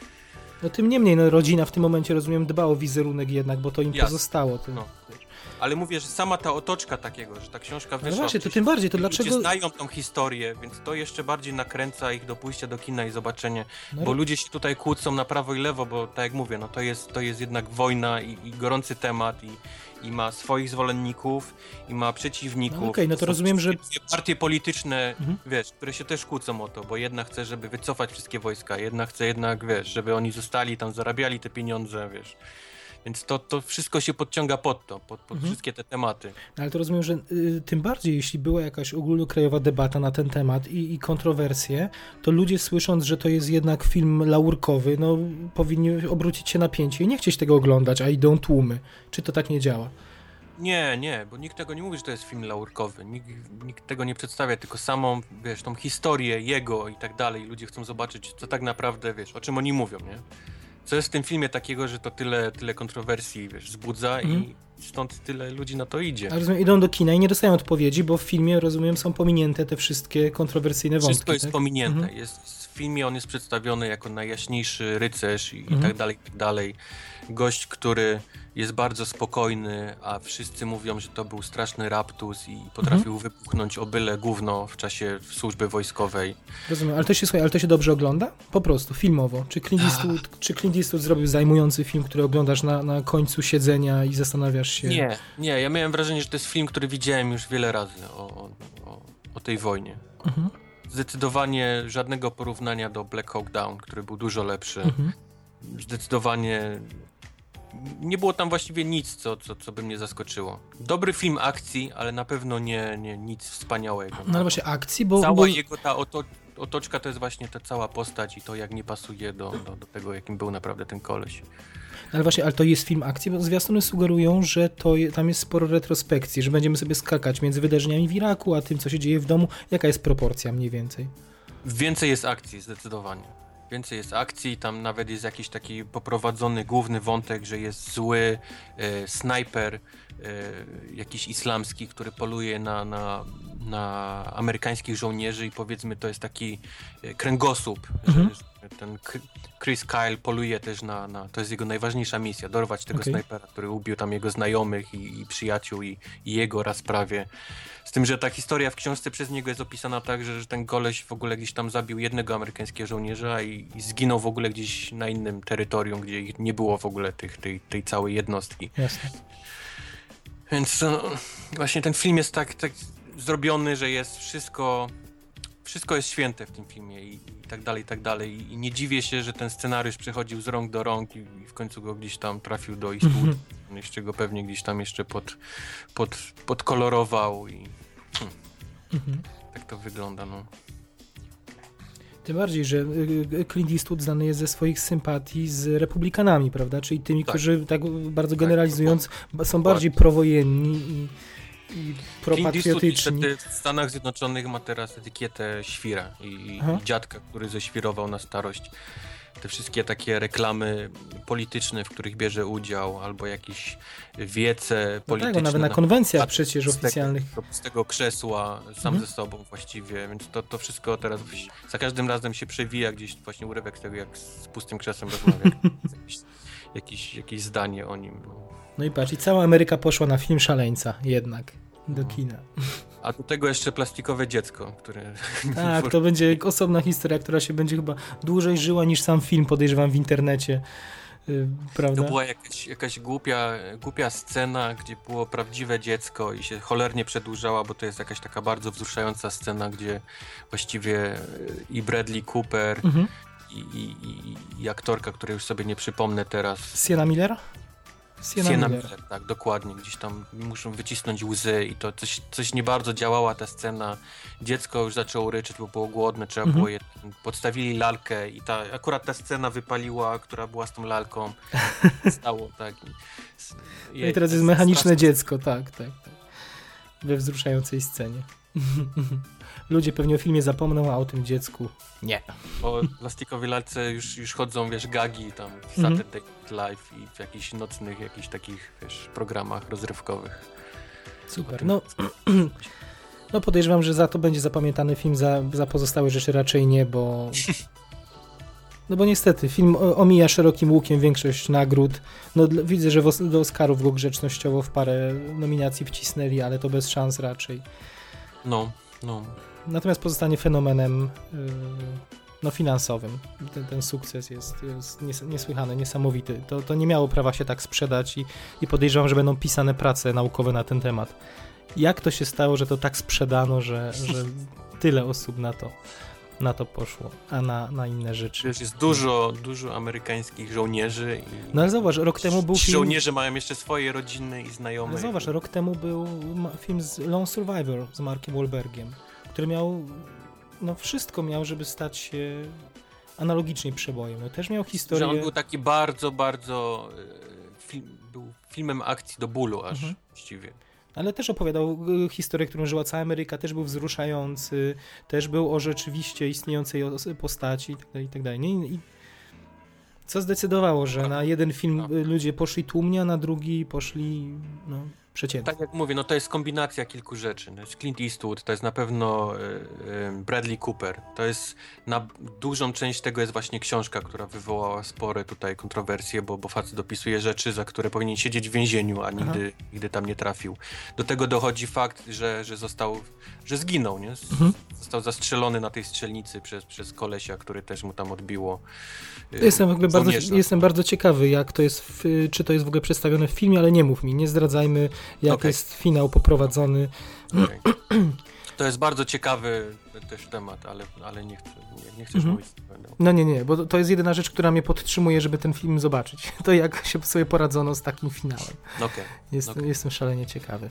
No tym niemniej, no rodzina w tym momencie, rozumiem, dba o wizerunek jednak, bo to im Jasne. pozostało. To... No. Ale mówię, że sama ta otoczka takiego, że ta książka wyszła... No właśnie, to tym bardziej, to dlaczego... Ludzie znają tą historię, więc to jeszcze bardziej nakręca ich do pójścia do kina i zobaczenie, no. bo ludzie się tutaj kłócą na prawo i lewo, bo tak jak mówię, no to jest, to jest jednak wojna i, i gorący temat i, i ma swoich zwolenników i ma przeciwników. No okej, okay, no to rozumiem, że... Partie polityczne, mhm. wiesz, które się też kłócą o to, bo jedna chce, żeby wycofać wszystkie wojska, jedna chce jednak, wiesz, żeby oni zostali tam, zarabiali te pieniądze, wiesz... Więc to, to wszystko się podciąga pod to, pod, pod mhm. wszystkie te tematy. Ale to rozumiem, że y, tym bardziej, jeśli była jakaś ogólnokrajowa debata na ten temat i, i kontrowersje, to ludzie słysząc, że to jest jednak film laurkowy, no powinni obrócić się na pięcie i nie chcieć tego oglądać, a idą tłumy. Czy to tak nie działa? Nie, nie, bo nikt tego nie mówi, że to jest film laurkowy. Nikt, nikt tego nie przedstawia, tylko samą, wiesz, tą historię jego i tak dalej. Ludzie chcą zobaczyć, co tak naprawdę, wiesz, o czym oni mówią, nie? Co jest w tym filmie takiego, że to tyle, tyle kontrowersji, wiesz, wzbudza Mhm. i stąd tyle ludzi na to idzie. Ale rozumiem, idą do kina i nie dostają odpowiedzi, bo w filmie, rozumiem, są pominięte te wszystkie kontrowersyjne wątki. Wszystko jest tak? pominięte. Mhm. Jest, w filmie on jest przedstawiony jako najjaśniejszy rycerz i, Mhm. i tak dalej, i tak dalej. Gość, który jest bardzo spokojny, a wszyscy mówią, że to był straszny raptus i potrafił Mhm. wybuchnąć o byle gówno w czasie służby wojskowej. Rozumiem, ale to się, słuchaj, ale to się dobrze ogląda? Po prostu, filmowo. Czy Clint Eastwood, czy Clint Eastwood zrobił zajmujący film, który oglądasz na, na końcu siedzenia i zastanawiasz się... Nie, nie, ja miałem wrażenie, że to jest film, który widziałem już wiele razy o, o, o tej wojnie. Mhm. Zdecydowanie żadnego porównania do Black Hawk Down, który był dużo lepszy. Mhm. Zdecydowanie nie było tam właściwie nic, co, co, co by mnie zaskoczyło. Dobry film akcji, ale na pewno nie, nie nic wspaniałego. No ale właśnie akcji, bo... Cała bo... jego ta oto, otoczka to jest właśnie ta cała postać i to jak nie pasuje do, do, do tego, jakim był naprawdę ten koleś. Ale właśnie, ale to jest film akcji, bo zwiastuny sugerują, że to je, tam jest sporo retrospekcji, że będziemy sobie skakać między wydarzeniami w Iraku, a tym, co się dzieje w domu. Jaka jest proporcja mniej więcej? Więcej jest akcji, zdecydowanie. Więcej jest akcji, tam nawet jest jakiś taki poprowadzony główny wątek, że jest zły e, snajper, e, jakiś islamski, który poluje na, na, na amerykańskich żołnierzy i powiedzmy to jest taki e, kręgosłup, Mhm. że, że ten K- Chris Kyle poluje też na, na, to jest jego najważniejsza misja, dorwać tego Okej. snajpera, który ubił tam jego znajomych i, i przyjaciół i, i jego raz prawie. Z tym, że ta historia w książce przez niego jest opisana tak, że, że ten koleś w ogóle gdzieś tam zabił jednego amerykańskiego żołnierza i, i zginął w ogóle gdzieś na innym terytorium, gdzie ich nie było w ogóle tych, tej, tej całej jednostki. Jasne. Więc no, właśnie ten film jest tak, tak zrobiony, że jest wszystko, wszystko jest święte w tym filmie i, i tak dalej, i tak dalej. I nie dziwię się, że ten scenariusz przechodził z rąk do rąk i, i w końcu go gdzieś tam trafił do Eastwood. Mhm. Jeszcze go pewnie gdzieś tam jeszcze pod, pod, podkolorował i Mhm. tak to wygląda, no. Tym bardziej, że y, Clint Eastwood znany jest ze swoich sympatii z republikanami, prawda? Czyli tymi, Tak. którzy tak bardzo generalizując ba- są Dokładnie. bardziej prowojenni i, i Clint Eastwood propatriotyczni. niestety w Stanach Zjednoczonych ma teraz etykietę świra i, Aha. i dziadka, który ześwirował na starość. Te wszystkie takie reklamy polityczne, w których bierze udział, albo jakieś wiece No polityczne. tak, nawet na konwencjach a- przecież z tego- oficjalnych. Z tego krzesła, sam Mhm. ze sobą właściwie, więc to, to wszystko teraz za każdym razem się przewija gdzieś właśnie urywek z tego, jak z pustym krzesłem rozmawia. jakieś, jakieś, jakieś zdanie o nim. No. No i patrz, i cała Ameryka poszła na film Szaleńca jednak do kina. A do tego jeszcze plastikowe dziecko, które... Tak, to będzie osobna historia, która się będzie chyba dłużej żyła niż sam film, podejrzewam, w internecie. Yy, prawda? To była jakaś, jakaś głupia, głupia scena, gdzie było prawdziwe dziecko i się cholernie przedłużała, bo to jest jakaś taka bardzo wzruszająca scena, gdzie właściwie i Bradley Cooper Mhm. i, i, i, i aktorka, której już sobie nie przypomnę teraz, Sienna Miller? Sienna, Sienna Miller. Miller, tak, dokładnie, gdzieś tam muszą wycisnąć łzy i to coś, coś nie bardzo działała ta scena. Dziecko już zaczęło ryczeć, bo było głodne, trzeba Mhm. było je... Podstawili lalkę i ta, akurat ta scena wypaliła, która była z tą lalką. Stało, tak. I, No i teraz jest mechaniczne dziecko, tak, tak, tak. We wzruszającej scenie. Ludzie pewnie o filmie zapomną, a o tym dziecku nie. O plastikowej lalce już, już chodzą, wiesz, gagi tam w Mhm. Saturday Night Live i w jakichś nocnych, jakichś takich, wiesz, programach rozrywkowych. Super. No, no podejrzewam, że za to będzie zapamiętany film, za, za pozostałe rzeczy raczej nie, bo... No bo niestety, film o- omija szerokim łukiem większość nagród. No dla- widzę, że w os- do Oscarów go grzecznościowo w parę nominacji wcisnęli, ale to bez szans raczej. No, no. Natomiast pozostanie fenomenem yy, no finansowym. Ten, ten sukces jest, jest nies- niesłychany, niesamowity. To, to nie miało prawa się tak sprzedać i, i podejrzewam, że będą pisane prace naukowe na ten temat. Jak to się stało, że to tak sprzedano, że, że tyle osób na to, na to poszło, a na, na inne rzeczy? Wiesz, jest dużo, dużo amerykańskich żołnierzy i No ale zobacz, rok temu był ci film... żołnierze mają jeszcze swoje rodziny i znajomych. Ale zobacz, rok temu był ma- film z Lone Survivor z Markiem Wahlbergiem, który miał, no wszystko miał, żeby stać się analogicznie przebojem. No też miał Że historię... on był taki bardzo, bardzo e, film, był filmem akcji do bólu aż Mhm. właściwie. Ale też opowiadał y, historię, którą żyła cała Ameryka, też był wzruszający, też był o rzeczywiście istniejącej os- postaci itd. itd. Nie? I co zdecydowało, że na jeden film y, ludzie poszli tłumnie, a na drugi poszli no, przeciętnie. Tak jak mówię, no to jest kombinacja kilku rzeczy. To jest Clint Eastwood, to jest na pewno y, y, Bradley Cooper. To jest, na dużą część tego jest właśnie książka, która wywołała spore tutaj kontrowersje, bo, bo facet dopisuje rzeczy, za które powinien siedzieć w więzieniu, a nigdy, nigdy tam nie trafił. Do tego dochodzi fakt, że, że został, że zginął, nie? Z, Mhm. Został zastrzelony na tej strzelnicy przez, przez kolesia, który też mu tam odbiło. y, Jestem, jakby bardzo, żołnierza. jestem bardzo ciekawy, jak to jest, w, czy to jest w ogóle przedstawione w filmie, ale nie mów mi, nie zdradzajmy, jak Okej. jest finał poprowadzony. Okej. To jest bardzo ciekawy też temat, ale, ale nie, chcę, nie, nie chcesz Mhm. mówić. No. No nie, nie, bo to- to jest jedyna rzecz, która mnie podtrzymuje, żeby ten film zobaczyć. To jak się sobie poradzono z takim finałem. Okej. Jestem, Okej. jestem szalenie ciekawy.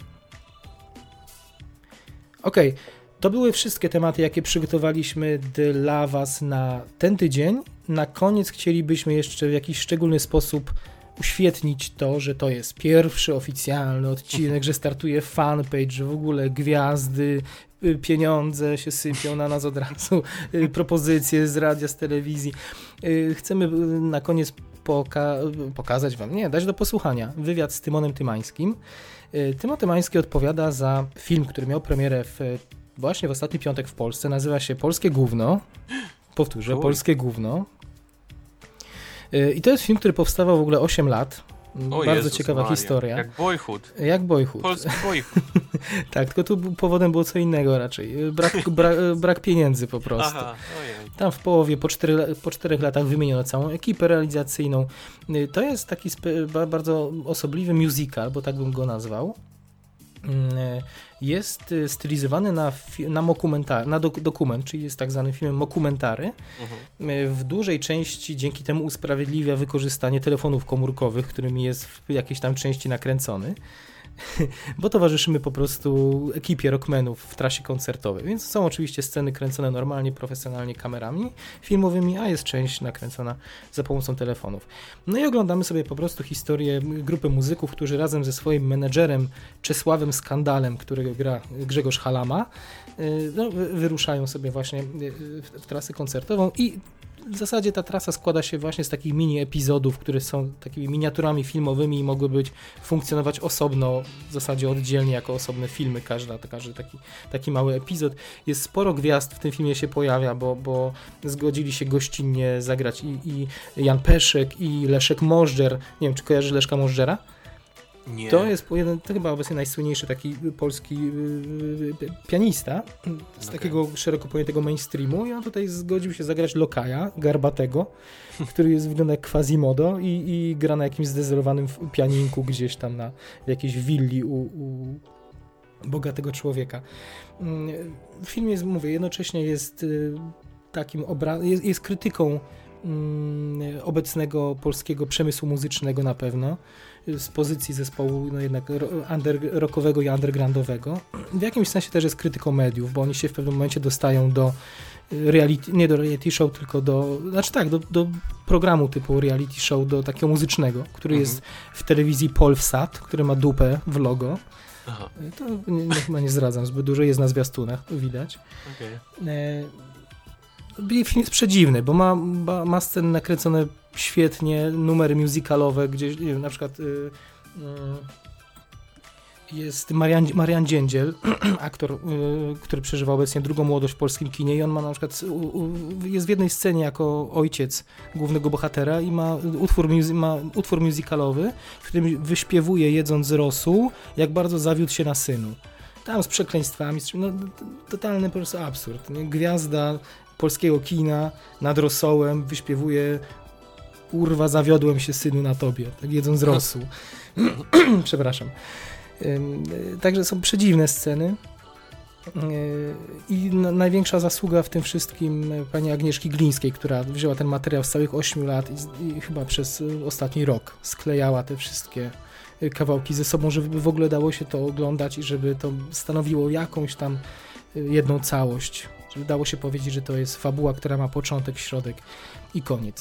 Okej, to były wszystkie tematy, jakie przygotowaliśmy dla Was na ten tydzień. Na koniec chcielibyśmy jeszcze w jakiś szczególny sposób uświetnić to, że to jest pierwszy oficjalny odcinek, że startuje fanpage, że w ogóle gwiazdy, y, pieniądze się sypią na nas od razu, y, propozycje z radia, z telewizji. Y, Chcemy y, na koniec poka- pokazać Wam, nie, dać do posłuchania wywiad z Tymonem Tymańskim. Y, Tymon Tymański odpowiada za film, który miał premierę w, właśnie w ostatni piątek w Polsce. Nazywa się Polskie Gówno. Powtórzę, Cool. Polskie Gówno. Y, I to jest film, który powstawał w ogóle osiem lat. O Bardzo Jezus ciekawa Maria, historia. Jak Boyhood. Jak Boyhood. Polski Boyhood. Tak, tylko tu był- powodem było co innego raczej. Y, Brak, bra, y, brak pieniędzy po prostu. Aha, ojej. Tam w połowie, po, cztery, la- po czterech latach wymieniono całą ekipę realizacyjną. Y, To jest taki spe, ba, bardzo osobliwy musical, bo tak bym go nazwał. Y, Jest y, stylizowany na, fi- na, mokumenta- na dok- dokument, czyli jest tak zwany film mokumentary. Mhm. Y, W dużej części dzięki temu usprawiedliwia wykorzystanie telefonów komórkowych, którymi jest w jakiejś tam części nakręcony. Bo towarzyszymy po prostu ekipie rockmenów w trasie koncertowej, więc są oczywiście sceny kręcone normalnie, profesjonalnie kamerami filmowymi, a jest część nakręcona za pomocą telefonów. No i oglądamy sobie po prostu historię grupy muzyków, którzy razem ze swoim menedżerem Czesławem Skandalem, którego gra Grzegorz Halama, y, no, wy- wyruszają sobie właśnie y, w, w trasę koncertową i w zasadzie ta trasa składa się właśnie z takich mini epizodów, które są takimi miniaturami filmowymi i mogły być funkcjonować osobno, w zasadzie oddzielnie jako osobne filmy, każda, każdy taki, taki mały epizod. Jest sporo gwiazd w tym filmie się pojawia, bo, bo zgodzili się gościnnie zagrać i, i Jan Peszek, i Leszek Możdżer. Nie wiem, czy kojarzysz Leszka Możdżera? Nie. To jest jeden, to chyba obecnie najsłynniejszy taki polski yy, pianista z Okej. takiego szeroko pojętego mainstreamu i on tutaj zgodził się zagrać lokaja, garbatego, który jest wygląda jak Quasimodo i, i gra na jakimś zdezolowanym f- pianinku gdzieś tam na w jakiejś willi u, u bogatego człowieka. Mm, Film jest, mówię, jednocześnie jest y, takim obra- jest, jest krytyką mm, obecnego polskiego przemysłu muzycznego na pewno, z pozycji zespołu no jednak ro- under, rockowego i undergroundowego. W jakimś sensie też jest krytyką mediów, bo oni się w pewnym momencie dostają do reality, nie do reality show, tylko do, znaczy tak, do, do programu typu reality show, do takiego muzycznego, który Mhm. jest w telewizji Polsat, który ma dupę w logo. Aha, To nie, nie, chyba nie zdradzam zbyt dużo, jest na zwiastunach, to widać. okej. E, Film jest przedziwny, bo ma, ma, ma sceny nakręcone świetnie, numery musicalowe, gdzieś, nie wiem, na przykład y, y, jest Marian, Marian Dziędziel, aktor, y, który przeżywa obecnie drugą młodość w polskim kinie i on ma na przykład, u, u, jest w jednej scenie jako ojciec głównego bohatera i ma utwór, muzy- ma utwór musicalowy, w którym wyśpiewuje jedząc rosół, jak bardzo zawiódł się na synu. Tam z przekleństwami, z czym- no, t- totalny po prostu absurd. Nie? Gwiazda polskiego kina nad rosołem wyśpiewuje kurwa, zawiodłem się synu na tobie, tak jedząc rosół. Przepraszam. Ym, y, Także są przedziwne sceny. Y, I na, największa zasługa w tym wszystkim pani Agnieszki Glińskiej, która wzięła ten materiał z całych ośmiu lat i, z- i chyba przez y, ostatni rok sklejała te wszystkie y, kawałki ze sobą, żeby w ogóle dało się to oglądać i żeby to stanowiło jakąś tam y, jedną całość. Żeby dało się powiedzieć, że to jest fabuła, która ma początek, środek i koniec.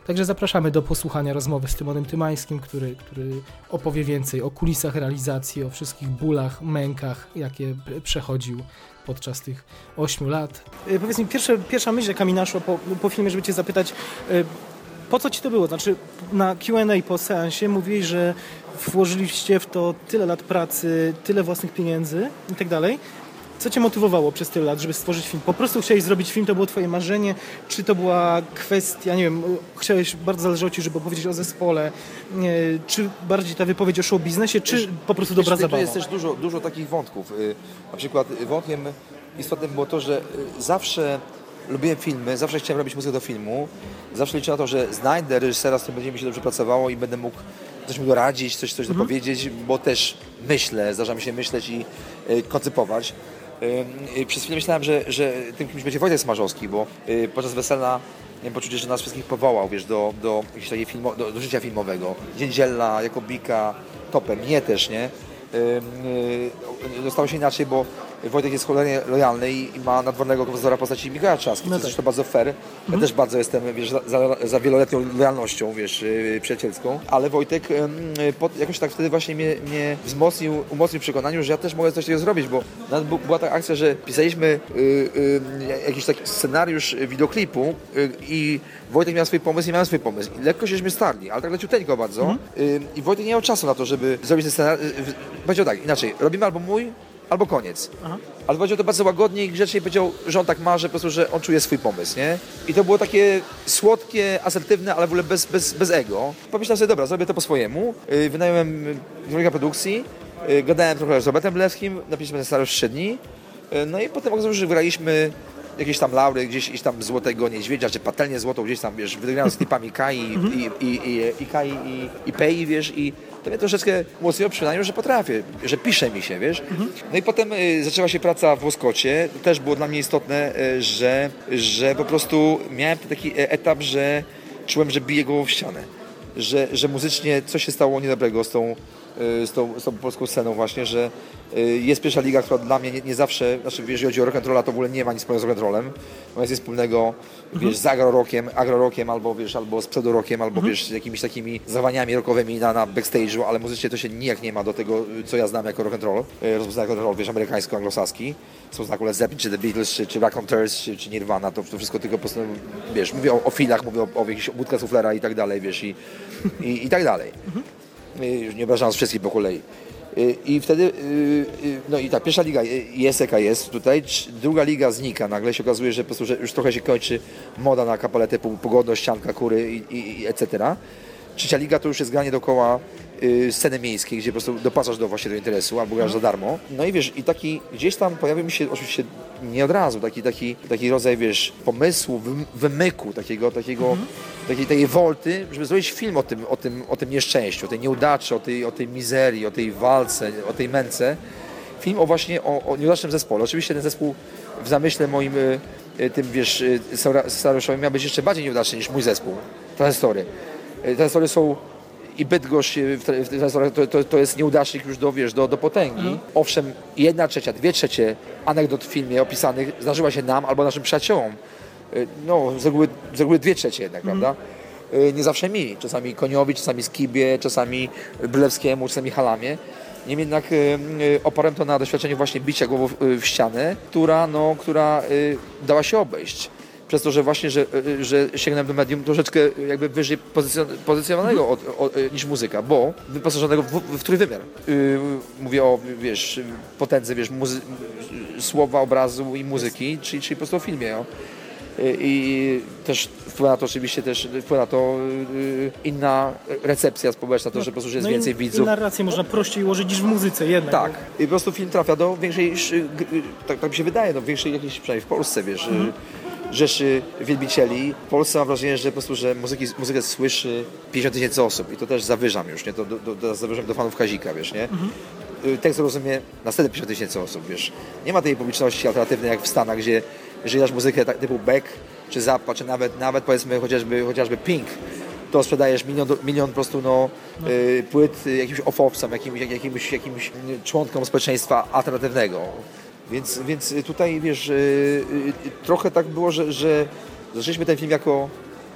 Także zapraszamy do posłuchania rozmowy z Tymonem Tymańskim, który, który opowie więcej o kulisach realizacji, o wszystkich bólach, mękach, jakie przechodził podczas tych ośmiu lat. Yy, powiedz mi, pierwsza, pierwsza myśl, jaka mi naszła po, po filmie, żeby cię zapytać, yy, po co ci to było? Znaczy na Q and A po seansie mówiłeś, że włożyliście w to tyle lat pracy, tyle własnych pieniędzy i tak dalej. Co cię motywowało przez tyle lat, żeby stworzyć film? Po prostu chciałeś zrobić film, to było twoje marzenie? Czy to była kwestia, nie wiem, chciałeś, bardzo zależało ci, żeby opowiedzieć o zespole? Nie, czy bardziej ta wypowiedź o show biznesie, czy wiesz, po prostu dobra wiesz, zabawa? Tu jest też dużo, dużo takich wątków. Na przykład wątkiem istotnym było to, że zawsze lubiłem filmy, zawsze chciałem robić muzykę do filmu. Zawsze liczyłem na to, że znajdę reżysera, z którym będzie mi się dobrze pracowało i będę mógł coś mi doradzić, coś, coś mhm. dopowiedzieć, bo też myślę, zdarza mi się myśleć i y, koncypować. Y, przez chwilę myślałem, że, że tym kimś będzie Wojtek Smarzowski, bo y, podczas wesela miałem poczucie, że nas wszystkich powołał, wiesz, do, do, do, filmo, do, do życia filmowego. Dziędziela, Jakobika, Topem, mnie też, nie? Dostało się inaczej, bo Wojtek jest cholernie lojalny i, i ma nadwornego kompozytora w postaci Mikołaja Trzaski, no co jest tak. bardzo fair. Ja mhm. też bardzo jestem, wiesz, za, za, za wieloletnią lojalnością, wiesz, yy, przyjacielską, ale Wojtek yy, pod, jakoś tak wtedy właśnie mnie, mnie wzmocnił, umocnił w przekonaniu, że ja też mogę coś takiego zrobić, bo nawet była taka akcja, że pisaliśmy yy, yy, jakiś taki scenariusz wideoklipu yy, i Wojtek miał swój pomysł i miałem swój pomysł. I lekko żeśmy starli, ale tak leciuteńko bardzo. Mhm. Yy, I Wojtek nie miał czasu na to, żeby zrobić ten scenariusz. Yy, powiedział tak, inaczej, robimy albo mój, albo koniec. Aha. Ale powiedział to bardzo łagodnie i grzecznie powiedział, że on tak ma, że po prostu, że on czuje swój pomysł, nie? I to było takie słodkie, asertywne, ale w ogóle bez, bez, bez ego. Pomyślałem sobie, dobra, zrobię to po swojemu. Yy, wynająłem kilka produkcji, yy, gadałem trochę z Robertem Blewskim, napisaliśmy ten scenariusz trzy dni. Yy, no i potem okazało się, że wygraliśmy jakieś tam laury, gdzieś, gdzieś tam Złotego Niedźwiedzia, czy patelnię złotą, gdzieś tam, wiesz, wygrałem z typami Kai i, i, i, i, i Kai i, i Pei, wiesz, i to mnie troszeczkę umocniło przynajmniej, że potrafię, że pisze mi się, wiesz. Mhm. No i potem y, zaczęła się praca w Łoskocie. To też było dla mnie istotne, y, że, że po prostu miałem taki etap, że czułem, że biję głową w ścianę. Że, że muzycznie coś się stało niedobrego z tą, y, z tą, z tą polską sceną właśnie, że y, jest pierwsza liga, która dla mnie nie, nie zawsze, znaczy jeżeli chodzi o rock'n'rolla, to w ogóle nie ma nic wspólnego z rock'n'rollem. Natomiast jest wspólnego, mhm. wiesz, z agrorockiem, agrorockiem albo, wiesz, albo z pseudorockiem, albo, mhm. wiesz, z jakimiś takimi zawaniami rockowymi na, na backstage'u, ale muzycznie to się nijak nie ma do tego, co ja znam jako rock'n'roll. Rozpoznany jako rock'n'roll, wiesz, amerykańsko-anglosaski. Są znaku Led Zeppelin, czy The Beatles, czy, czy Raconteurs, czy, czy Nirvana, to, to wszystko tylko po prostu, wiesz, mówię o, o filach, mówię o, o jakichś budkach suflera i tak dalej, wiesz, i, i, i tak dalej. Mhm. I, nie obrażając wszystkich po kolei. I wtedy, no i tak, pierwsza liga jest jaka jest tutaj, druga liga znika, nagle się okazuje, że po prostu że już trochę się kończy moda na kapelę typu pogodność, ścianka, kury i, i, i et cetera. Trzecia liga to już jest granie dookoła y, sceny miejskiej, gdzie po prostu dopłacasz do właśnie do interesu albo grasz za darmo. No i wiesz, i taki gdzieś tam pojawił mi się, oczywiście nie od razu, taki, taki, taki rodzaj, wiesz, pomysłu, wymyku, takiego, takiego, mhm. takiej, takiej wolty, żeby zrobić film o tym, o tym, o tym nieszczęściu, o tej nieudaczy, o tej, o tej mizerii, o tej walce, o tej męce. Film o właśnie o, o nieudacznym zespole. Oczywiście ten zespół w zamyśle moim y, tym, wiesz, scenariuszowym miał być jeszcze bardziej nieudaczny niż mój zespół. Tranzystory. Tranzystory są i Bydgoszcz, to, to, to jest nieudacznik już do, wiesz, do, do potęgi. Mhm. Owszem, jedna trzecia, dwie trzecie anegdot w filmie opisanych zdarzyła się nam albo naszym przyjaciołom. No, z reguły, z reguły dwie trzecie jednak, mhm. prawda? Nie zawsze mi. Czasami Koniowi, czasami Skibie, czasami Brylewskiemu, czasami Halamie. Niemniej jednak y, y, oparłem to na doświadczeniu właśnie bicia głową w, w ścianę, która, no, która y, dała się obejść. Przez to, że właśnie, że, y, że sięgnąłem do medium troszeczkę jakby wyżej pozycjon pozycjonowanego od, od, niż muzyka, bo wyposażonego w, w, w trójwymiar. Y, mówię o, wiesz, potędze, wiesz, muzy słowa, obrazu i muzyki, czyli, czyli po prostu o filmie. No. I też wpływa na to oczywiście też wpływa na to inna recepcja społeczna, to, że po prostu że jest no więcej i, widzów. I narrację można prościej ułożyć niż w muzyce jednak. Tak. I po prostu film trafia do większej, tak, tak mi się wydaje, do większej jakiejś, przynajmniej w Polsce, wiesz, mhm. rzeszy wielbicieli. W Polsce mam wrażenie, że po prostu, że muzyki, muzykę słyszy pięćdziesiąt tysięcy osób i to też zawyżam już, nie? To do, do, do, zawyżam do fanów Kazika, wiesz, nie? Mhm. Tekst rozumie następne pięćdziesiąt tysięcy osób, wiesz. Nie ma tej publiczności alternatywnej jak w Stanach, gdzie jeżeli dasz muzykę typu Beck, czy Zappa, czy nawet, nawet powiedzmy chociażby, chociażby Pink, to sprzedajesz milion, milion po prostu no, no. Y, płyt jakimś ofowcom, jakimś, jakimś, jakimś członkom społeczeństwa alternatywnego. Więc, więc tutaj, wiesz, y, y, trochę tak było, że, że zaczęliśmy ten film jako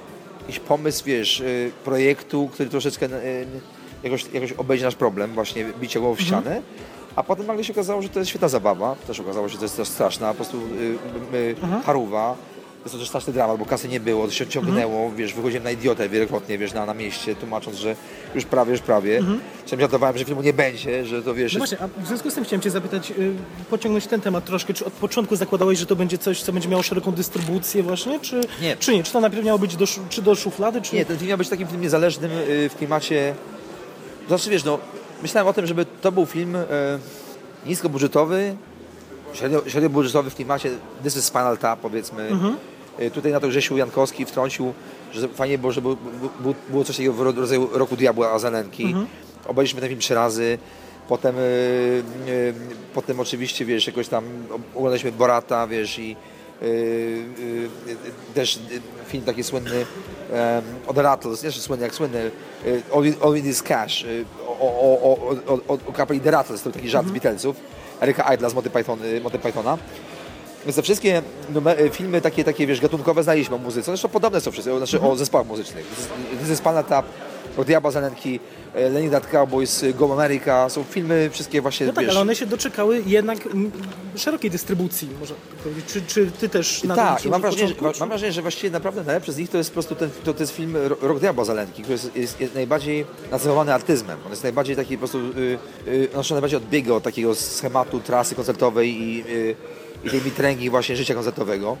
jakiś pomysł, wiesz, y, projektu, który troszeczkę y, jakoś, jakoś obejdzie nasz problem, właśnie bicie głową w ścianę. Mhm. A potem nagle się okazało, że to jest świetna zabawa. Też okazało się, że to jest też straszna, po prostu y, y, mhm. harówa. To jest też straszny dramat, bo kasy nie było, to się ciągnęło, mhm. wiesz, wychodziłem na idiotę wielokrotnie, wiesz, na, na mieście, tłumacząc, że już prawie, już prawie. Mhm. Czym żartowałem, że filmu nie będzie, że to wiesz... No właśnie, a w związku z tym chciałem cię zapytać, yy, pociągnąć ten temat troszkę, czy od początku zakładałeś, że to będzie coś, co będzie miało szeroką dystrybucję właśnie, czy nie? Czy, nie? Czy to najpierw miało być do, czy do szuflady, czy... Nie, ten film miał być takim filmem niezależnym yy, w klimacie... Znaczy, wiesz, no, myślałem o tym, żeby to był film yy, niskobudżetowy, średnio, średnio budżetowy w klimacie This is Spinal Tap, powiedzmy. Mhm. Tutaj na to Grzesiu Jankowski wtrącił, że fajnie było, że było, było coś takiego w rodzaju Roku Diabła Azalenki. Mhm. Obejrzeliśmy ten film trzy razy. Potem, yy, yy, potem oczywiście, wiesz, jakoś tam oglądaliśmy Borata, wiesz, i yy, yy, też film taki słynny um, o The Rattles, nie słynny jak słynny, yy, All, All in This Cash, yy, o, o, o, o, o, o kapeli The Rattles, to taki żart mhm. z Beatlesów, Eryka Idla z Monty, Python, Monty Pythona. Więc te wszystkie numery, filmy takie, takie, wiesz, gatunkowe znaliśmy o muzyce. Zresztą podobne są wszystkie, znaczy mm-hmm. o zespołach muzycznych. This is Spinal Tap, o Diabła Azalenki, Leningrad Cowboys, Go America. Są filmy wszystkie właśnie, no tak, wiesz... ale one się doczekały jednak szerokiej dystrybucji, można powiedzieć. Czy, czy ty też na tak, tym mam wrażenie, że, mam wrażenie, że właściwie naprawdę najlepszy z nich to jest po prostu ten, to, to jest film Rok Diabła Azalenki, który jest, jest, jest najbardziej nacechowany artyzmem. On jest najbardziej taki po prostu... Yy, yy, on najbardziej odbiega od takiego schematu trasy koncertowej i... Yy, i tej mitręgi właśnie życia koncertowego.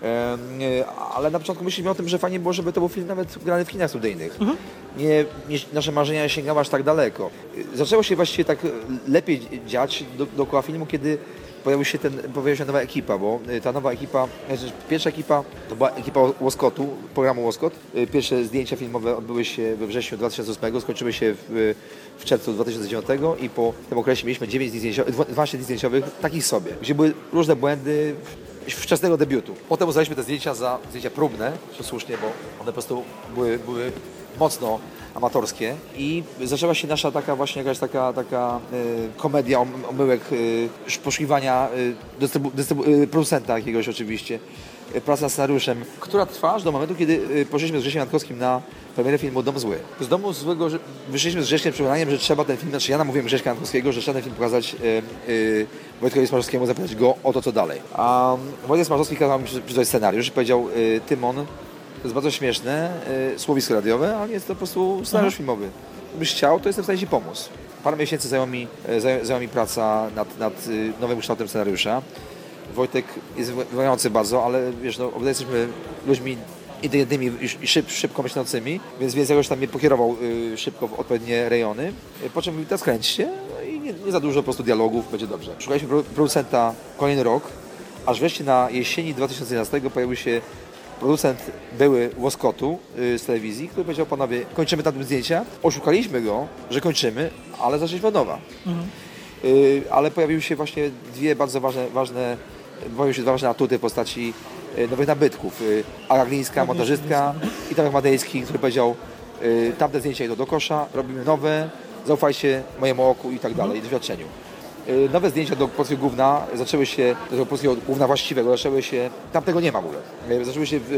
Ale na początku myśleliśmy o tym, że fajnie było, żeby to był film nawet grany w kinach studyjnych. Mhm. Nie, nie, nasze marzenia nie sięgały aż tak daleko. Zaczęło się właściwie tak lepiej dziać do, dookoła filmu, kiedy pojawiła się, ten, pojawiła się nowa ekipa, bo ta nowa ekipa, pierwsza ekipa to była ekipa Łoskotu, programu Łoskot. Pierwsze zdjęcia filmowe odbyły się we wrześniu dwa tysiące ósmego, skończyły się w, w czerwcu dwa tysiące dziewiątego i po tym okresie mieliśmy dziewięć zdjęciowych, dwanaście zdjęciowych takich sobie, gdzie były różne błędy wczesnego debiutu. Potem uznaliśmy te zdjęcia za zdjęcia próbne, co słusznie, bo one po prostu były, były mocno amatorskie i zaczęła się nasza taka właśnie jakaś taka, taka y, komedia omyłek, y, poszukiwania y, dystrybu, dystrybu, y, producenta jakiegoś oczywiście, y, praca nad scenariuszem, która trwa aż do momentu, kiedy y, poszliśmy z Grzesiem Jankowskim na premierę filmu Dom Zły. Z Domu Złego że, wyszliśmy z Grześkiem przekonaniem, że trzeba ten film, znaczy ja namówiłem Grześka Jankowskiego, że trzeba ten film pokazać y, y, Wojtkowi Smarzowskiemu, zapytać go o to, co dalej. A Wojtek Smarzowski kazał mi przeczytać scenariusz i powiedział, y, Tymon, to jest bardzo śmieszne, y, słowisko radiowe, ale jest to po prostu scenariusz Aha. filmowy. Gdybyś chciał, to jestem w stanie Ci pomóc. Parę miesięcy zajęła mi, zajęła, zajęła mi praca nad, nad y, nowym kształtem scenariusza. Wojtek jest wymagający bardzo, ale wiesz, no, obydwaj jesteśmy ludźmi inteligentnymi i szyb, szybko myślącymi, więc, więc jakoś tam mnie pokierował y, szybko w odpowiednie rejony. Y, po czym mówił, teraz kręć się no i nie, nie za dużo po prostu dialogów, będzie dobrze. Szukaliśmy producenta kolejny rok, aż wreszcie na jesieni dwa tysiące jedenastego pojawił się producent były Łoskotu y, z telewizji, który powiedział, panowie, kończymy tam zdjęcia. Oszukaliśmy go, że kończymy, ale zaczęliśmy od nowa. Mhm. Y, ale pojawiły się właśnie dwie bardzo ważne, ważne pojawiły się dwa ważne atuty w postaci y, nowych nabytków. Y, Aga Glińska, montażystka i Tomek Madejski, który powiedział, y, tamte zdjęcia idą do kosza, robimy nowe, zaufajcie mojemu oku i tak dalej, mhm. doświadczeniu. Nowe zdjęcia do polskiego gówna zaczęły się, do polskiego gówna właściwego, zaczęły się, tam tego nie ma w ogóle, zaczęły się w,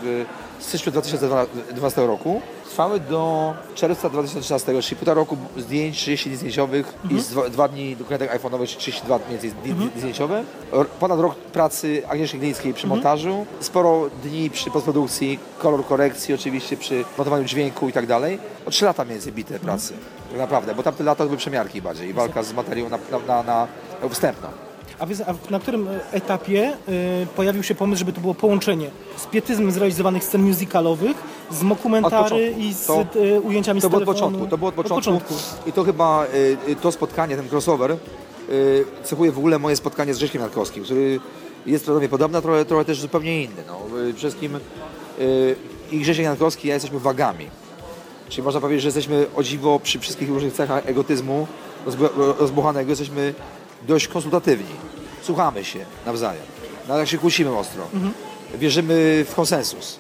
w styczniu dwa tysiące dwunastego roku, trwały do czerwca dwa tysiące trzynastego, czyli półtora roku zdjęć, trzydzieści zdjęciowych mhm. i z dwa, dwa dni dokumentek iPhone'owych, trzydzieści dwa mniej więcej mhm. zdjęciowe. Ponad rok pracy Agnieszki Glińskiej przy mhm. montażu, sporo dni przy postprodukcji, kolor korekcji oczywiście, przy montowaniu dźwięku i tak dalej. O trzy lata mniej więcej bite mhm. pracy, tak naprawdę, bo tamte lata były przemiarki bardziej i walka z materiałem na, na, na, na, na wstępną. A, wy, a na którym etapie y, pojawił się pomysł, żeby to było połączenie z pietyzmem zrealizowanych scen musicalowych, z mokumentary i z to, y, ujęciami to z telefonu? Było od początku, to było od początku. Od początku. I to chyba y, to spotkanie, ten crossover y, cechuje w ogóle moje spotkanie z Grześkiem Jankowskim, który jest trochę mnie podobny, a trochę, trochę też zupełnie inny. No. Przede wszystkim y, i Grzesiek Jankowski i ja jesteśmy wagami. Czyli można powiedzieć, że jesteśmy o dziwo przy wszystkich różnych cechach egotyzmu rozbuchanego, jesteśmy dość konsultatywni. Słuchamy się nawzajem. Nawet jak się kłócimy ostro. Mhm. Wierzymy w konsensus.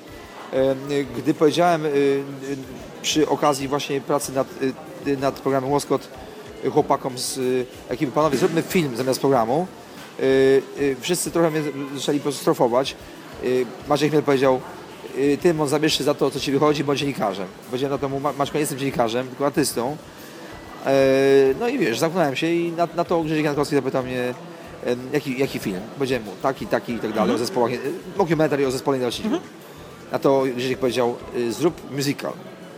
Gdy powiedziałem przy okazji właśnie pracy nad, nad programem Łoskot chłopakom z ekipy, panowie, zróbmy film zamiast programu, wszyscy trochę mnie zaczęli po prostu strofować. Maciej Chmiel powiedział, y, ty on zabierz się za to, co ci wychodzi, bądź dziennikarzem. Powiedziałem na to mu, Maćko, nie jestem dziennikarzem, tylko artystą. E, no i wiesz, zamknąłem się i na, na to Grzesiek Jankowski zapytał mnie, e, jaki, jaki film. Powiedziałem mu, taki, taki i tak dalej, o zespołach, mockumentary o zespole Niedociśników. Mhm. Na to Grzesiek powiedział, y, zrób musical.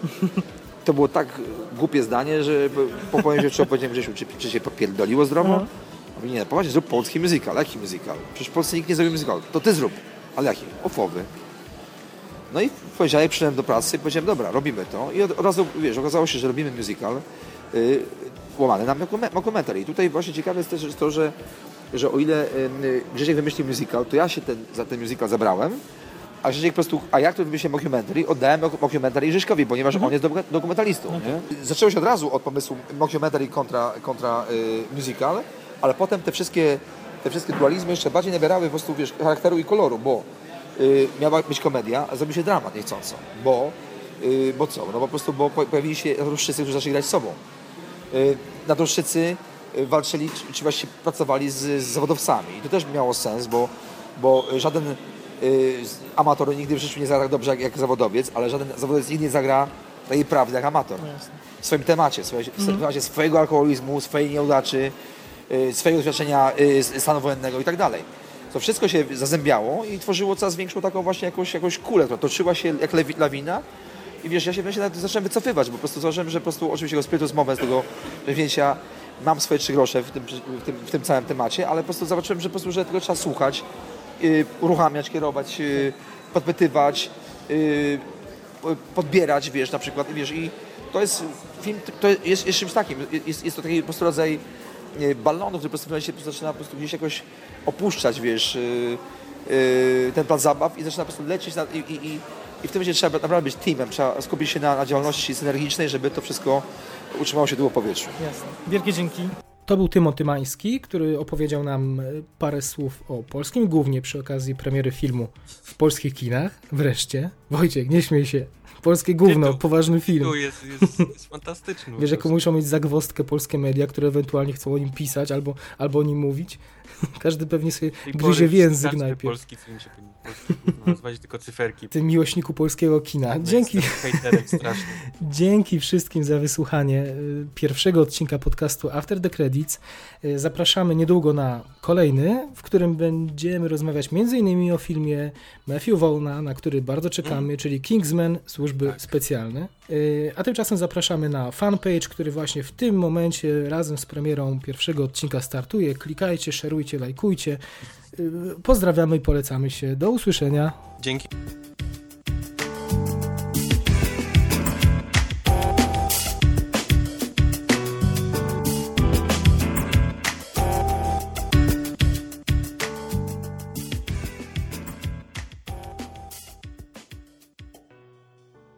To było tak głupie zdanie, że po powiem się, powiedziałem Grzesiu, czy, czy się popierdoliło zdrowo? Mhm. Mówi, nie, popatrz, zrób polski musical. Jaki musical? Przecież w Polsce nikt nie zrobił musical. To ty zrób. Ale jaki? Ofowy. No i powiedziałem, przyszedłem do pracy i powiedziałem, dobra, robimy to. I od, od razu, wiesz, okazało się, że robimy musical yy, łamany na mockumentary. I tutaj właśnie ciekawe jest też to, że, że o ile yy, Grzesiek wymyślił musical, to ja się ten, za ten musical zabrałem, a Grzesiek po prostu, a jak to wymyślił mockumentary, oddałem mockumentary Grześkowi, ponieważ mhm. on jest dokumentalistą. Okay. Nie? Zaczęło się od razu od pomysłu mockumentary kontra, kontra yy, musical, ale potem te wszystkie, te wszystkie dualizmy jeszcze bardziej nabierały po prostu, wiesz, charakteru i koloru, bo yy, miała być komedia, a zrobił się dramat niechcąco, bo, yy, bo co? No po prostu, bo pojawili się naturszczycy, którzy zaczęli grać z sobą. Yy, naturszczycy walczyli, czy, czy właściwie pracowali z, z zawodowcami i to też miało sens, bo, bo żaden yy, amator nigdy w życiu nie zagra tak dobrze jak, jak zawodowiec, ale żaden zawodowiec nigdy nie zagra takiej prawdy jak amator. W swoim temacie, w swoim mm. temacie swojego alkoholizmu, swojej nieudaczy, swojego doświadczenia stanu wojennego i tak dalej. To wszystko się zazębiało i tworzyło coraz większą taką właśnie jakąś, jakąś kulę, która toczyła się jak lawina i wiesz, ja się właśnie zacząłem wycofywać, bo po prostu zauważyłem, że po prostu oczywiście go spiritus moment z tego wzięcia mam swoje trzy grosze w tym, w tym, w tym całym temacie, ale po prostu zobaczyłem, że po prostu, że tego trzeba słuchać, yy, uruchamiać, kierować, yy, podpytywać, yy, podbierać, wiesz, na przykład, wiesz, i to jest film, to jest, jest czymś takim, jest, jest to taki po prostu rodzaj balonów, który po prostu się zaczyna po prostu gdzieś jakoś opuszczać, wiesz, yy, yy, ten plac zabaw i zaczyna po prostu lecieć na, i, i, i, i w tym momencie trzeba naprawdę być teamem, trzeba skupić się na, na działalności synergicznej, żeby to wszystko utrzymało się długo w powietrzu. Jasne. Wielkie dzięki. To był Tymon Tymański, który opowiedział nam parę słów o polskim, głównie przy okazji premiery filmu w polskich kinach. Wreszcie. Wojciech, nie śmiej się. Polskie gówno, to, poważny film. To jest, jest, jest fantastyczny. Wiesz, jaką muszą mieć zagwozdkę polskie media, które ewentualnie chcą o nim pisać albo, albo o nim mówić. Każdy pewnie sobie gryzie w język najpierw. Polski film się powinien nazywać tylko cyferki. Ty miłośniku polskiego kina. No Dzięki. Hejterem strasznym. Dzięki wszystkim za wysłuchanie pierwszego odcinka podcastu After the Credits. Zapraszamy niedługo na kolejny, w którym będziemy rozmawiać między innymi o filmie Matthew Vaughna, na który bardzo czekamy, mm. czyli Kingsman, służby tak. specjalne. A tymczasem zapraszamy na fanpage, który właśnie w tym momencie razem z premierą pierwszego odcinka startuje. Klikajcie, szerujcie, lajkujcie. Pozdrawiamy i polecamy się. Do usłyszenia. Dzięki.